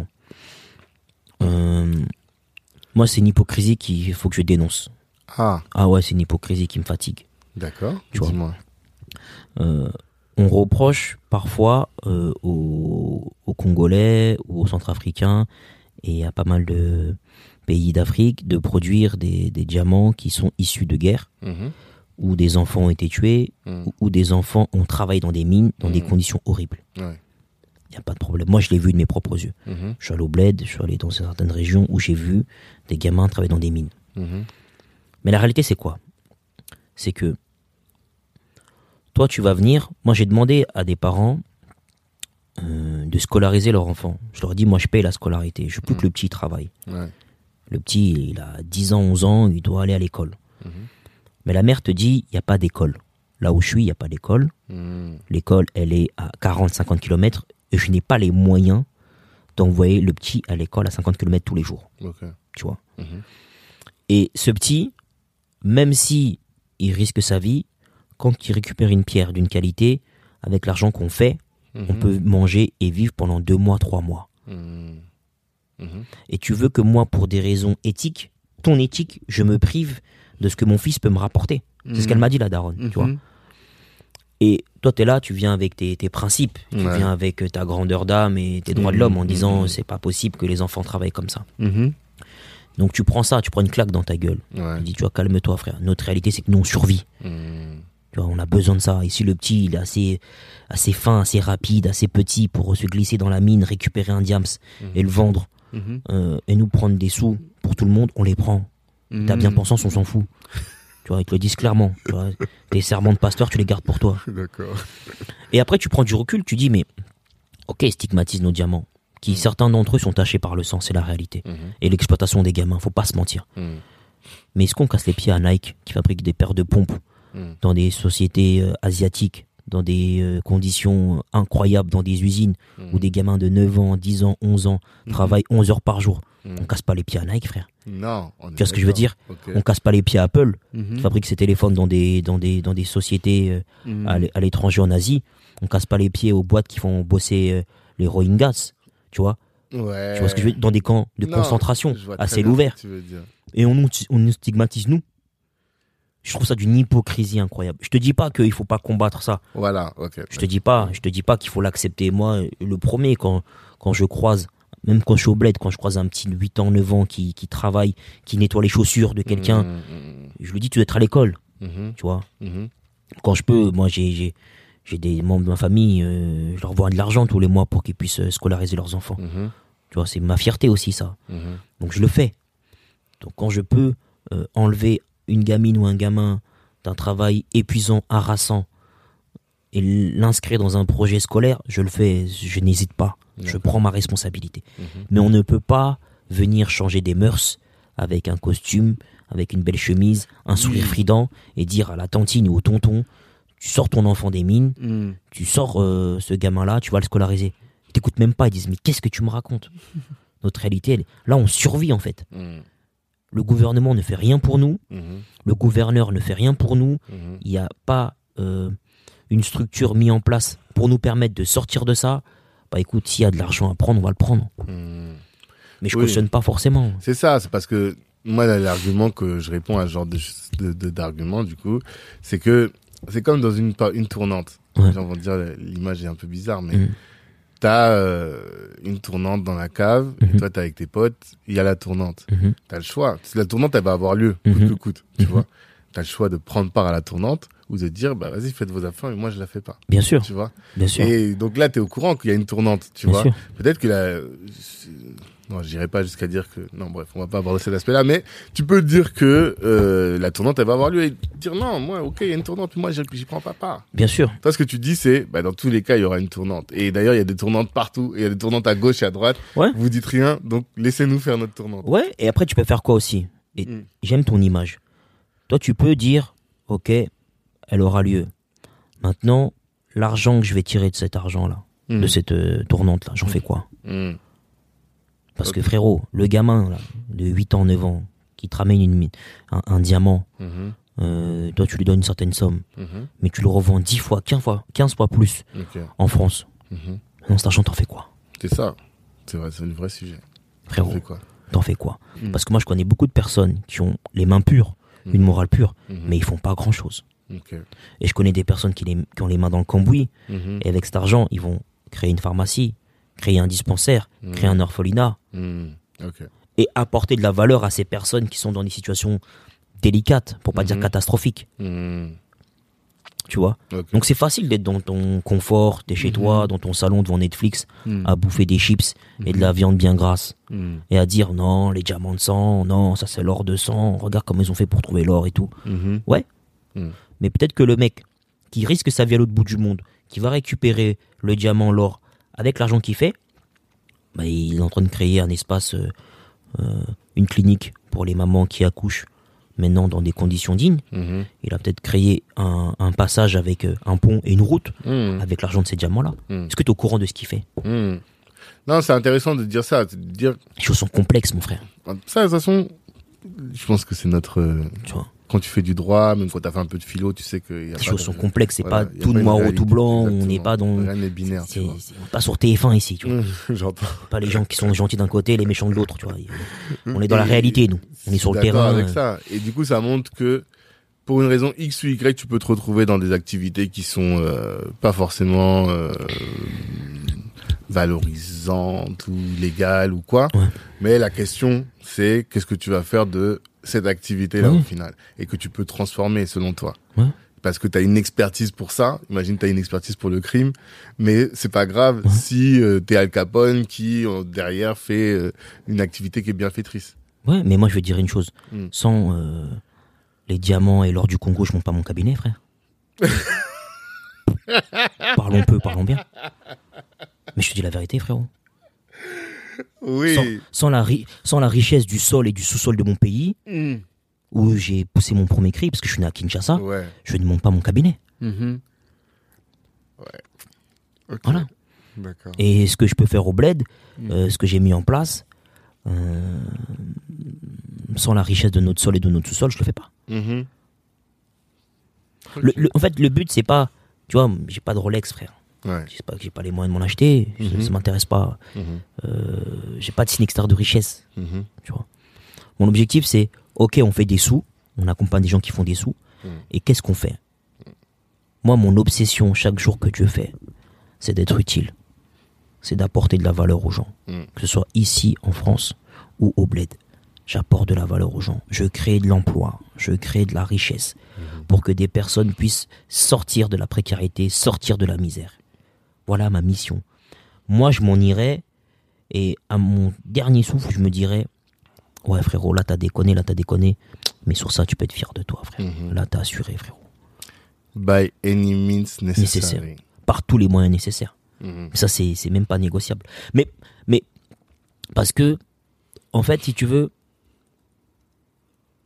B: Moi, c'est une hypocrisie qu'il faut que je dénonce. Ah ouais, c'est une hypocrisie qui me fatigue.
A: D'accord,
B: dis-moi. On reproche parfois aux Congolais ou aux Centrafricains et à pas mal de pays d'Afrique de produire des diamants qui sont issus de guerre, où des enfants ont été tués, où des enfants ont travaillé dans des mines, dans des conditions horribles.
A: Ouais.
B: Il n'y a pas de problème. Moi, je l'ai vu de mes propres yeux. Je suis allé au Bled, je suis allé dans certaines régions où j'ai vu des gamins travailler dans des mines. Mais la réalité, c'est quoi? C'est que toi, tu vas venir... Moi, j'ai demandé à des parents de scolariser leur enfant. Je leur ai dit, moi, je paye la scolarité. Je veux plus que le petit travaille.
A: Ouais.
B: Le petit, il a 10 ans, 11 ans, il doit aller à l'école. Mais la mère te dit, il n'y a pas d'école. Là où je suis, il n'y a pas d'école. L'école, elle est à 40-50 km et je n'ai pas les moyens d'envoyer le petit à l'école à 50 km tous les jours.
A: Okay.
B: Tu vois. Et ce petit, même si il risque sa vie, quand il récupère une pierre d'une qualité, avec l'argent qu'on fait, on peut manger et vivre pendant 2 mois, 3 mois. Et tu veux que moi, pour des raisons éthiques, ton éthique, je me prive de ce que mon fils peut me rapporter. C'est ce qu'elle m'a dit, la daronne, tu vois. Et toi, t'es là, tu viens avec tes principes, tu viens avec ta grandeur d'âme et tes droits de l'homme en disant c'est pas possible que les enfants travaillent comme ça. Donc tu prends ça, tu prends une claque dans ta gueule. Tu dis, tu vois, calme-toi, frère. Notre réalité, c'est que nous, on survit. Tu vois, on a besoin de ça. Ici, le petit, il est assez fin, assez rapide, assez petit pour se glisser dans la mine, récupérer un diams et le vendre. Et nous prendre des sous pour tout le monde, on les prend. Ta bien-pensance, on s'en fout. Tu vois, ils te le disent clairement. Tu vois, tes serments de pasteur, tu les gardes pour toi.
A: D'accord.
B: Et après, tu prends du recul, tu dis, mais ok, stigmatise nos diamants, qui certains d'entre eux sont tachés par le sang, c'est la réalité. Et l'exploitation des gamins, faut pas se mentir. Mais est-ce qu'on casse les pieds à Nike, qui fabrique des paires de pompes dans des sociétés asiatiques, dans des conditions incroyables, dans des usines, où des gamins de 9 ans, 10 ans, 11 ans travaillent 11 heures par jour? On casse pas les pieds à Nike, frère.
A: Non.
B: Tu vois ce que je veux dire? On casse pas les pieds à Apple, qui fabrique ses téléphones dans des sociétés à l'étranger en Asie. On casse pas les pieds aux boîtes qui font bosser les Rohingyas, tu vois?
A: Ouais.
B: Tu vois ce que je veux dire? Dans des camps de concentration à ciel ouvert. Et on nous stigmatise, nous. Je trouve ça d'une hypocrisie incroyable. Je te dis pas qu'il faut pas combattre ça.
A: Voilà, ok.
B: Je te dis pas qu'il faut l'accepter. Moi, le premier, quand je croise, même quand je suis au bled, quand je croise un petit de 8 ans, 9 ans qui travaille, qui nettoie les chaussures de quelqu'un, je lui dis, tu dois être à l'école. Tu vois. Quand je peux, moi, j'ai des membres de ma famille, je leur envoie de l'argent tous les mois pour qu'ils puissent scolariser leurs enfants. Tu vois, c'est ma fierté aussi, ça. Donc, je le fais. Donc, quand je peux enlever une gamine ou un gamin d'un travail épuisant, harassant, et l'inscrire dans un projet scolaire, je le fais, je n'hésite pas. Je prends ma responsabilité. Mais on ne peut pas venir changer des mœurs avec un costume, avec une belle chemise, un sourire frident, et dire à la tantine ou au tonton, tu sors ton enfant des mines, tu sors ce gamin-là, tu vas le scolariser. Ils t'écoutent même pas, ils disent mais qu'est-ce que tu me racontes? Notre réalité, là on survit en fait. Le gouvernement ne fait rien pour nous, le gouverneur ne fait rien pour nous, il n'y a pas une structure mise en place pour nous permettre de sortir de ça. Bah écoute, s'il y a de l'argent à prendre, on va le prendre. Mais je cautionne pas forcément.
A: C'est ça, c'est parce que moi, l'argument que je réponds à ce genre d'argument, du coup, c'est que c'est comme dans une tournante. Les gens vont dire, l'image est un peu bizarre, mais t'as une tournante dans la cave, et toi, t'es avec tes potes, il y a la tournante. T'as le choix. La tournante, elle va avoir lieu, coûte que coûte, tu vois. T'as le choix de prendre part à la tournante ou de dire, bah vas-y, faites vos affaires, mais moi, je la fais pas.
B: Bien sûr.
A: Tu vois.
B: Bien sûr.
A: Et donc là, t'es au courant qu'il y a une tournante, tu vois. Peut-être que non, je dirais pas jusqu'à dire que... Non, bref, on va pas aborder cet aspect-là, mais tu peux dire que la tournante, elle va avoir lieu et dire non, moi, ok, il y a une tournante, mais moi, j'y prends pas part.
B: Bien sûr.
A: Toi, ce que tu dis, c'est, bah, dans tous les cas, il y aura une tournante. Et d'ailleurs, il y a des tournantes partout, et il y a des tournantes à gauche et à droite.
B: Ouais.
A: Vous dites rien, donc laissez-nous faire notre tournante.
B: Ouais, et après, tu peux faire quoi aussi? Et j'aime ton image. Toi, tu peux dire, ok, elle aura lieu. Maintenant, l'argent que je vais tirer de cet argent-là, de cette tournante-là, j'en fais quoi? Parce que frérot, le gamin là, de 8 ans, 9 ans, qui te ramène un diamant, toi tu lui donnes une certaine somme, mais tu le revends 10 fois, 15 fois plus en France. Non, cet argent, t'en fais quoi?
A: C'est ça. C'est vrai, c'est un vrai sujet.
B: Frérot, t'en fais quoi? Parce que moi je connais beaucoup de personnes qui ont les mains pures, une morale pure, mais ils font pas grand chose. Et je connais des personnes qui ont les mains dans le cambouis, et avec cet argent, ils vont créer une pharmacie, créer un dispensaire, créer un orphelinat, et apporter de la valeur à ces personnes qui sont dans des situations délicates, pour pas dire catastrophiques. Tu vois. Donc c'est facile d'être dans ton confort, t'es chez toi, dans ton salon devant Netflix, à bouffer des chips et de la viande bien grasse, et à dire non, les diamants de sang, non, ça c'est l'or de sang, regarde comment ils ont fait pour trouver l'or et tout. Ouais. Mais peut-être que le mec qui risque sa vie à l'autre bout du monde, qui va récupérer le diamant, l'or, avec l'argent qu'il fait, bah, il est en train de créer un espace, une clinique pour les mamans qui accouchent maintenant dans des conditions dignes. Il a peut-être créé un passage avec un pont et une route avec l'argent de ces diamants-là. Est-ce que tu es au courant de ce qu'il fait?
A: Non, c'est intéressant de dire ça. De dire...
B: Les choses sont complexes, mon frère.
A: Ça, de toute façon, je pense que c'est notre...
B: Tu vois.
A: Quand tu fais du droit, même quand tu as fait un peu de philo, tu sais que
B: les choses sont complexes, c'est pas tout noir ou tout blanc, on n'est pas dans...
A: Rien n'est binaire, tu vois.
B: On n'est pas sur TF1 ici, tu vois.
A: J'entends.
B: Pas les gens qui sont gentils d'un côté et les méchants de l'autre, tu vois. On est dans la réalité, nous. On est sur le terrain.
A: Avec ça. Et du coup, ça montre que pour une raison X ou Y, tu peux te retrouver dans des activités qui sont pas forcément valorisantes ou légales ou quoi. Mais la question, c'est qu'est-ce que tu vas faire de cette activité-là au final, et que tu peux transformer selon toi. Parce que tu as une expertise pour ça. Imagine, tu as une expertise pour le crime, mais c'est pas grave si t'es Al Capone qui, derrière, fait une activité qui est bienfaitrice.
B: Ouais, mais moi, je vais te dire une chose. Sans les diamants et l'or du Congo, je monte pas mon cabinet, frère. Parlons peu, parlons bien. Mais je te dis la vérité, frérot.
A: Oui.
B: Sans la richesse du sol et du sous-sol de mon pays, où j'ai poussé mon premier cri, parce que je suis né à Kinshasa, je ne monte pas mon cabinet. Voilà.
A: D'accord.
B: Et ce que je peux faire au bled, ce que j'ai mis en place, sans la richesse de notre sol et de notre sous-sol, je le fais pas. En fait, le but, c'est pas... Tu vois, j'ai pas de Rolex, frère. J'ai pas les moyens de m'en acheter, ça m'intéresse pas. J'ai pas de Cinextar de richesse. Tu vois. Mon objectif, c'est, ok, on fait des sous, on accompagne des gens qui font des sous, et qu'est-ce qu'on fait? Moi, mon obsession, chaque jour que Dieu fait, c'est d'être utile. C'est d'apporter de la valeur aux gens. Que ce soit ici, en France, ou au bled. J'apporte de la valeur aux gens. Je crée de l'emploi, je crée de la richesse, pour que des personnes puissent sortir de la précarité, sortir de la misère. Voilà ma mission. Moi, je m'en irais, et à mon dernier souffle, je me dirais, ouais frérot, là t'as déconné, mais sur ça, tu peux être fier de toi, frère. Là, t'as assuré, frérot.
A: By any means necessary.
B: Par tous les moyens nécessaires. Ça, c'est même pas négociable. Mais parce que, en fait, si tu veux,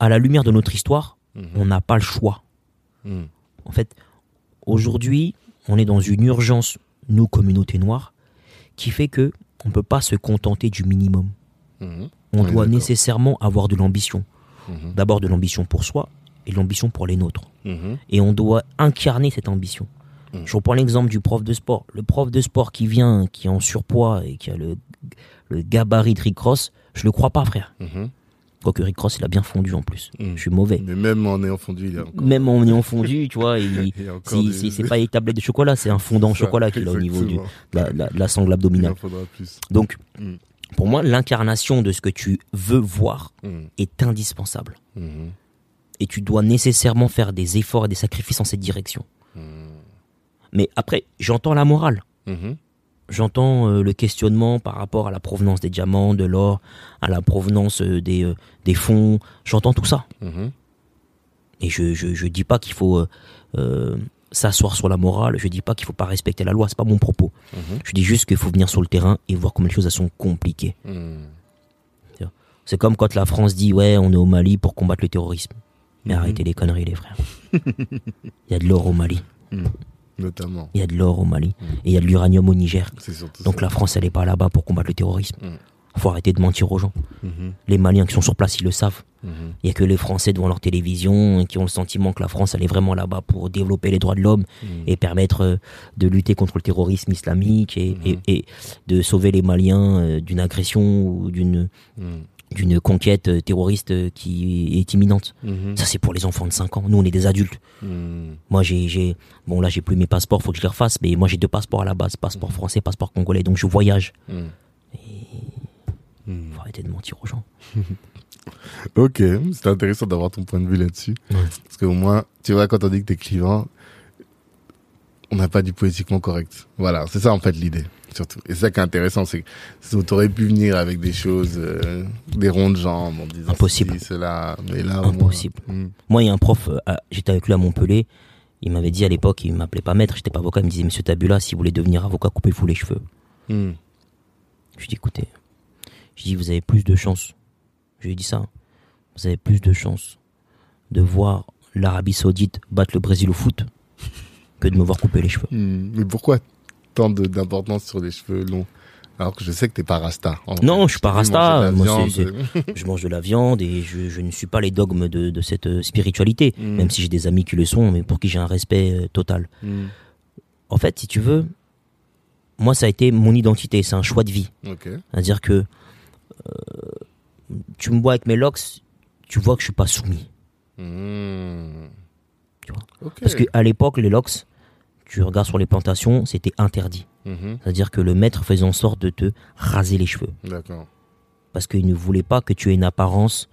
B: à la lumière de notre histoire, on n'a pas le choix. En fait, aujourd'hui, on est dans une urgence, nous, communauté noire, qui fait que on ne peut pas se contenter du minimum. On doit nécessairement avoir de l'ambition. D'abord de l'ambition pour soi et de l'ambition pour les nôtres. Et on doit incarner cette ambition. Je reprends l'exemple du prof de sport. Le prof de sport qui vient, qui est en surpoids et qui a le gabarit de Rick Ross, je le crois pas, frère. Quoique Rick Ross, il a bien fondu en plus. Je suis mauvais.
A: Mais même en ayant fondu, il y a encore...
B: Même en ayant fondu, tu vois, c'est pas les tablettes de chocolat, c'est un fondant au chocolat qu'il a au niveau de la sangle abdominale.
A: Il en faudra plus.
B: Donc, pour moi, l'incarnation de ce que tu veux voir est indispensable. Et tu dois nécessairement faire des efforts et des sacrifices en cette direction. Mais après, j'entends la morale. J'entends le questionnement par rapport à la provenance des diamants, de l'or, à la provenance des fonds. J'entends tout ça. Et je dis pas qu'il faut s'asseoir sur la morale. Je dis pas qu'il faut pas respecter la loi. C'est pas mon propos. Je dis juste qu'il faut venir sur le terrain et voir comment les choses elles sont compliquées. C'est comme quand la France dit ouais, on est au Mali pour combattre le terrorisme. Mais arrêtez les conneries, les frères. Il y a de l'or au Mali.
A: Notamment. Il
B: y a de l'or au Mali. Et il y a de l'uranium au Niger. Donc
A: ça.
B: La France, elle n'est pas là-bas pour combattre le terrorisme. Faut arrêter de mentir aux gens. Les Maliens qui sont sur place, ils le savent. Il n'y a que les Français devant leur télévision qui ont le sentiment que la France, elle est vraiment là-bas pour développer les droits de l'homme et permettre de lutter contre le terrorisme islamique et de sauver les Maliens d'une agression ou d'une conquête terroriste qui est imminente. Ça, c'est pour les enfants de 5 ans. Nous, on est des adultes. Moi, bon, là, j'ai plus mes passeports, faut que je les refasse, mais moi, j'ai 2 passeports à la base, passeport français, passeport congolais, donc je voyage. Faut arrêter de mentir aux gens.
A: Ok, c'est intéressant d'avoir ton point de vue là-dessus. Parce qu'au moins, tu vois, quand on dit que t'es clivant, on n'a pas du politiquement correct. Voilà, c'est ça en fait l'idée. Surtout. Et c'est ça qui est intéressant, c'est que tu aurais pu venir avec des choses, des ronds de jambes, en disant
B: impossible.
A: Cela, mais là,
B: impossible. Moi, il y a un prof, j'étais avec lui à Montpellier, il m'avait dit à l'époque, il m'appelait pas maître, j'étais pas avocat, il me disait, monsieur Tabula, si vous voulez devenir avocat, coupez-vous les cheveux. Je dis, écoutez, vous avez plus de chance, je lui ai dit ça, vous avez plus de chance de voir l'Arabie Saoudite battre le Brésil au foot que de me voir couper les cheveux.
A: Mais pourquoi tant d'importance sur les cheveux longs, alors que je sais que t'es pas rasta.
B: Non, je suis pas rasta. Moi, je mange de la viande et je ne suis pas les dogmes de cette spiritualité, même si j'ai des amis qui le sont, mais pour qui j'ai un respect total. En fait, si tu veux, moi, ça a été mon identité, c'est un choix de vie. C'est-à-dire que tu me vois avec mes locks, tu vois que je suis pas soumis. Tu vois. Parce qu'à l'époque, les locks, tu regardes sur les plantations, c'était interdit. C'est-à-dire que le maître faisait en sorte de te raser les cheveux.
A: D'accord.
B: Parce qu'il ne voulait pas que tu aies une apparence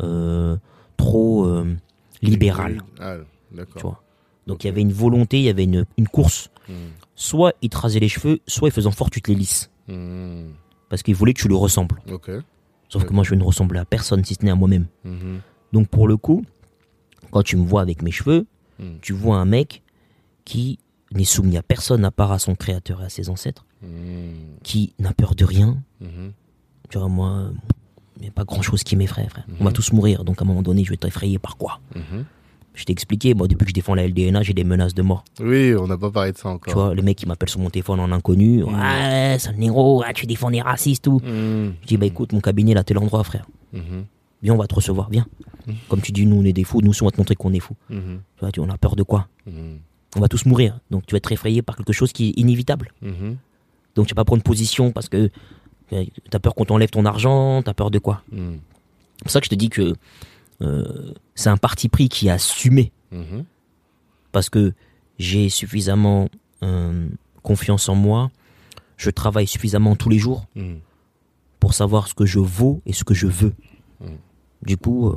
B: trop libérale.
A: D'accord.
B: Tu vois. Donc il y avait une volonté, il y avait une course. Soit il te rasait les cheveux, soit il faisait en sorte que tu te les lisses. Parce qu'il voulait que tu le ressembles. Sauf que moi, je ne ressemblais à personne, si ce n'est à moi-même. Donc pour le coup, quand tu me vois avec mes cheveux, tu vois un mec qui n'est soumis à personne à part à son créateur et à ses ancêtres, qui n'a peur de rien. Tu vois, moi, il n'y a pas grand-chose qui m'effraie, frère. On va tous mourir, donc à un moment donné, je vais t'effrayer par quoi? Je t'ai expliqué, moi, depuis que je défends la LDNA, j'ai des menaces de mort.
A: Oui, on n'a pas parlé de ça encore.
B: Tu vois, les mecs qui m'appellent sur mon téléphone en inconnu, ouais, c'est un négro, tu défends les racistes, tout. Je dis, bah écoute, mon cabinet, là, tel endroit, frère. Viens, on va te recevoir, viens. Comme tu dis, nous, on est des fous, nous, on va te montrer qu'on est fous. Tu vois, on a peur de quoi? On va tous mourir, donc tu vas être effrayé par quelque chose qui est inévitable. Donc tu vas pas prendre position parce que t'as peur qu'on t'enlève ton argent, t'as peur de quoi? C'est pour ça que je te dis que c'est un parti pris qui est assumé. Parce que j'ai suffisamment confiance en moi, je travaille suffisamment tous les jours pour savoir ce que je vaux et ce que je veux. Du coup...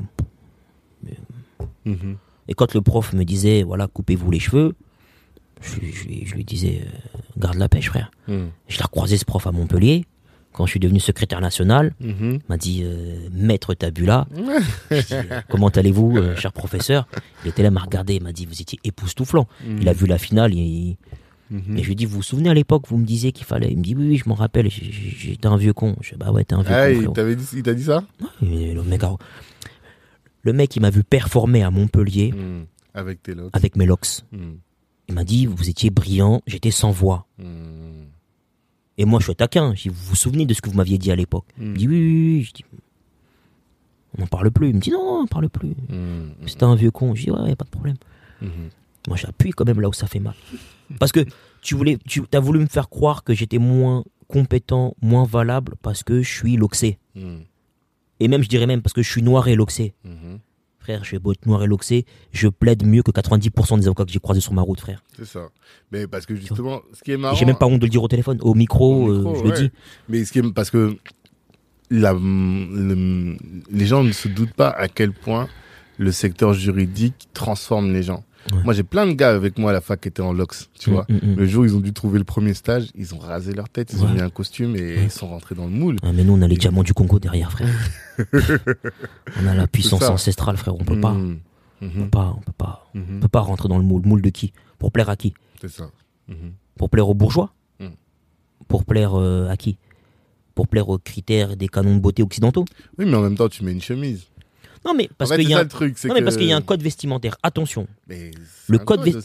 B: Et quand le prof me disait, voilà, coupez-vous les cheveux, je lui disais, garde la pêche, frère. Je l'ai recroisé, ce prof, à Montpellier, quand je suis devenu secrétaire national. Il m'a dit, maître Tabula. Je dis, comment allez-vous, cher professeur? Il était là, m'a regardé, il m'a dit, vous étiez époustouflant. Il a vu la finale, et je lui ai dit, vous vous souvenez à l'époque, vous me disiez qu'il fallait? Il me dit, oui, je m'en rappelle, j'étais un vieux con. Je dis, bah ouais, t'es un vieux con.
A: Il t'a dit ça?
B: Le mec, Le mec, il m'a vu performer à Montpellier
A: Avec tes locks.
B: avec mes locks. Il m'a dit, vous étiez brillant, j'étais sans voix. Et moi, je suis taquin. Je dis, vous vous souvenez de ce que vous m'aviez dit à l'époque? Il me dit, oui. Je dis, on n'en parle plus. Il me dit, non, on n'en parle plus. C'était un vieux con. Je dis, ouais, pas de problème. Moi, j'appuie quand même là où ça fait mal. Parce que tu as voulu me faire croire que j'étais moins compétent, moins valable parce que je suis loxé. Et même, je dirais même parce que je suis noir et loxé. Frère, je suis beau être noir et loxé, je plaide mieux que 90% des avocats que j'ai croisés sur ma route, frère.
A: C'est ça. Mais parce que justement, ce qui est marrant...
B: Et j'ai même pas honte de le dire au téléphone, au micro, je le dis.
A: Mais ce qui est... Parce que les gens ne se doutent pas à quel point le secteur juridique transforme les gens. Ouais. Moi, j'ai plein de gars avec moi à la fac qui étaient en LOX, tu vois. Le jour où ils ont dû trouver le premier stage, ils ont rasé leur tête, ils ont mis un costume et ils sont rentrés dans le moule.
B: Ouais, mais nous, on a les diamants du Congo derrière, frère. On a la puissance ancestrale, frère. On peut pas. On peut pas rentrer dans le moule. Moule de qui? Pour plaire à qui?
A: C'est ça.
B: Pour plaire aux bourgeois? Pour plaire à qui? Pour plaire aux critères des canons de beauté occidentaux?
A: Oui, mais en même temps, tu mets une chemise.
B: Non, mais parce qu'il y a un code vestimentaire. Attention.
A: Mais
B: le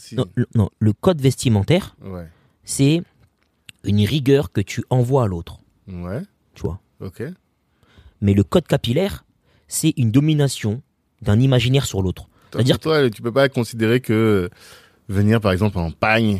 B: code vestimentaire, c'est une rigueur que tu envoies à l'autre.
A: Ouais.
B: Tu vois.
A: Ok.
B: Mais le code capillaire, c'est une domination d'un imaginaire sur l'autre.
A: C'est-à-dire, toi, tu peux pas considérer que venir, par exemple, en pagne,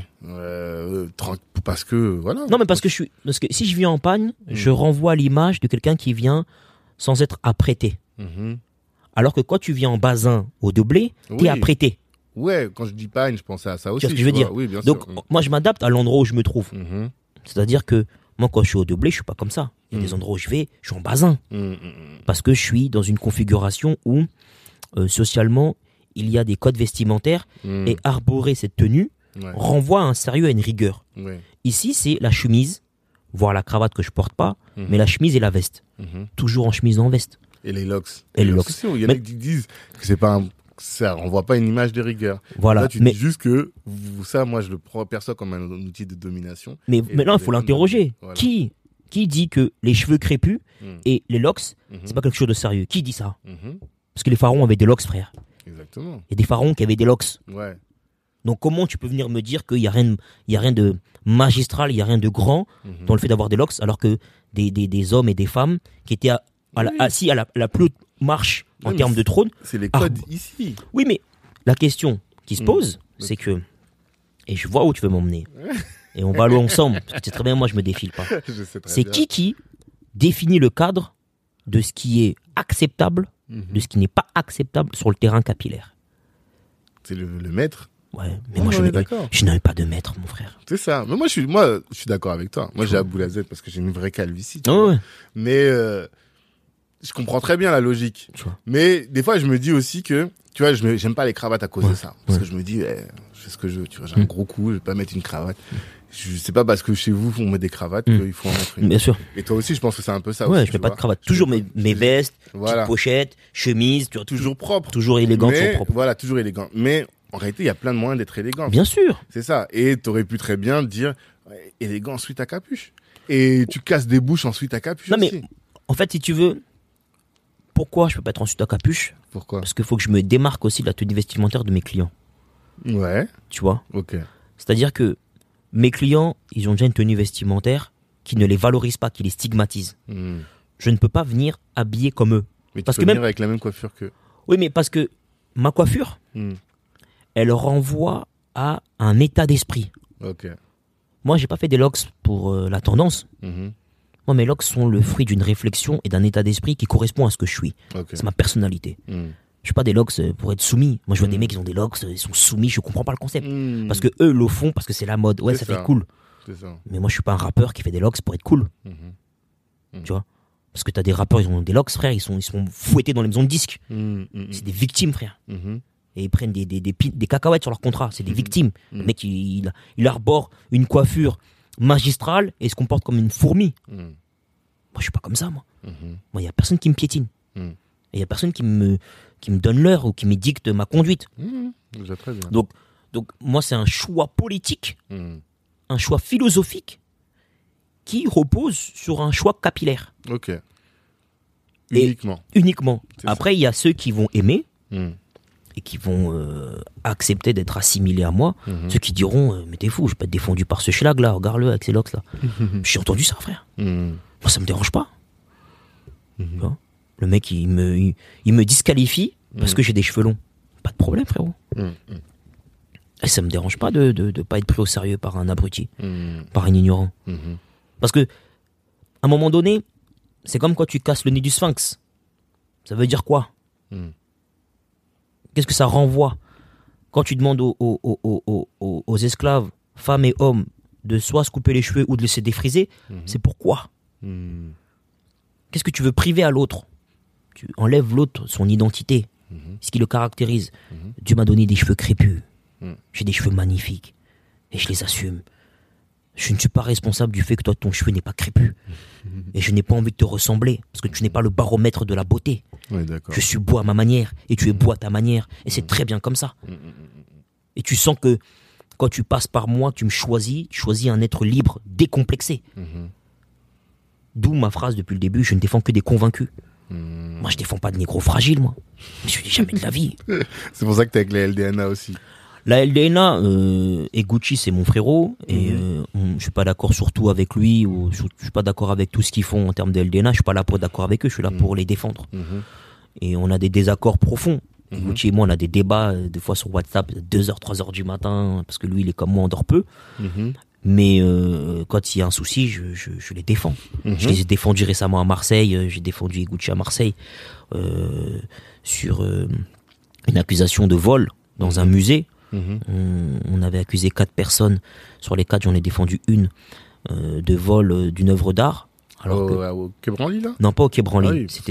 A: parce que voilà.
B: Non, mais parce que si je viens en pagne, je renvoie l'image de quelqu'un qui vient sans être apprêté. Alors que quand tu viens en basin au de blé, t'es apprêté.
A: Ouais, quand je dis pagne, je pensais à ça aussi.
B: Tu vois ce que je veux dire?
A: Oui, bien
B: Donc,
A: sûr.
B: moi, je m'adapte à l'endroit où je me trouve. C'est-à-dire que moi, quand je suis au de blé, je suis pas comme ça. Il y a des endroits où je suis en basin. Parce que je suis dans une configuration où, socialement, il y a des codes vestimentaires et arborer cette tenue renvoie à un sérieux, à une rigueur. Ici, c'est la chemise, voire la cravate que je porte pas, mais la chemise et la veste. Toujours en chemise et en veste.
A: Et les locks.
B: Et les locks.
A: Il y en a qui disent que ça renvoie pas une image de rigueur.
B: Voilà.
A: Là, tu dis juste que ça, moi, je le perçois comme un outil de domination.
B: Mais maintenant, il faut l'interroger. Voilà. Qui dit que les cheveux crépus et les locks, c'est pas quelque chose de sérieux? Qui dit ça? Parce que les pharaons avaient des locks, frère.
A: Exactement.
B: Il y a des pharaons qui avaient des locks.
A: Ouais.
B: Donc, comment tu peux venir me dire qu'il y a rien de magistral, il y a rien de grand dans le fait d'avoir des locks, alors que des hommes et des femmes qui étaient assis à la plus haute marche en termes de trône.
A: C'est les codes ici.
B: Oui, mais la question qui se pose, c'est que, et je vois où tu veux m'emmener, et on va aller ensemble, parce que c'est très bien, moi je me défile pas. C'est qui définit le cadre de ce qui est acceptable, de ce qui n'est pas acceptable sur le terrain capillaire?
A: C'est le maître.
B: Ouais, mais moi je n'avais pas de maître, mon frère.
A: C'est ça. Mais moi je suis d'accord avec toi. Moi j'ai Abou Lazette parce que j'ai une vraie calvitie. Mais je comprends très bien la logique. Mais des fois je me dis aussi que, tu vois, j'aime pas les cravates à cause de ça. Parce que je me dis, je fais ce que je veux. Tu vois, j'ai un gros cou, je vais pas mettre une cravate. C'est pas parce que chez vous on met des cravates qu'il faut en mettre une.
B: Bien sûr.
A: Et toi aussi, je pense que c'est un peu ça.
B: Ouais,
A: aussi,
B: je mets pas de cravate. Toujours mes vestes, petites pochettes, chemises,
A: toujours propre,
B: toujours élégant, toujours propre.
A: Voilà, toujours élégant. Mais en réalité, il y a plein de moyens d'être élégant.
B: Bien sûr.
A: C'est ça. Et t'aurais pu très bien dire élégant ensuite à capuche. Et tu casses des bouches ensuite à capuche.
B: Non,
A: aussi.
B: mais en fait, si tu veux, pourquoi je peux pas être ensuite à capuche?
A: Pourquoi?
B: Parce qu'il faut que je me démarque aussi de la tenue vestimentaire de mes clients.
A: Ouais.
B: Tu vois?
A: Ok.
B: C'est-à-dire que mes clients, ils ont déjà une tenue vestimentaire qui ne les valorise pas, qui les stigmatise. Je ne peux pas venir habillé comme eux.
A: Mais tu peux venir avec la même coiffure qu'eux.
B: Oui, mais parce que ma coiffure, elle renvoie à un état d'esprit.
A: Ok.
B: Moi, j'ai pas fait des locks pour la tendance. Moi, mes locks sont le fruit d'une réflexion et d'un état d'esprit qui correspond à ce que je suis. C'est ma personnalité. Je suis pas des locks pour être soumis. Moi, je vois des mecs qui ont des locks, ils sont soumis, je comprends pas le concept. Parce que eux le font parce que c'est la mode. Ouais, ça fait cool. Mais moi, je suis pas un rappeur qui fait des locks pour être cool. Tu vois? Parce que t'as des rappeurs, ils ont des locks, frère, ils sont fouettés dans les maisons de disques. C'est des victimes, frère. Et ils prennent des cacahuètes sur leur contrat. C'est des victimes. Le mec, il arbore une coiffure magistrale et se comporte comme une fourmi. Moi, je suis pas comme ça, moi. Moi, il y a personne qui me piétine. Et il y a personne qui me donne l'heure ou qui me dicte ma conduite.
A: Très bien.
B: Donc, moi, c'est un choix politique, un choix philosophique qui repose sur un choix capillaire.
A: Ok. Uniquement.
B: Après, il y a ceux qui vont aimer et qui vont accepter d'être assimilés à moi. Ceux qui diront, mais t'es fou, je peux être défendu par ce schlag là, regarde-le avec ses locks là. J'ai entendu ça, frère. Moi, ça me dérange pas. Le mec, il me disqualifie parce que j'ai des cheveux longs. Pas de problème, frérot. Et ça me dérange pas de pas être pris au sérieux par un abruti, par un ignorant. Parce que, à un moment donné, c'est comme quand tu casses le nez du sphinx. Ça veut dire quoi? Qu'est-ce que ça renvoie? Quand tu demandes aux esclaves, femmes et hommes, de soit se couper les cheveux ou de laisser défriser, c'est pourquoi? Qu'est-ce que tu veux priver à l'autre? Tu enlèves l'autre, son identité, ce qui le caractérise. Dieu m'a donné des cheveux crépus. J'ai des cheveux magnifiques. Et je les assume. Je ne suis pas responsable du fait que toi, ton cheveu n'est pas crépus. Et je n'ai pas envie de te ressembler. Parce que tu n'es pas le baromètre de la beauté.
A: Oui,
B: je suis beau à ma manière. Et tu es beau à ta manière. Et c'est très bien comme ça. Et tu sens que quand tu passes par moi, tu me choisis. Tu choisis un être libre, décomplexé. D'où ma phrase depuis le début, je ne défends que des convaincus. Moi, je défends pas de négros fragiles, moi. Je dis jamais de la vie.
A: C'est pour ça que t'es avec la LDNA aussi.
B: La LDNA, et Gucci, c'est mon frérot. Et je suis pas d'accord surtout avec lui. Ou je suis pas d'accord avec tout ce qu'ils font en termes de LDNA. Je suis pas là pour être d'accord avec eux. Je suis là pour les défendre. Et on a des désaccords profonds. Gucci et moi, on a des débats, des fois sur WhatsApp, 2h, 3h du matin. Parce que lui, il est comme moi, on dort peu. Mais quand il y a un souci, je les défends. Je les ai défendus récemment à Marseille. J'ai défendu Gucci à Marseille sur une accusation de vol dans un musée. On avait accusé 4 personnes. Sur les 4, j'en ai défendu une de vol d'une œuvre d'art.
A: Au Quai Branly, là?
B: Non, pas au Quai Branly.
A: Oui,
B: c'était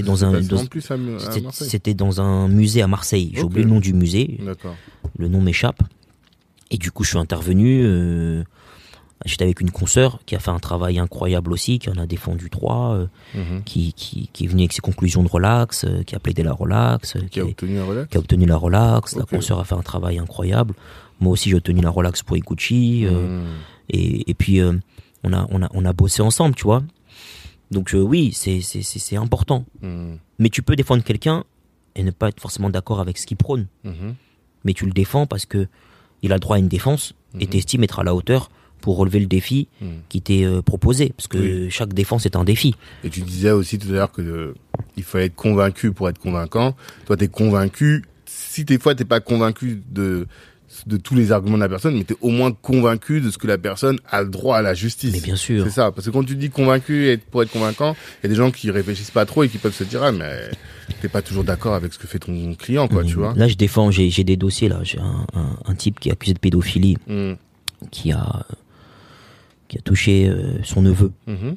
B: dans un musée à Marseille. J'ai oublié le nom du musée.
A: D'accord.
B: Le nom m'échappe. Et du coup, je suis intervenu. J'étais avec une consoeur qui a fait un travail incroyable aussi, qui en a défendu 3, qui est venue avec ses conclusions de relax, qui a plaidé la relax,
A: qui a obtenu la relax.
B: Qui a obtenu la relax. La consoeur a fait un travail incroyable. Moi aussi, j'ai obtenu la relax pour Gucci. Et puis, on a bossé ensemble, tu vois. Donc oui, c'est important. Mais tu peux défendre quelqu'un et ne pas être forcément d'accord avec ce qu'il prône. Mais tu le défends parce que il a le droit à une défense et t'estimes être à la hauteur pour relever le défi qui t'est proposé. Parce que chaque défense est un défi. Et
A: tu disais aussi tout à l'heure que il fallait être convaincu pour être convaincant. Toi, t'es convaincu. Si des fois t'es pas convaincu de tous les arguments de la personne, mais t'es au moins convaincu de ce que la personne a le droit à la justice.
B: Mais bien sûr.
A: C'est ça. Parce que quand tu dis convaincu pour être convaincant, il y a des gens qui réfléchissent pas trop et qui peuvent se dire, mais t'es pas toujours d'accord avec ce que fait ton client, quoi, tu vois.
B: Là, je défends, j'ai des dossiers, là. J'ai un type qui est accusé de pédophilie, qui a touché son neveu.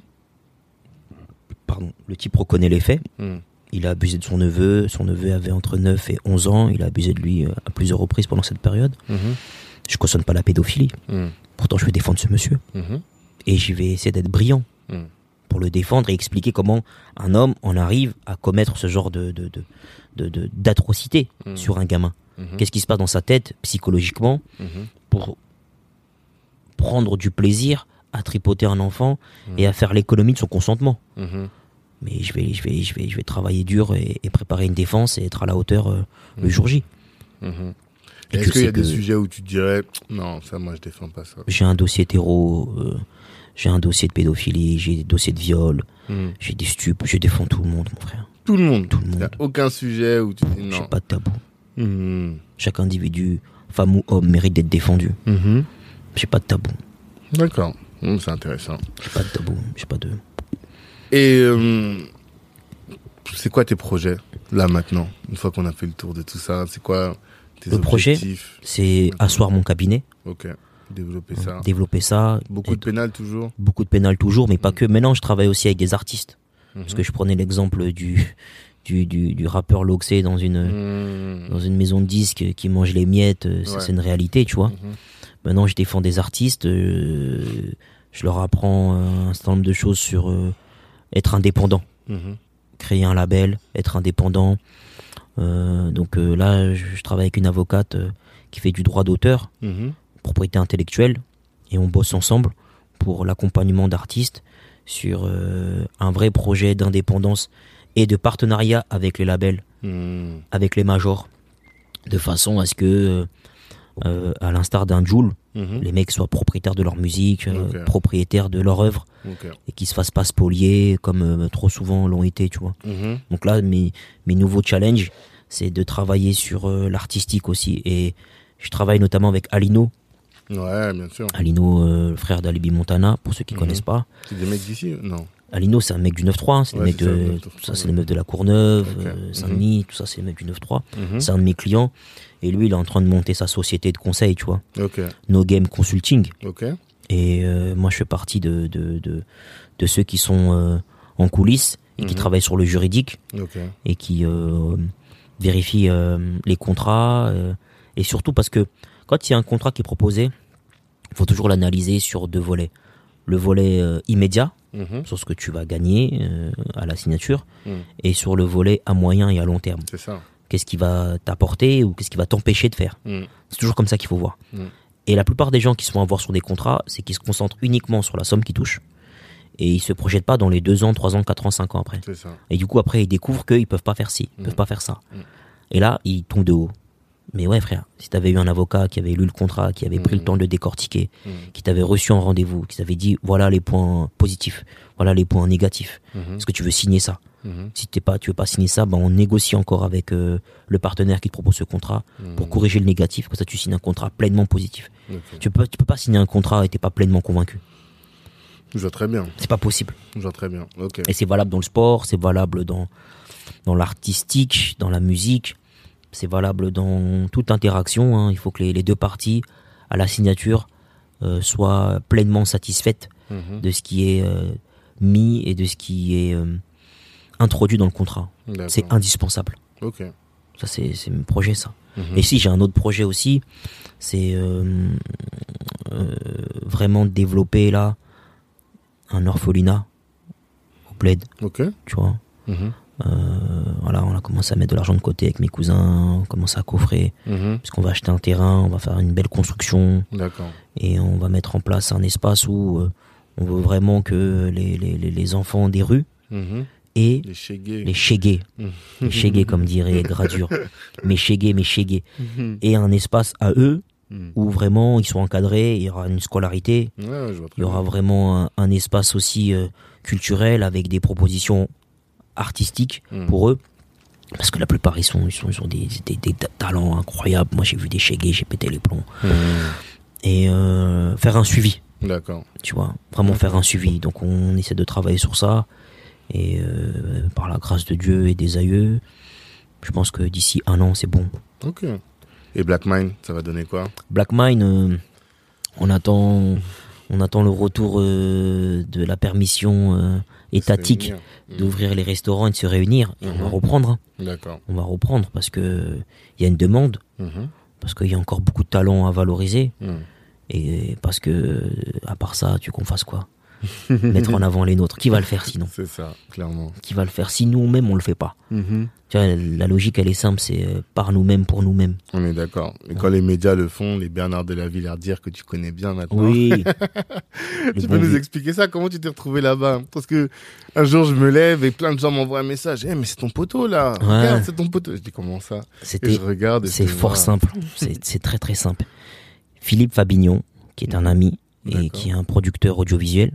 B: Pardon. Le type reconnaît les faits. Il a abusé de son neveu. Son neveu avait entre 9 et 11 ans. Il a abusé de lui à plusieurs reprises pendant cette période. Je cautionne pas la pédophilie. Pourtant, je vais défendre ce monsieur. Et je vais essayer d'être brillant pour le défendre et expliquer comment un homme en arrive à commettre ce genre d'atrocité sur un gamin. Qu'est-ce qui se passe dans sa tête, psychologiquement, pour prendre du plaisir à tripoter un enfant et à faire l'économie de son consentement. Mais je vais travailler dur et préparer une défense et être à la hauteur le jour J.
A: Est-ce qu'il y a des sujets où tu te dirais non, ça moi je défends pas ça? J'ai
B: un dossier hétéro, j'ai un dossier de pédophilie, j'ai des dossiers de viol, j'ai des stupes, je défends tout le monde, mon frère.
A: Tout le monde. Il n'y a aucun sujet où tu dis non.
B: J'ai pas de tabou. Chaque individu, femme ou homme, mérite d'être défendu. J'ai pas de tabou.
A: D'accord. C'est intéressant.
B: J'ai pas de tabou, j'ai pas de...
A: Et c'est quoi tes projets, là, maintenant? Une fois qu'on a fait le tour de tout ça, c'est quoi tes objectifs?
B: Projet, c'est asseoir mon cabinet.
A: Ok, développer ça.
B: Développer ça.
A: Beaucoup de pénal toujours? Beaucoup
B: de pénal toujours, mais pas que. Maintenant, je travaille aussi avec des artistes. Parce que je prenais l'exemple du rappeur Loxé dans une maison de disques qui mange les miettes. Ça, c'est une réalité, tu vois. Maintenant, je défends des artistes. Je leur apprends un certain nombre de choses sur être indépendant. Créer un label, être indépendant. Donc là, je travaille avec une avocate qui fait du droit d'auteur, propriété intellectuelle, et on bosse ensemble pour l'accompagnement d'artistes sur un vrai projet d'indépendance et de partenariat avec les labels, avec les majors, de façon à ce que, à l'instar d'un Jul, les mecs soient propriétaires de leur musique, propriétaires de leur œuvre, et qu'ils se fassent pas spolier comme trop souvent l'ont été, tu vois. Donc là, mes nouveaux challenges, c'est de travailler sur l'artistique aussi, et je travaille notamment avec Alino.
A: Ouais, bien sûr.
B: Alino, le frère d'Alibi Montana, pour ceux qui connaissent pas.
A: C'est des mecs d'ici, non?
B: Alino, c'est un mec du 9-3, hein. C'est des mecs c'est les meufs de la Courneuve, Saint-Denis, tout ça, c'est les mecs du 9-3. C'est un de mes clients. Et lui, il est en train de monter sa société de conseil, tu vois. No Game Consulting. Et moi, je fais partie de ceux qui sont en coulisses et qui travaillent sur le juridique et qui vérifient les contrats. Et surtout parce que quand il y a un contrat qui est proposé, il faut toujours l'analyser sur deux volets. Le volet immédiat, sur ce que tu vas gagner à la signature, et sur le volet à moyen et à long terme.
A: C'est ça.
B: Qu'est-ce qui va t'apporter ou qu'est-ce qui va t'empêcher de faire. C'est toujours comme ça qu'il faut voir. Et la plupart des gens qui se font avoir sur des contrats, c'est qu'ils se concentrent uniquement sur la somme qu'ils touchent, et ils se projettent pas dans les 2 ans, 3 ans, 4 ans, 5 ans après.
A: C'est ça.
B: Et du coup, après, ils découvrent qu'ils peuvent pas faire ci, ils peuvent pas faire ça. Et là, ils tombent de haut. Mais ouais, frère, si t'avais eu un avocat qui avait lu le contrat, qui avait pris le temps de le décortiquer, qui t'avait reçu en rendez-vous, qui t'avait dit voilà les points positifs, voilà les points négatifs, est-ce que tu veux signer ça? Si tu veux pas signer ça, ben on négocie encore avec le partenaire qui te propose ce contrat pour corriger le négatif, comme ça tu signes un contrat pleinement positif. Tu peux pas signer un contrat et t'es pas pleinement convaincu.
A: Je vois très bien.
B: C'est pas possible.
A: Je vois très bien.
B: Et c'est valable dans le sport, c'est valable dans l'artistique, dans la musique. C'est valable dans toute interaction, hein. Il faut que les deux parties, à la signature, soient pleinement satisfaites de ce qui est mis et de ce qui est introduit dans le contrat. C'est indispensable. Ça, c'est mon projet, ça. Et si j'ai un autre projet aussi, c'est vraiment développer là un orphelinat au Bled. Tu vois. Voilà, on a commencé à mettre de l'argent de côté avec mes cousins, on commence à coffrer, puisqu'on va acheter un terrain, on va faire une belle construction, et on va mettre en place un espace où on veut vraiment que les enfants des rues et les chégués, les chégués comme dirait Gradure, mes chégués, et un espace à eux où vraiment ils sont encadrés, il y aura une scolarité, il y aura vraiment un espace aussi culturel avec des propositions artistiques pour eux, parce que la plupart ils ont des talents incroyables. Moi j'ai vu des chégués, j'ai pété les plombs. Et faire un suivi, tu vois, vraiment faire un suivi. Donc on essaie de travailler sur ça, et par la grâce de Dieu et des aïeux, je pense que d'ici 1 an c'est bon.
A: Et Black Mine, ça va donner quoi? Black
B: Mine, on attend le retour de la permission étatique d'ouvrir les restaurants et de se réunir. Et on va reprendre. On va reprendre parce que il y a une demande, parce qu'il y a encore beaucoup de talents à valoriser, et parce que à part ça, tu veux qu'on fasse quoi? Mettre en avant les nôtres. Qui va le faire sinon?
A: C'est ça, clairement.
B: Qui va le faire si nous-mêmes on le fait pas? Tu vois, la logique elle est simple, c'est par nous-mêmes pour nous-mêmes.
A: On est d'accord. Et quand les médias le font, les Bernard de la Villardière que tu connais bien maintenant.
B: Oui.
A: Tu peux nous expliquer ça? Comment tu t'es retrouvé là-bas? Parce que un jour je me lève et plein de gens m'envoient un message. Mais c'est ton poteau là. Regarde, c'est ton poteau. Je dis comment ça? Et je regarde.
B: C'est fort simple. C'est très très simple. Philippe Fabignon, qui est un ami et qui est un producteur audiovisuel,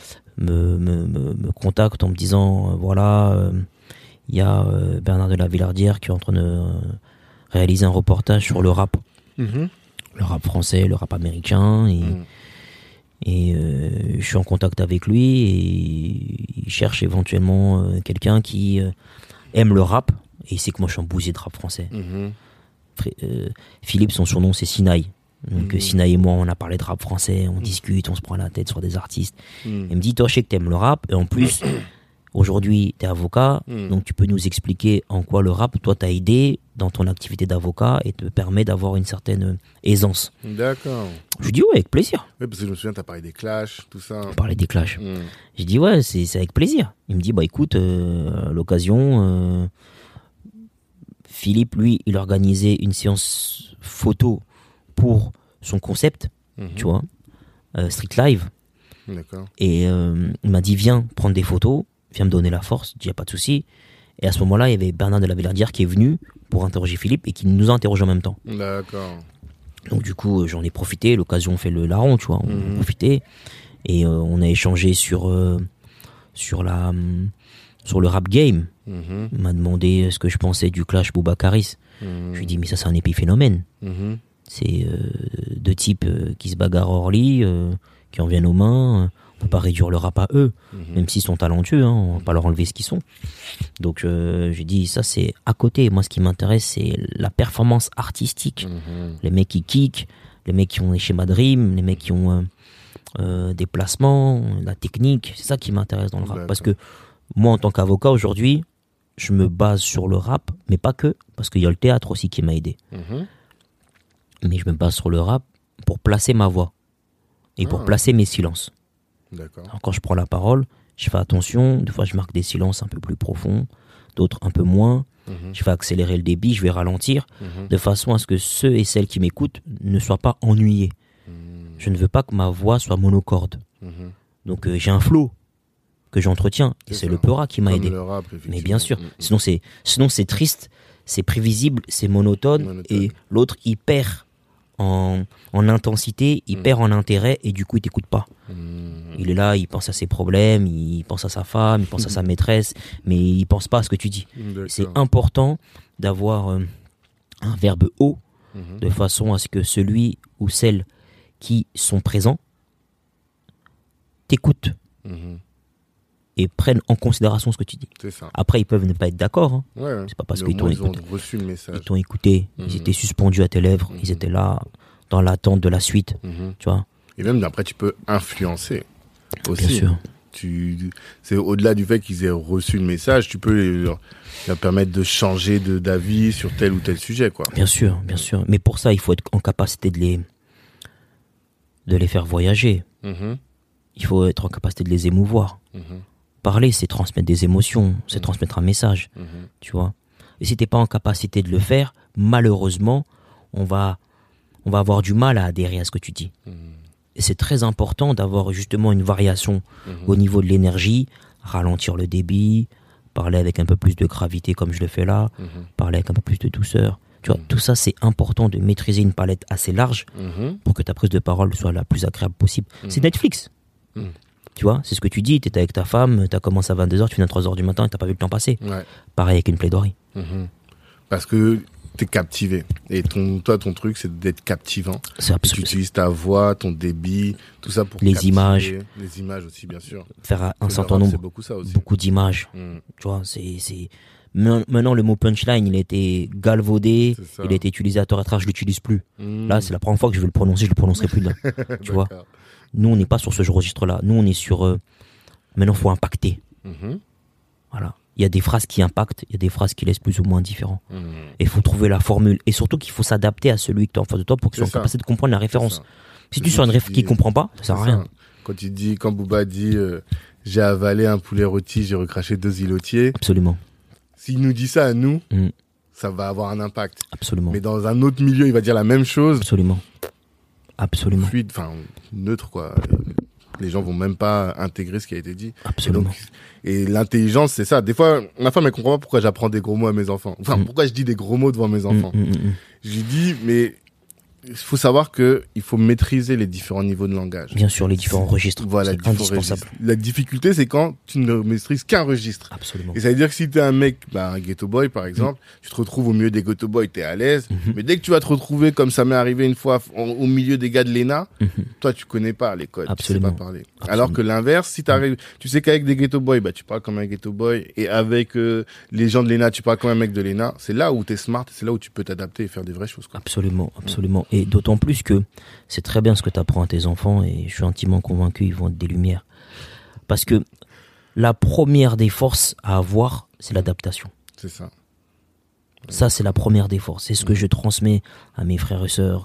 B: me contacte en me disant voilà, il y a Bernard de la Villardière qui est en train de réaliser un reportage sur le rap, le rap français, le rap américain, et je suis en contact avec lui, et il cherche éventuellement quelqu'un qui aime le rap, et il sait que moi je suis un bousier de rap français. Philippe, son surnom c'est Sinaï. Donc Sinaï et moi on a parlé de rap français, on discute, on se prend la tête sur des artistes. Il me dit toi je sais que t'aimes le rap, et en plus aujourd'hui t'es avocat, donc tu peux nous expliquer en quoi le rap toi t'a aidé dans ton activité d'avocat et te permet d'avoir une certaine aisance.
A: D'accord.
B: Je lui dis ouais, avec plaisir.
A: Oui, parce que je me souviens t'as parlé des clashs, tout ça.
B: On parlait des clashs. Je dis ouais, c'est avec plaisir. Il me dit bah écoute, l'occasion, Philippe lui il organisait une séance photo pour son concept, tu vois, Street Live.
A: D'accord.
B: Et il m'a dit viens prendre des photos, viens me donner la force. Je dis y a pas de souci. Et à ce moment-là, il y avait Bernard de la Villardière qui est venu pour interroger Philippe et qui nous a interrogés en même temps.
A: D'accord.
B: Donc du coup, j'en ai profité, l'occasion fait le larron, tu vois, on a profité. Et on a échangé sur le rap game. Il m'a demandé ce que je pensais du clash Boubacaris. Je lui ai dit, mais ça c'est un épiphénomène. C'est deux types qui se bagarrent hors lit, qui en viennent aux mains. On peut pas réduire le rap à eux, même s'ils sont talentueux, hein, on va pas leur enlever ce qu'ils sont. Donc j'ai dit, ça c'est à côté. Moi ce qui m'intéresse, c'est la performance artistique. Les mecs qui kick, les mecs qui ont des schémas de rime, les mecs qui ont des placements, la technique. C'est ça qui m'intéresse dans le rap. Parce que moi en tant qu'avocat aujourd'hui, je me base sur le rap, mais pas que, parce qu'il y a le théâtre aussi qui m'a aidé. Mais je me base sur le rap pour placer ma voix et pour placer mes silences.
A: D'accord.
B: Alors, quand je prends la parole, je fais attention. Des fois, je marque des silences un peu plus profonds, d'autres un peu moins. Je vais accélérer le débit, je vais ralentir, de façon à ce que ceux et celles qui m'écoutent ne soient pas ennuyés. Je ne veux pas que ma voix soit monocorde. Donc j'ai un flow que j'entretiens. Et c'est le Peura qui m'a aidé. Mais bien sûr. Sinon c'est triste, c'est prévisible, c'est monotone. Et l'autre, il perd en intensité, il perd en intérêt et du coup, il t'écoute pas. Il est là, il pense à ses problèmes, il pense à sa femme, il pense à sa maîtresse, mais il pense pas à ce que tu dis. C'est important d'avoir un verbe haut de façon à ce que celui ou celle qui sont présents t'écoutent et prennent en considération ce que tu dis.
A: C'est ça.
B: Après, ils peuvent ne pas être d'accord. Hein.
A: Ouais,
B: c'est pas parce qu'ils t'ont écouté.
A: Reçu le message.
B: Ils t'ont écouté, ils étaient suspendus à tes lèvres, ils étaient là dans l'attente de la suite. Tu vois.
A: Et même après, tu peux influencer aussi.
B: Bien sûr.
A: C'est au-delà du fait qu'ils aient reçu le message, tu peux leur permettre de changer d'avis sur tel ou tel sujet, quoi.
B: Bien sûr, bien sûr. Mais pour ça, il faut être en capacité de les faire voyager. Il faut être en capacité de les émouvoir. Parler, c'est transmettre des émotions, c'est transmettre un message, tu vois. Et si t'es pas en capacité de le faire, malheureusement, on va avoir du mal à adhérer à ce que tu dis. Et c'est très important d'avoir justement une variation au niveau de l'énergie, ralentir le débit, parler avec un peu plus de gravité comme je le fais là, parler avec un peu plus de douceur. Tu vois, tout ça, c'est important de maîtriser une palette assez large pour que ta prise de parole soit la plus agréable possible. C'est Netflix. Tu vois, c'est ce que tu dis, t'étais avec ta femme, t'as commencé à 22h, tu viens à 3h du matin et t'as pas vu le temps passer. Pareil avec une plaidoirie.
A: Parce que t'es captivé. Et ton truc, c'est d'être captivant.
B: C'est absolument.
A: Tu utilises ta voix, ton débit, tout ça pour
B: les
A: captiver.
B: Images.
A: Les images aussi, bien sûr.
B: Faire un certain nombre. Beaucoup d'images. Tu vois, Maintenant, le mot punchline, il a été galvaudé, il a été utilisé à tort et à travers, je l'utilise plus. Là, c'est la première fois que je vais le prononcer, je le prononcerai plus là. Tu vois. Nous, on n'est pas sur ce registre-là. Nous, on est sur... maintenant, il faut impacter. Voilà. Il y a des phrases qui impactent, il y a des phrases qui laissent plus ou moins différents. Et il faut trouver la formule. Et surtout qu'il faut s'adapter à celui qui est en face de toi pour qu'il soit en capacité de comprendre la référence. Si tu es sur une référence qui ne comprend pas, ça sert à rien.
A: Quand Booba dit j'ai avalé un poulet rôti, j'ai recraché 2 îlotiers.
B: Absolument.
A: S'il nous dit ça à nous, ça va avoir un impact.
B: Absolument.
A: Mais dans un autre milieu, il va dire la même chose.
B: Absolument. Absolument.
A: Fluide, enfin, neutre, quoi. Les gens vont même pas intégrer ce qui a été dit.
B: Absolument.
A: Et l'intelligence, c'est ça. Des fois, ma femme, elle comprend pas pourquoi j'apprends des gros mots à mes enfants. Enfin, pourquoi je dis des gros mots devant mes enfants. Je lui dis, mais il faut savoir que il faut maîtriser les différents niveaux de langage.
B: Bien sûr, les différents registres.
A: Voilà,
B: c'est indispensable.
A: La difficulté, c'est quand tu ne maîtrises qu'un registre.
B: Absolument.
A: Et ça veut dire que si t'es un mec, un ghetto boy, par exemple, tu te retrouves au milieu des ghetto boys, t'es à l'aise. Mais dès que tu vas te retrouver, comme ça m'est arrivé une fois, au milieu des gars de l'ENA, toi, tu connais pas les codes.
B: Absolument.
A: Tu sais pas parler. Alors que l'inverse, si t'arrives, tu sais qu'avec des ghetto boys, tu parles comme un ghetto boy. Et avec les gens de l'ENA, tu parles comme un mec de l'ENA. C'est là où t'es smart, c'est là où tu peux t'adapter et faire des vraies choses, quoi.
B: Absolument, absolument. Et d'autant plus que c'est très bien ce que tu apprends à tes enfants et je suis intimement convaincu qu'ils vont être des lumières. Parce que la première des forces à avoir, c'est l'adaptation.
A: C'est ça.
B: Ça, c'est la première des forces. C'est ce que je transmets à mes frères et sœurs,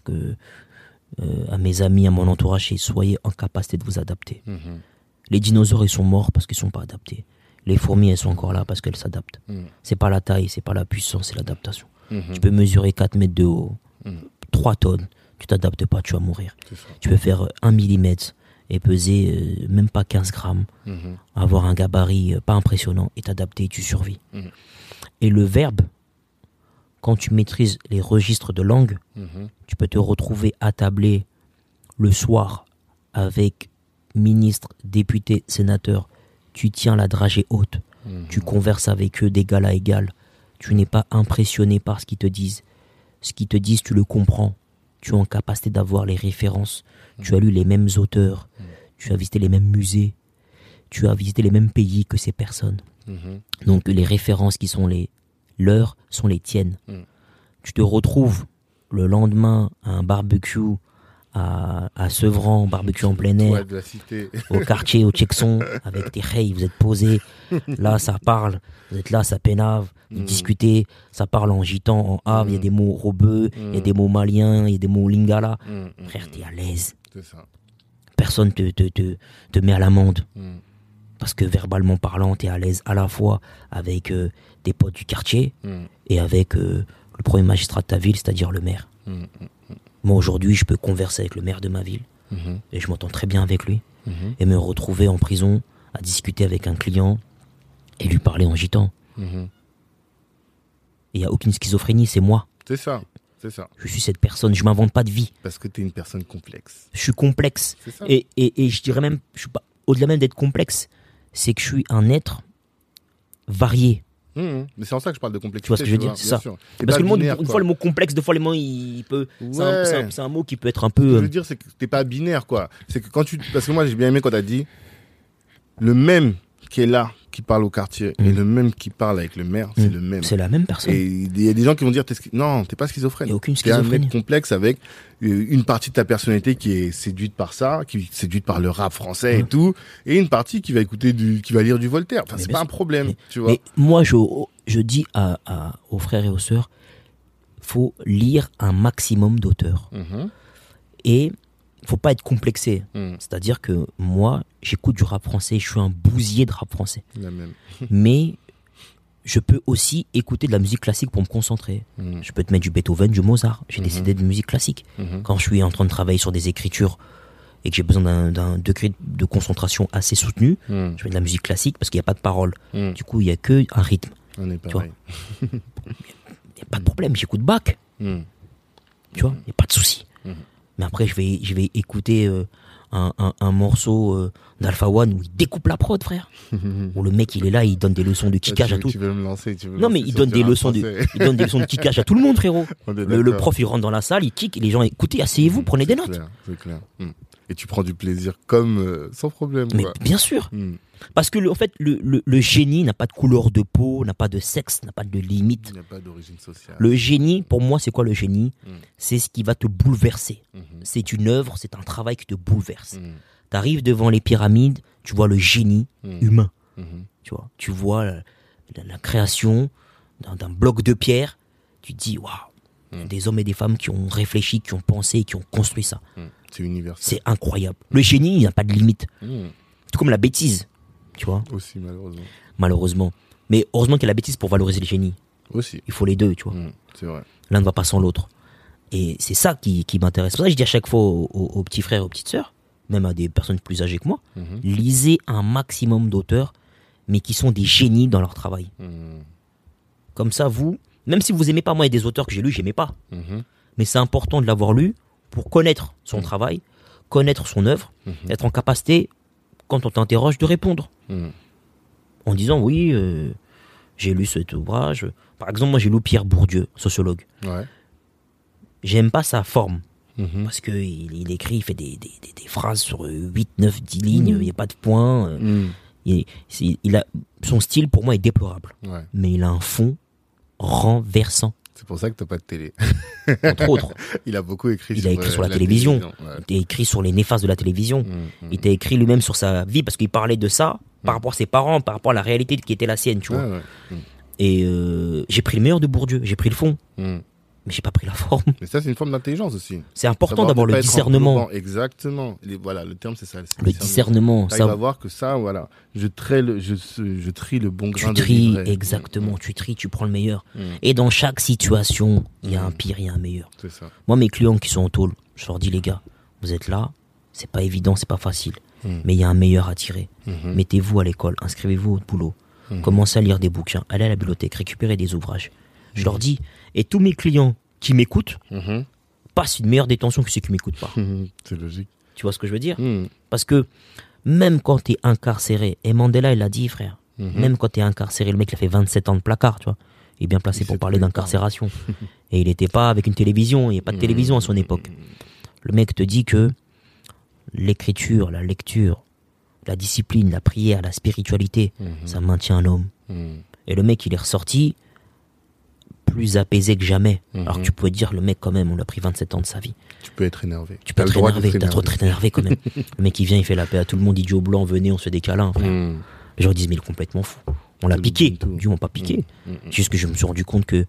B: à mes amis, à mon entourage, et soyez en capacité de vous adapter. Les dinosaures, ils sont morts parce qu'ils sont pas adaptés. Les fourmis, elles sont encore là parce qu'elles s'adaptent. C'est pas la taille, c'est pas la puissance, c'est l'adaptation. Tu peux mesurer 4 mètres de haut, 3 tonnes. Tu t'adaptes pas, tu vas mourir. Tu peux faire 1 millimètre, et peser même pas 15 grammes, avoir un gabarit pas impressionnant et t'adapter, tu survis. Et le verbe, quand tu maîtrises les registres de langue, tu peux te retrouver attablé le soir avec ministres, députés, sénateurs. Tu tiens la dragée haute, tu converses avec eux d'égal à égal. Tu n'es pas impressionné par ce qu'ils te disent. Ce qu'ils te disent, tu le comprends. Tu es en capacité d'avoir les références. Tu as lu les mêmes auteurs. Tu as visité les mêmes musées. Tu as visité les mêmes pays que ces personnes. Donc les références qui sont les leurs sont les tiennes. Tu te retrouves le lendemain à un barbecue à Sevran, barbecue en plein air, au quartier, au Tchekson, avec tes reilles, vous êtes posés, là ça parle, vous êtes là, ça pénave, vous discutez, ça parle en gitan, en havre, il y a des mots robeux, il y a des mots maliens, il y a des mots lingala. Frère, t'es à l'aise. Personne te met à l'amende. Parce que verbalement parlant, t'es à l'aise à la fois avec tes potes du quartier et avec le premier magistrat de ta ville, c'est-à-dire le maire. Moi, aujourd'hui, je peux converser avec le maire de ma ville et je m'entends très bien avec lui et me retrouver en prison à discuter avec un client et lui parler en gitan. Il n'y a aucune schizophrénie, c'est moi.
A: C'est ça.
B: Je suis cette personne, je m'invente pas de vie.
A: Parce que tu es une personne complexe.
B: Je suis complexe. Et je dirais même, je suis pas, au-delà même d'être complexe, c'est que je suis un être varié.
A: Mais c'est en ça que je parle de complexité.
B: Tu vois ce que je veux dire, c'est ça. Parce que le mot, une fois le mot complexe, deux fois le mot, il peut. Ouais. C'est un mot qui peut être un peu.
A: Ce que je veux dire, c'est que t'es pas binaire, quoi. C'est que quand tu, parce que moi j'ai bien aimé quand t'as dit le même qui est là, qui parle au quartier, et le même qui parle avec le maire, c'est le même.
B: C'est la même personne.
A: Et il y a des gens qui vont dire non, t'es pas schizophrène.
B: Il y a aucune schizophrénie.
A: T'es un mec complexe avec une partie de ta personnalité qui est séduite par ça, qui est séduite par le rap français et tout, et une partie qui va écouter qui va lire du Voltaire. Enfin, c'est pas un problème, tu vois.
B: Mais moi, je dis aux frères et aux sœurs, faut lire un maximum d'auteurs. Et faut pas être complexé. C'est-à-dire que moi, j'écoute du rap français, je suis un bousier de rap français.
A: La même.
B: Mais je peux aussi écouter de la musique classique pour me concentrer. Je peux te mettre du Beethoven, du Mozart. J'ai décidé de musique classique. Quand je suis en train de travailler sur des écritures et que j'ai besoin d'un degré de concentration assez soutenu, je mets de la musique classique parce qu'il n'y a pas de parole. Du coup, il n'y a que un rythme.
A: On est pareil.
B: Il n'y a pas de problème, j'écoute Bach. Tu vois, il n'y a pas de souci. Mais après, je vais écouter un morceau d'Alpha One où il découpe la prod, frère. Où le mec, il est là, il donne des leçons de kickage à tout.
A: Tu veux me lancer,
B: non, mais il donne des leçons de kickage à tout le monde, frérot. Le prof, il rentre dans la salle, il kick, et les gens, écoutez, asseyez-vous, prenez des notes.
A: C'est clair. Et tu prends du plaisir comme sans problème.
B: Mais
A: quoi.
B: Bien sûr. Parce que en fait, le génie n'a pas de couleur de peau, n'a pas de sexe, n'a pas de limite.
A: Il n'y a pas d'origine sociale.
B: Le génie, pour moi, c'est quoi le génie? C'est ce qui va te bouleverser. C'est une œuvre, c'est un travail qui te bouleverse. Tu arrives devant les pyramides, tu vois le génie humain. Tu vois la création d'un bloc de pierre. Tu te dis, waouh, des hommes et des femmes qui ont réfléchi, qui ont pensé, qui ont construit ça.
A: C'est universel.
B: C'est incroyable. Le génie, il n'a pas de limite. Tout comme la bêtise. Tu vois.
A: Aussi,
B: malheureusement. Mais heureusement qu'il y a la bêtise pour valoriser le génie.
A: Aussi.
B: Il faut les deux, tu vois.
A: C'est vrai.
B: L'un ne va pas sans l'autre. Et c'est ça qui m'intéresse. C'est pour ça que je dis à chaque fois aux petits frères et aux petites sœurs, même à des personnes plus âgées que moi, lisez un maximum d'auteurs, mais qui sont des génies dans leur travail. Comme ça, vous, même si vous aimez pas, moi, il y a des auteurs que j'ai lus, j'aimais pas. Mais c'est important de l'avoir lu pour connaître son travail, connaître son œuvre, être en capacité, quand on t'interroge, de répondre. En disant, oui, j'ai lu cet ouvrage. Par exemple, moi, j'ai lu Pierre Bourdieu, sociologue. Ouais. J'aime pas sa forme. Parce qu'il écrit, il fait des phrases sur 8, 9, 10 lignes, il n'y a pas de points. Son style, pour moi, est déplorable. Ouais. Mais il a un fond renversant.
A: C'est pour ça que t'as pas de télé.
B: Entre autres.
A: Il a beaucoup écrit
B: sur la télévision. Ouais. Il a écrit sur les néfastes de la télévision. Il a écrit lui-même sur sa vie parce qu'il parlait de ça par rapport à ses parents, par rapport à la réalité qui était la sienne, tu vois. Et j'ai pris le meilleur de Bourdieu, j'ai pris le fond. Mais j'ai pas pris la forme.
A: Mais ça, c'est une forme d'intelligence aussi.
B: C'est important d'avoir le discernement.
A: Exactement. Voilà, le terme, c'est ça.
B: Le discernement.
A: Ça va voir que ça, voilà. Je trie le bon grain de
B: livret. Tu tries, exactement. Tu tries, tu prends le meilleur. Et dans chaque situation, il y a un pire, il y a un meilleur.
A: C'est ça.
B: Moi, mes clients qui sont en tôle, je leur dis, les gars, vous êtes là, C'est pas évident, c'est pas facile. Mais il y a un meilleur à tirer. Mettez-vous à l'école, inscrivez-vous au boulot. Commencez à lire des bouquins, allez à la bibliothèque, récupérez des ouvrages. Je leur dis, et tous mes clients qui m'écoutent passent une meilleure détention que ceux qui m'écoutent pas.
A: C'est logique.
B: Tu vois ce que je veux dire? Parce que même quand t'es incarcéré, et Mandela il l'a dit frère, même quand t'es incarcéré, le mec il a fait 27 ans de placard, tu vois. Il est bien placé pour parler d'incarcération. Et il n'était pas avec une télévision, il n'y a pas de télévision à son époque. Le mec te dit que l'écriture, la lecture, la discipline, la prière, la spiritualité, ça maintient un homme. Et le mec il est ressorti plus apaisé que jamais. Alors que tu peux dire, le mec quand même, on lui a pris 27 ans de sa vie.
A: Tu peux être énervé.
B: Tu peux être énervé, t'as trop être énervé quand même. Le mec il vient, il fait la paix à tout le monde, il dit aux blancs, venez, on se fait des câlins, frère. Les gens disent, mais il est complètement fou. On l'a piqué. Du moins pas piqué. C'est juste que je me suis rendu compte que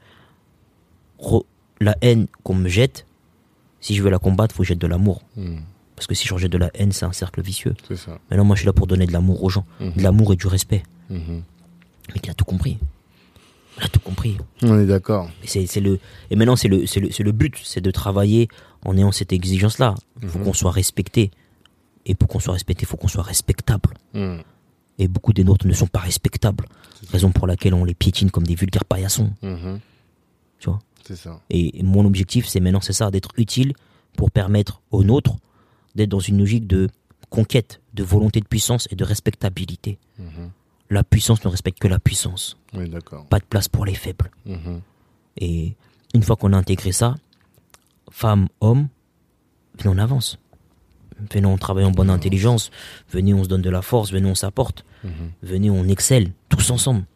B: la haine qu'on me jette, si je veux la combattre, il faut que je jette de l'amour. Parce que si je rejette de la haine, c'est un cercle vicieux.
A: C'est ça.
B: Mais non, moi je suis là pour donner de l'amour aux gens. De l'amour et du respect. Le mec il a tout compris. Il a tout compris.
A: On est d'accord.
B: Et maintenant c'est le but, c'est de travailler en ayant cette exigence-là. Il faut qu'on soit respecté. Et pour qu'on soit respecté, il faut qu'on soit respectable. Et beaucoup des nôtres ne sont pas respectables. Raison pour laquelle on les piétine comme des vulgaires paillassons. Tu vois?
A: C'est ça.
B: Et mon objectif, c'est maintenant, c'est ça, d'être utile pour permettre aux nôtres d'être dans une logique de conquête, de volonté de puissance et de respectabilité. La puissance ne respecte que la puissance.
A: Oui, d'accord.
B: Pas de place pour les faibles. Et une fois qu'on a intégré ça, femmes, hommes, venez, on avance. Venez, on travaille en bonne intelligence. Venez, on se donne de la force. Venez, on s'apporte. Venez, on excelle, tous ensemble.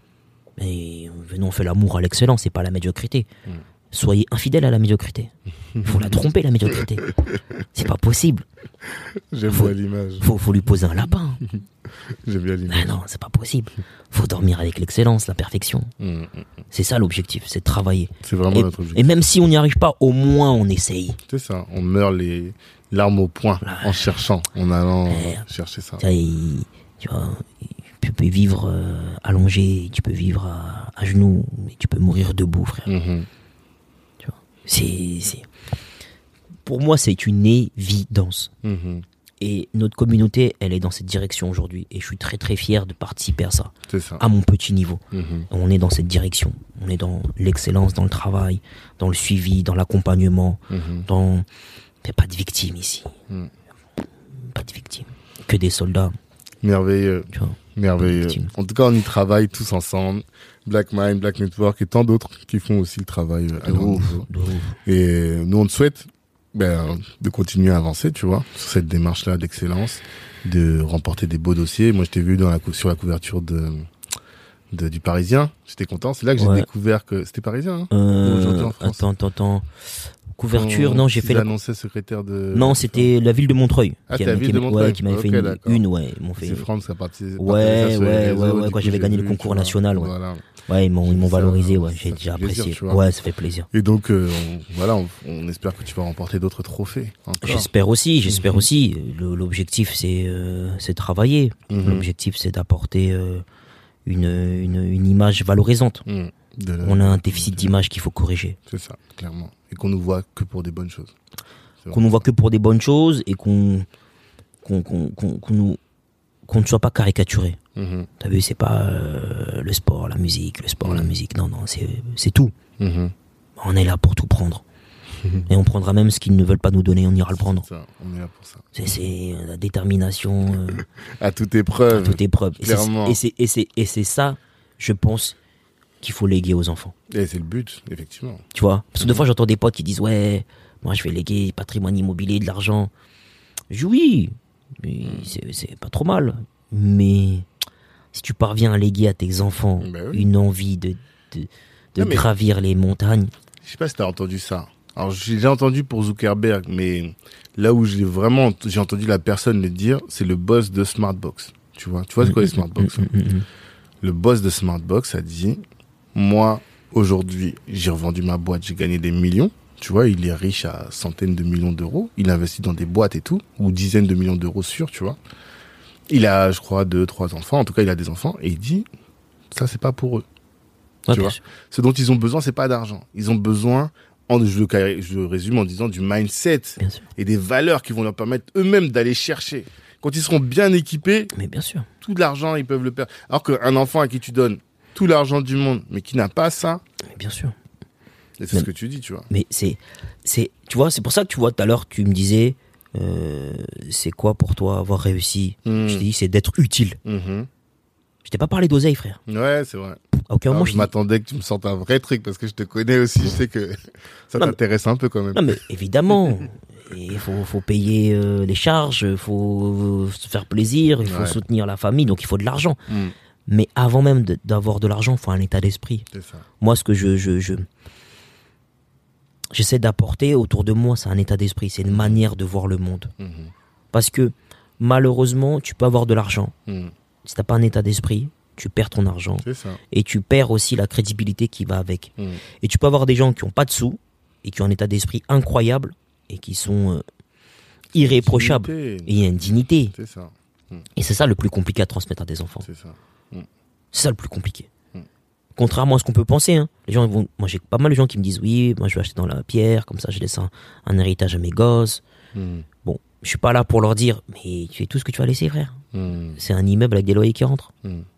B: Et venez, on fait l'amour à l'excellence et pas à la médiocrité. Soyez infidèles à la médiocrité. Il faut la tromper, la médiocrité. C'est pas possible.
A: J'aime bien l'image.
B: Faut lui poser un lapin.
A: J'aime bien l'image.
B: Non, c'est pas possible. Faut dormir avec l'excellence, la perfection. C'est ça l'objectif, c'est de travailler.
A: C'est vraiment notre objectif.
B: Et même si on n'y arrive pas, au moins on essaye.
A: C'est ça, on meurt les larmes au poing en cherchant, en allant chercher ça.
B: Tu vois, tu peux vivre allongé, tu peux vivre à genoux, mais tu peux mourir debout, frère. Tu vois, pour moi, c'est une évidence. Et notre communauté, elle est dans cette direction aujourd'hui. Et je suis très très fier de participer à ça.
A: C'est ça.
B: À mon petit niveau. On est dans cette direction. On est dans l'excellence, dans le travail, dans le suivi, dans l'accompagnement. Il n'y a pas de victimes ici. Pas de victimes. Que des soldats.
A: Merveilleux.
B: Tu vois,
A: merveilleux. En tout cas, on y travaille tous ensemble. Black Mind, Black Network et tant d'autres qui font aussi le travail à leur niveau. Et nous, on te souhaite de continuer à avancer, tu vois, sur cette démarche-là d'excellence, de remporter des beaux dossiers. Moi, je t'ai vu sur la couverture du Parisien. J'étais content. C'est là que j'ai découvert que c'était Parisien. Aujourd'hui en France.
B: Attends. Couverture, non, j'ai fait
A: l'annonçait secrétaire de.
B: Non, c'était la ville de Montreuil.
A: Ah, c'est la ville de Montreuil.
B: Qui m'avait fait une, ils m'ont fait.
A: C'est France qui a participé.
B: Ouais, quand j'avais gagné le concours national, Voilà. Ouais, ils m'ont valorisé, j'ai déjà apprécié. Ouais, ça fait plaisir.
A: Et donc, on espère que tu vas remporter d'autres trophées.
B: J'espère aussi. L'objectif, c'est de travailler. L'objectif, c'est d'apporter une image valorisante. On a un déficit d'image qu'il faut corriger.
A: C'est ça, clairement. Et qu'on nous voit que pour des bonnes choses.
B: Qu'on nous voit que pour des bonnes choses et qu'on ne soit pas caricaturé. T'as vu, c'est pas le sport, la musique, la musique. Non, c'est tout. On est là pour tout prendre. Et on prendra même ce qu'ils ne veulent pas nous donner, on ira le prendre.
A: Ça, on est là pour ça.
B: C'est la détermination.
A: À toute épreuve.
B: Clairement. Et c'est ça, je pense, qu'il faut léguer aux enfants.
A: Et c'est le but, effectivement.
B: Tu vois, parce que des fois j'entends des potes qui disent ouais, moi je vais léguer patrimoine immobilier, de l'argent. Je dis oui, c'est pas trop mal. Mais si tu parviens à léguer à tes enfants une envie de gravir les montagnes.
A: Je sais pas si t'as entendu ça. Alors j'ai déjà entendu pour Zuckerberg, mais là où j'ai entendu la personne le dire, c'est le boss de Smartbox. Tu vois c'est quoi les Smartbox? Le boss de Smartbox a dit, moi, aujourd'hui, j'ai revendu ma boîte, j'ai gagné des millions. Tu vois, il est riche à centaines de millions d'euros. Il investit dans des boîtes et tout, ou dizaines de millions d'euros sûrs, tu vois. Il a, je crois, 2-3 enfants. En tout cas, il a des enfants. Et il dit, ça, c'est pas pour eux. Tu vois. Ce dont ils ont besoin, c'est pas d'argent. Ils ont besoin je résume en disant du mindset et des valeurs qui vont leur permettre eux-mêmes d'aller chercher. Quand ils seront bien équipés,
B: mais bien sûr,
A: tout l'argent, ils peuvent le perdre. Alors qu'un enfant à qui tu donnes tout l'argent du monde, mais qui n'a pas ça.
B: Mais bien sûr.
A: Et c'est ce que tu dis, tu vois.
B: Mais tu vois, c'est pour ça que tu vois, tout à l'heure, tu me disais, c'est quoi pour toi avoir réussi? Je t'ai dit, c'est d'être utile. Je t'ai pas parlé d'oseille, frère.
A: Ouais, c'est vrai.
B: À aucun moment,
A: je m'attendais que tu me sortes un vrai truc parce que je te connais aussi. Je sais que ça t'intéresse un peu quand même.
B: Non, mais évidemment. Il faut payer les charges, il faut se faire plaisir, il faut soutenir la famille, donc il faut de l'argent. Mais avant même d'avoir de l'argent, il faut un état d'esprit.
A: C'est ça.
B: Moi, ce que j'essaie d'apporter autour de moi, c'est un état d'esprit, c'est une manière de voir le monde. Parce que malheureusement, tu peux avoir de l'argent. Si tu n'as pas un état d'esprit, tu perds ton argent.
A: C'est ça.
B: Et tu perds aussi la crédibilité qui va avec. Et tu peux avoir des gens qui n'ont pas de sous et qui ont un état d'esprit incroyable et qui sont irréprochables. Et il y a une dignité.
A: C'est ça.
B: Et c'est ça le plus compliqué à transmettre à des enfants.
A: C'est ça.
B: C'est ça le plus compliqué. Contrairement à ce qu'on peut penser, hein. Les gens moi j'ai pas mal de gens qui me disent oui, moi je vais acheter dans la pierre, comme ça je laisse un héritage à mes gosses. Bon, je suis pas là pour leur dire mais tu fais tout ce que tu vas laisser, frère. C'est un immeuble avec des loyers qui rentrent.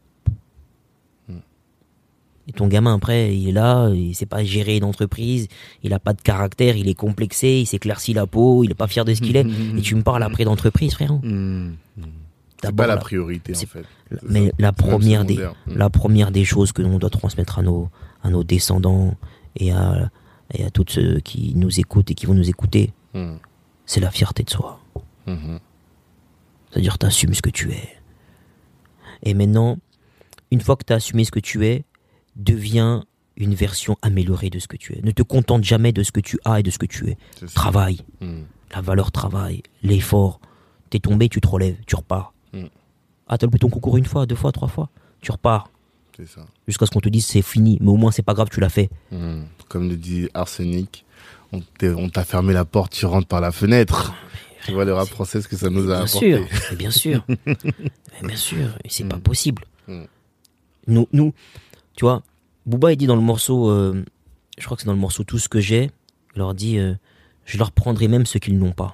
B: Et ton gamin après il est là, il sait pas gérer une entreprise, il a pas de caractère, il est complexé, il s'éclaircit la peau, il est pas fier de ce qu'il est. Et tu me parles après d'entreprise, frérot.
A: C'est pas la priorité en fait.
B: Mais la première des choses que l'on doit transmettre à nos descendants et à tous ceux qui nous écoutent et qui vont nous écouter, c'est la fierté de soi. C'est-à-dire t'assumes ce que tu es. Et maintenant, une fois que t'as assumé ce que tu es, deviens une version améliorée de ce que tu es. Ne te contente jamais de ce que tu as et de ce que tu es. Travaille. La valeur travail, l'effort. T'es tombé, tu te relèves, tu repars. Ah, t'as loupé ton concours une fois, 2 fois, 3 fois, tu repars.
A: C'est ça.
B: Jusqu'à ce qu'on te dise c'est fini, mais au moins c'est pas grave, tu l'as fait.
A: Comme le dit Arsenic, on t'a fermé la porte, tu rentres par la fenêtre. Tu vois le rap français, ce que ça nous a apporté.
B: Bien sûr. Bien sûr, et c'est pas possible. Nous, tu vois, Booba il dit dans le morceau, je crois que c'est dans le morceau Tout ce que j'ai, il leur dit je leur prendrai même ce qu'ils n'ont pas.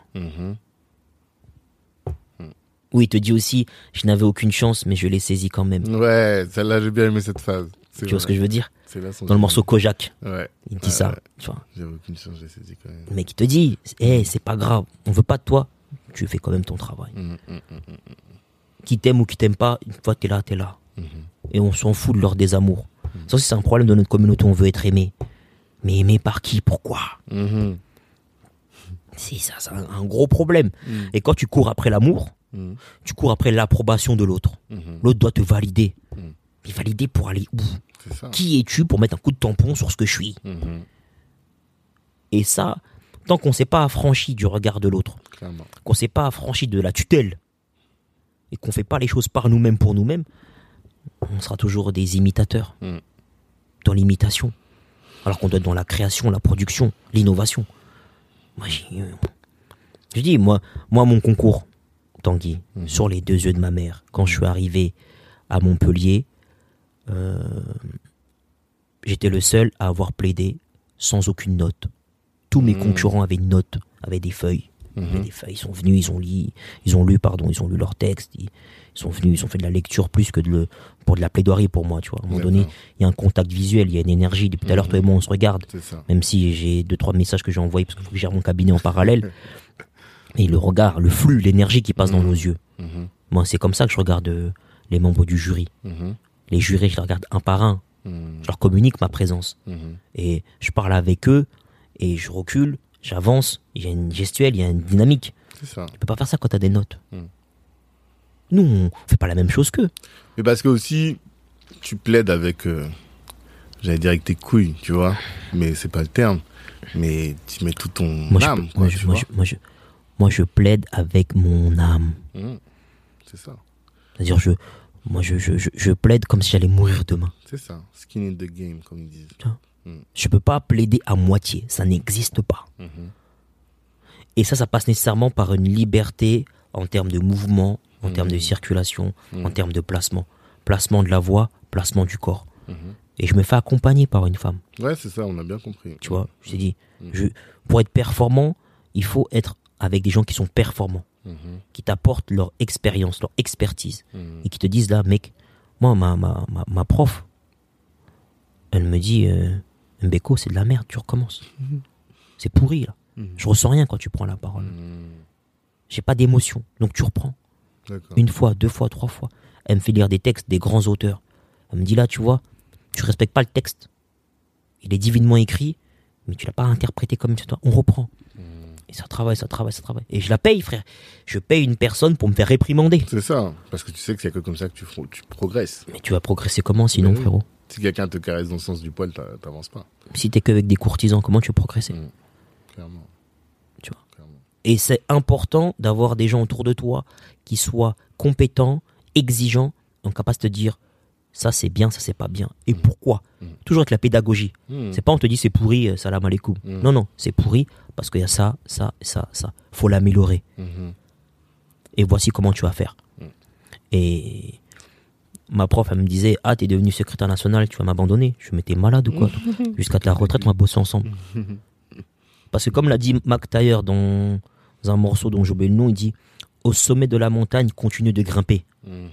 B: Oui, il te dit aussi, je n'avais aucune chance, mais je l'ai saisi quand même.
A: Ouais, celle-là, j'ai bien aimé cette phase.
B: Tu vois ce que je veux dire? Dans le morceau Kojak.
A: Ouais.
B: Il dit ça, tu vois.
A: J'avais aucune chance, je l'ai saisi quand même.
B: Le mec, il te dit, c'est pas grave, on veut pas de toi, tu fais quand même ton travail. Qui t'aime ou qui t'aime pas, une fois t'es là. Et on s'en fout de leur désamour. Ça aussi, c'est un problème de notre communauté, on veut être aimé. Mais aimé par qui? Pourquoi? C'est ça, c'est un gros problème. Et quand tu cours après l'amour, tu cours après l'approbation de l'autre. L'autre doit te valider. Mais valider pour aller où? Qui es-tu pour mettre un coup de tampon sur ce que je suis? Et ça, tant qu'on ne s'est pas affranchi du regard de l'autre, qu'on ne s'est pas affranchi de la tutelle, et qu'on ne fait pas les choses par nous-mêmes pour nous-mêmes, on sera toujours des imitateurs. Dans l'imitation. Alors qu'on doit être dans la création, la production, l'innovation. Moi, je dis, moi, mon concours, Tanguy, sur les 2 yeux de ma mère, quand je suis arrivé à Montpellier, j'étais le seul à avoir plaidé sans aucune note. Tous mes concurrents avaient une note, avaient des feuilles. Des feuilles. Ils sont venus, ils ont lu leur texte, ils sont venus, ils ont fait de la lecture plus que pour de la plaidoirie pour moi, tu vois. À un moment donné, il y a un contact visuel, il y a une énergie. Depuis tout à l'heure, toi et moi, on se regarde. Même si j'ai 2-3 messages que j'ai envoyés parce qu'il faut que je gère mon cabinet en parallèle. Et le regard, le flux, l'énergie qui passe dans nos yeux. Moi, c'est comme ça que je regarde les membres du jury. Les jurés, je les regarde un par un. Je leur communique ma présence. Et je parle avec eux et je recule, j'avance. Il y a une gestuelle, il y a une dynamique.
A: C'est ça.
B: Tu peux pas faire ça quand tu as des notes. Nous, on fait pas la même chose qu'eux.
A: Mais parce que aussi, tu plaides avec, j'allais dire avec tes couilles, tu vois. Mais c'est pas le terme. Mais tu mets tout ton âme.
B: Moi, je plaide avec mon âme.
A: C'est ça.
B: C'est-à-dire, je plaide comme si j'allais mourir demain.
A: C'est ça. Skin in the game, comme ils disent.
B: Je peux pas plaider à moitié. Ça n'existe pas. Et ça passe nécessairement par une liberté en termes de mouvement, en termes de circulation, en termes de placement. Placement de la voix, placement du corps. Et je me fais accompagner par une femme.
A: Ouais, c'est ça, on a bien compris.
B: Tu vois, je t'ai dit, pour être performant, il faut être avec des gens qui sont performants, qui t'apportent leur expérience, leur expertise, et qui te disent là, mec, moi, ma prof, elle me dit, Mbeko, c'est de la merde, tu recommences. C'est pourri, là. Je ressens rien quand tu prends la parole. J'ai pas d'émotion, donc tu reprends.
A: D'accord.
B: 1 fois, 2 fois, 3 fois. Elle me fait lire des textes des grands auteurs. Elle me dit là, tu vois, tu respectes pas le texte. Il est divinement écrit, mais tu l'as pas interprété comme toi. On reprend. Et ça travaille. Et je la paye, frère. Je paye une personne pour me faire réprimander.
A: C'est ça, parce que tu sais que c'est que comme ça que tu progresses.
B: Mais tu vas progresser comment sinon,
A: Mais oui.
B: frérot?
A: Si quelqu'un te caresse dans le sens du poil, t'avances pas.
B: Si t'es qu'avec des courtisans, comment tu veux progresser?
A: Clairement.
B: Tu vois. Et c'est important d'avoir des gens autour de toi qui soient compétents, exigeants, en capable de te dire ça c'est bien, ça c'est pas bien. Et pourquoi? Toujours avec la pédagogie. C'est pas on te dit c'est pourri, salam alaikum. Non, c'est pourri parce qu'il y a ça. Faut l'améliorer. Et voici comment tu vas faire. Et ma prof, elle me disait, ah, t'es devenu secrétaire national, tu vas m'abandonner. Je m'étais malade ou quoi? Jusqu'à la retraite, on va bosser ensemble. Parce que comme l'a dit Mac Taylor dans un morceau dont j'ai oublié le nom, il dit, au sommet de la montagne, continue de grimper.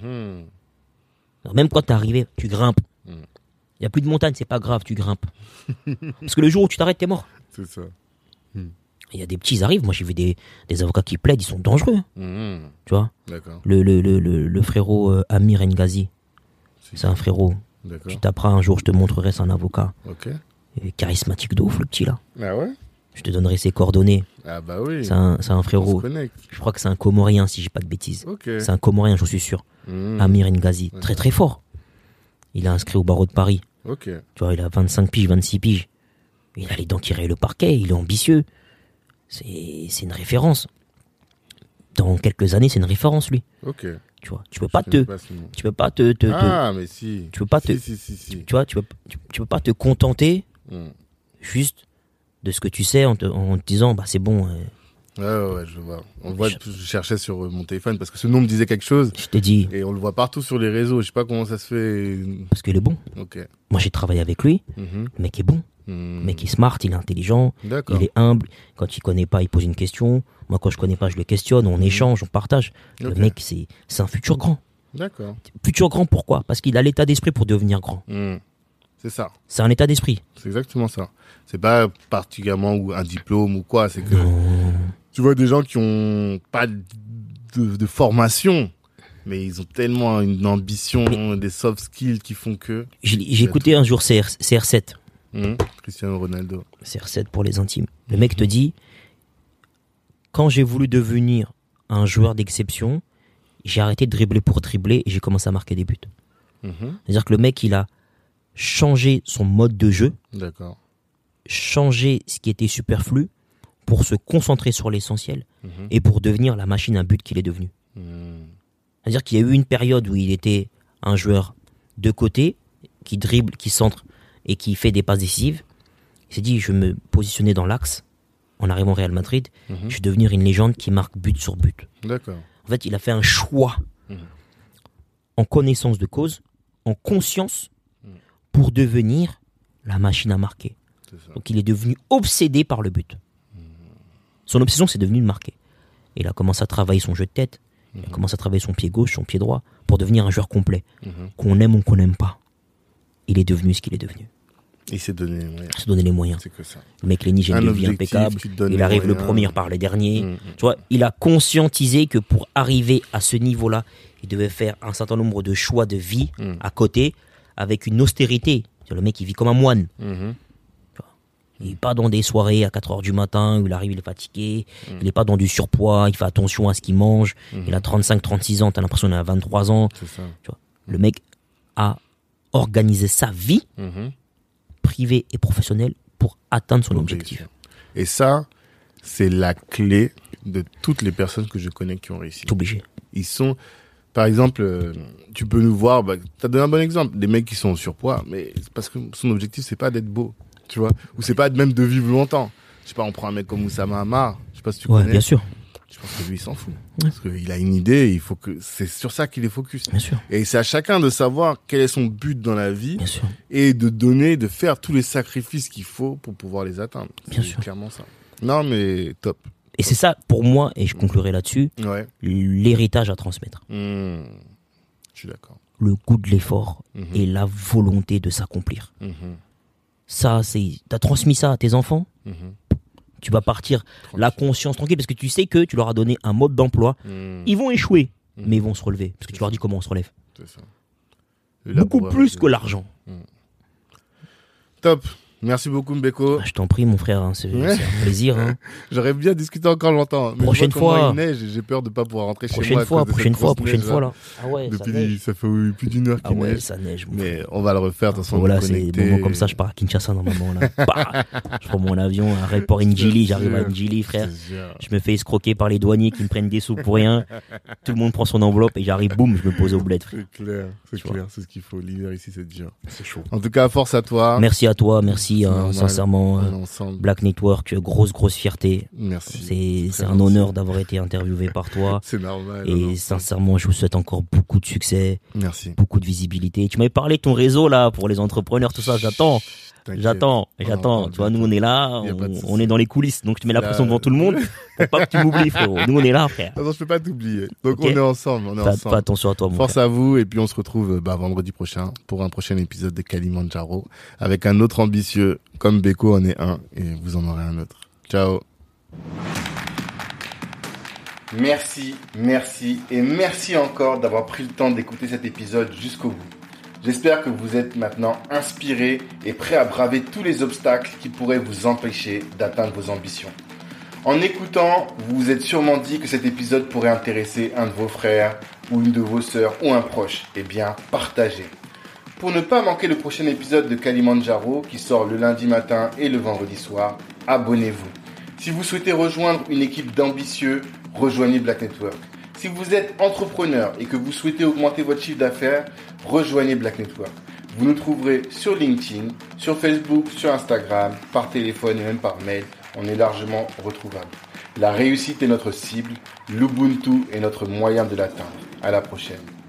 B: Alors même quand t'es arrivé, tu grimpes. Il n'y a plus de montagne, c'est pas grave, tu grimpes. Parce que le jour où tu t'arrêtes, t'es mort.
A: C'est ça.
B: Il y a des petits, ils arrivent. Moi, j'ai vu des avocats qui plaident, ils sont dangereux. Tu vois?
A: D'accord.
B: Le frérot Amir Ngazi, c'est un frérot.
A: D'accord.
B: Tu taperas un jour, je te montrerai, c'est un avocat.
A: Ok.
B: Et charismatique de ouf, le petit là.
A: Ah ouais?
B: Je te donnerai ses coordonnées.
A: Ah bah oui.
B: C'est un
A: On
B: frérot.
A: se connecte.
B: Je crois que c'est un Comorien, si j'ai pas de bêtises.
A: Ok.
B: C'est un Comorien, j'en suis sûr. Amir Ngazi, très très fort. Il est inscrit au barreau de Paris.
A: Ok.
B: Tu vois, il a 25 piges, 26 piges. Il a les dents qui rayent le parquet, il est ambitieux. C'est une référence. Dans quelques années, c'est une référence, lui.
A: Ok.
B: Tu vois, tu peux pas te.
A: Ah, mais si.
B: Tu peux pas te.
A: Si.
B: Tu vois, tu peux pas te contenter juste de ce que tu sais en te disant, bah c'est bon.
A: Ouais, je vois. Je cherchais sur mon téléphone parce que ce nom me disait quelque chose.
B: Je t'ai dit.
A: Et on le voit partout sur les réseaux. Je sais pas comment ça se fait.
B: Parce qu'il est bon.
A: Ok.
B: Moi, j'ai travaillé avec lui. Le mec est bon. Le mec est smart, il est intelligent.
A: D'accord.
B: Il est humble. Quand il connaît pas, il pose une question. Moi, quand je connais pas, je le questionne. On échange, on partage. Le mec, c'est un futur grand.
A: D'accord.
B: Futur grand, pourquoi? Parce qu'il a l'état d'esprit pour devenir grand.
A: C'est ça.
B: C'est un état d'esprit.
A: C'est exactement ça. C'est pas particulièrement un diplôme ou quoi. C'est que tu vois des gens qui ont pas de formation, mais ils ont tellement une ambition, des soft skills qui font que.
B: J'ai écouté un jour CR7.
A: Cristiano Ronaldo.
B: CR7 pour les intimes. Le mec te dit, quand j'ai voulu devenir un joueur d'exception, j'ai arrêté de dribbler pour dribbler et j'ai commencé à marquer des buts. C'est-à-dire que le mec, il a changé son mode de jeu.
A: D'accord.
B: Changé ce qui était superflu pour se concentrer sur l'essentiel et pour devenir la machine à but qu'il est devenu. C'est-à-dire qu'il y a eu une période où il était un joueur de côté, qui dribble, qui centre et qui fait des passes décisives. Il s'est dit, je vais me positionner dans l'axe en arrivant au Real Madrid. Je vais devenir une légende qui marque but sur but.
A: D'accord.
B: En fait, il a fait un choix en connaissance de cause, en conscience, pour devenir la machine à marquer. Donc il est devenu obsédé par le but. Son obsession, c'est devenu de marquer. Et il a commencé à travailler son jeu de tête. Il a commencé à travailler son pied gauche, son pied droit, pour devenir un joueur complet. Qu'on aime ou qu'on n'aime pas. Il est devenu ce qu'il est devenu.
A: Il s'est donné
B: les moyens.
A: C'est que ça.
B: Le mec, les hygiène de vie impeccable. Il arrive le premier par les derniers. Tu vois, il a conscientisé que pour arriver à ce niveau-là, il devait faire un certain nombre de choix de vie à côté, avec une austérité. Le mec, il vit comme un moine. Il n'est pas dans des soirées à 4h du matin où il arrive, il est fatigué. Il n'est pas dans du surpoids, il fait attention à ce qu'il mange. Il a 35-36 ans, t'as l'impression qu'il a 23 ans.
A: C'est ça.
B: Tu vois, le mec a organisé sa vie, privée et professionnelle, pour atteindre son objectif.
A: Et ça, c'est la clé de toutes les personnes que je connais qui ont réussi.
B: T'es obligé.
A: Ils sont, par exemple, tu peux nous voir, t'as donné un bon exemple, des mecs qui sont au surpoids, mais c'est parce que son objectif, c'est pas d'être beau. Tu vois, ou c'est pas même de vivre longtemps. Je sais pas, on prend un mec comme Oussama Hamar, je sais pas si tu connais.
B: Bien sûr.
A: Je pense que lui, il s'en fout. Parce qu'il a une idée, c'est sur ça qu'il est focus.
B: Bien sûr.
A: Et c'est à chacun de savoir quel est son but dans la vie.
B: Bien sûr.
A: Et de faire tous les sacrifices qu'il faut pour pouvoir les atteindre.
B: Bien
A: c'est
B: sûr.
A: clairement ça. Non, mais top.
B: Et c'est ça, pour moi, et je conclurai là-dessus, l'héritage à transmettre.
A: Je suis d'accord.
B: Le goût de l'effort et la volonté de s'accomplir. Ça, t'as transmis ça à tes enfants. Tu vas partir la conscience tranquille parce que tu sais que tu leur as donné un mode d'emploi. Ils vont échouer, mais ils vont se relever parce que tu leur dis comment on se relève.
A: C'est ça.
B: Beaucoup plus que l'argent.
A: Top. Merci beaucoup, Mbeko.
B: Je t'en prie, mon frère, c'est un plaisir.
A: J'aurais bien discuté encore longtemps. Mais
B: prochaine fois.
A: Il neige, j'ai peur de pas pouvoir rentrer chez
B: moi. Prochaine fois, là. Ah ouais,
A: depuis, ça fait plus d'une heure qu'il neige.
B: Ça neige.
A: Mais on va le refaire de toute façon.
B: Voilà, c'est des moments comme ça, je pars à Kinshasa normalement. Là. Je prends mon avion, un aéroport Njili, j'arrive à Njili, frère. Je me fais escroquer par les douaniers qui me prennent des sous pour rien. Tout le monde prend son enveloppe et j'arrive, boum, je me pose au bled, frère.
A: C'est clair, c'est ce qu'il faut. L'hiver ici, c'est dur.
B: C'est chaud.
A: En tout cas, force à toi.
B: Merci à toi, merci, sincèrement. Black Network, grosse fierté.
A: Merci.
B: C'est un honneur d'avoir été interviewé par toi.
A: C'est normal.
B: Et sincèrement, je vous souhaite encore beaucoup de succès.
A: Merci.
B: Beaucoup de visibilité. Tu m'avais parlé de ton réseau là pour les entrepreneurs, tout ça. J'attends. Tu vois, nous on est là, on est dans les coulisses, donc tu mets la pression devant tout le monde. Faut pas que tu m'oublies, frérot. Nous on est là, frère.
A: Non, je peux pas t'oublier. Donc on est ensemble.
B: Fais attention à toi, mon
A: Force
B: frère.
A: à vous, et puis on se retrouve vendredi prochain pour un prochain épisode de Kalimandjaro avec un autre ambitieux. Comme Beko en est un, et vous en aurez un autre. Ciao. Merci et merci encore d'avoir pris le temps d'écouter cet épisode jusqu'au bout. J'espère que vous êtes maintenant inspiré et prêt à braver tous les obstacles qui pourraient vous empêcher d'atteindre vos ambitions. En écoutant, vous vous êtes sûrement dit que cet épisode pourrait intéresser un de vos frères ou une de vos sœurs ou un proche. Eh bien, partagez. Pour ne pas manquer le prochain épisode de Kalimandjaro qui sort le lundi matin et le vendredi soir, abonnez-vous. Si vous souhaitez rejoindre une équipe d'ambitieux, rejoignez Black Network. Si vous êtes entrepreneur et que vous souhaitez augmenter votre chiffre d'affaires, rejoignez Black Network. Vous nous trouverez sur LinkedIn, sur Facebook, sur Instagram, par téléphone et même par mail. On est largement retrouvable. La réussite est notre cible, l'Ubuntu est notre moyen de l'atteindre. À la prochaine.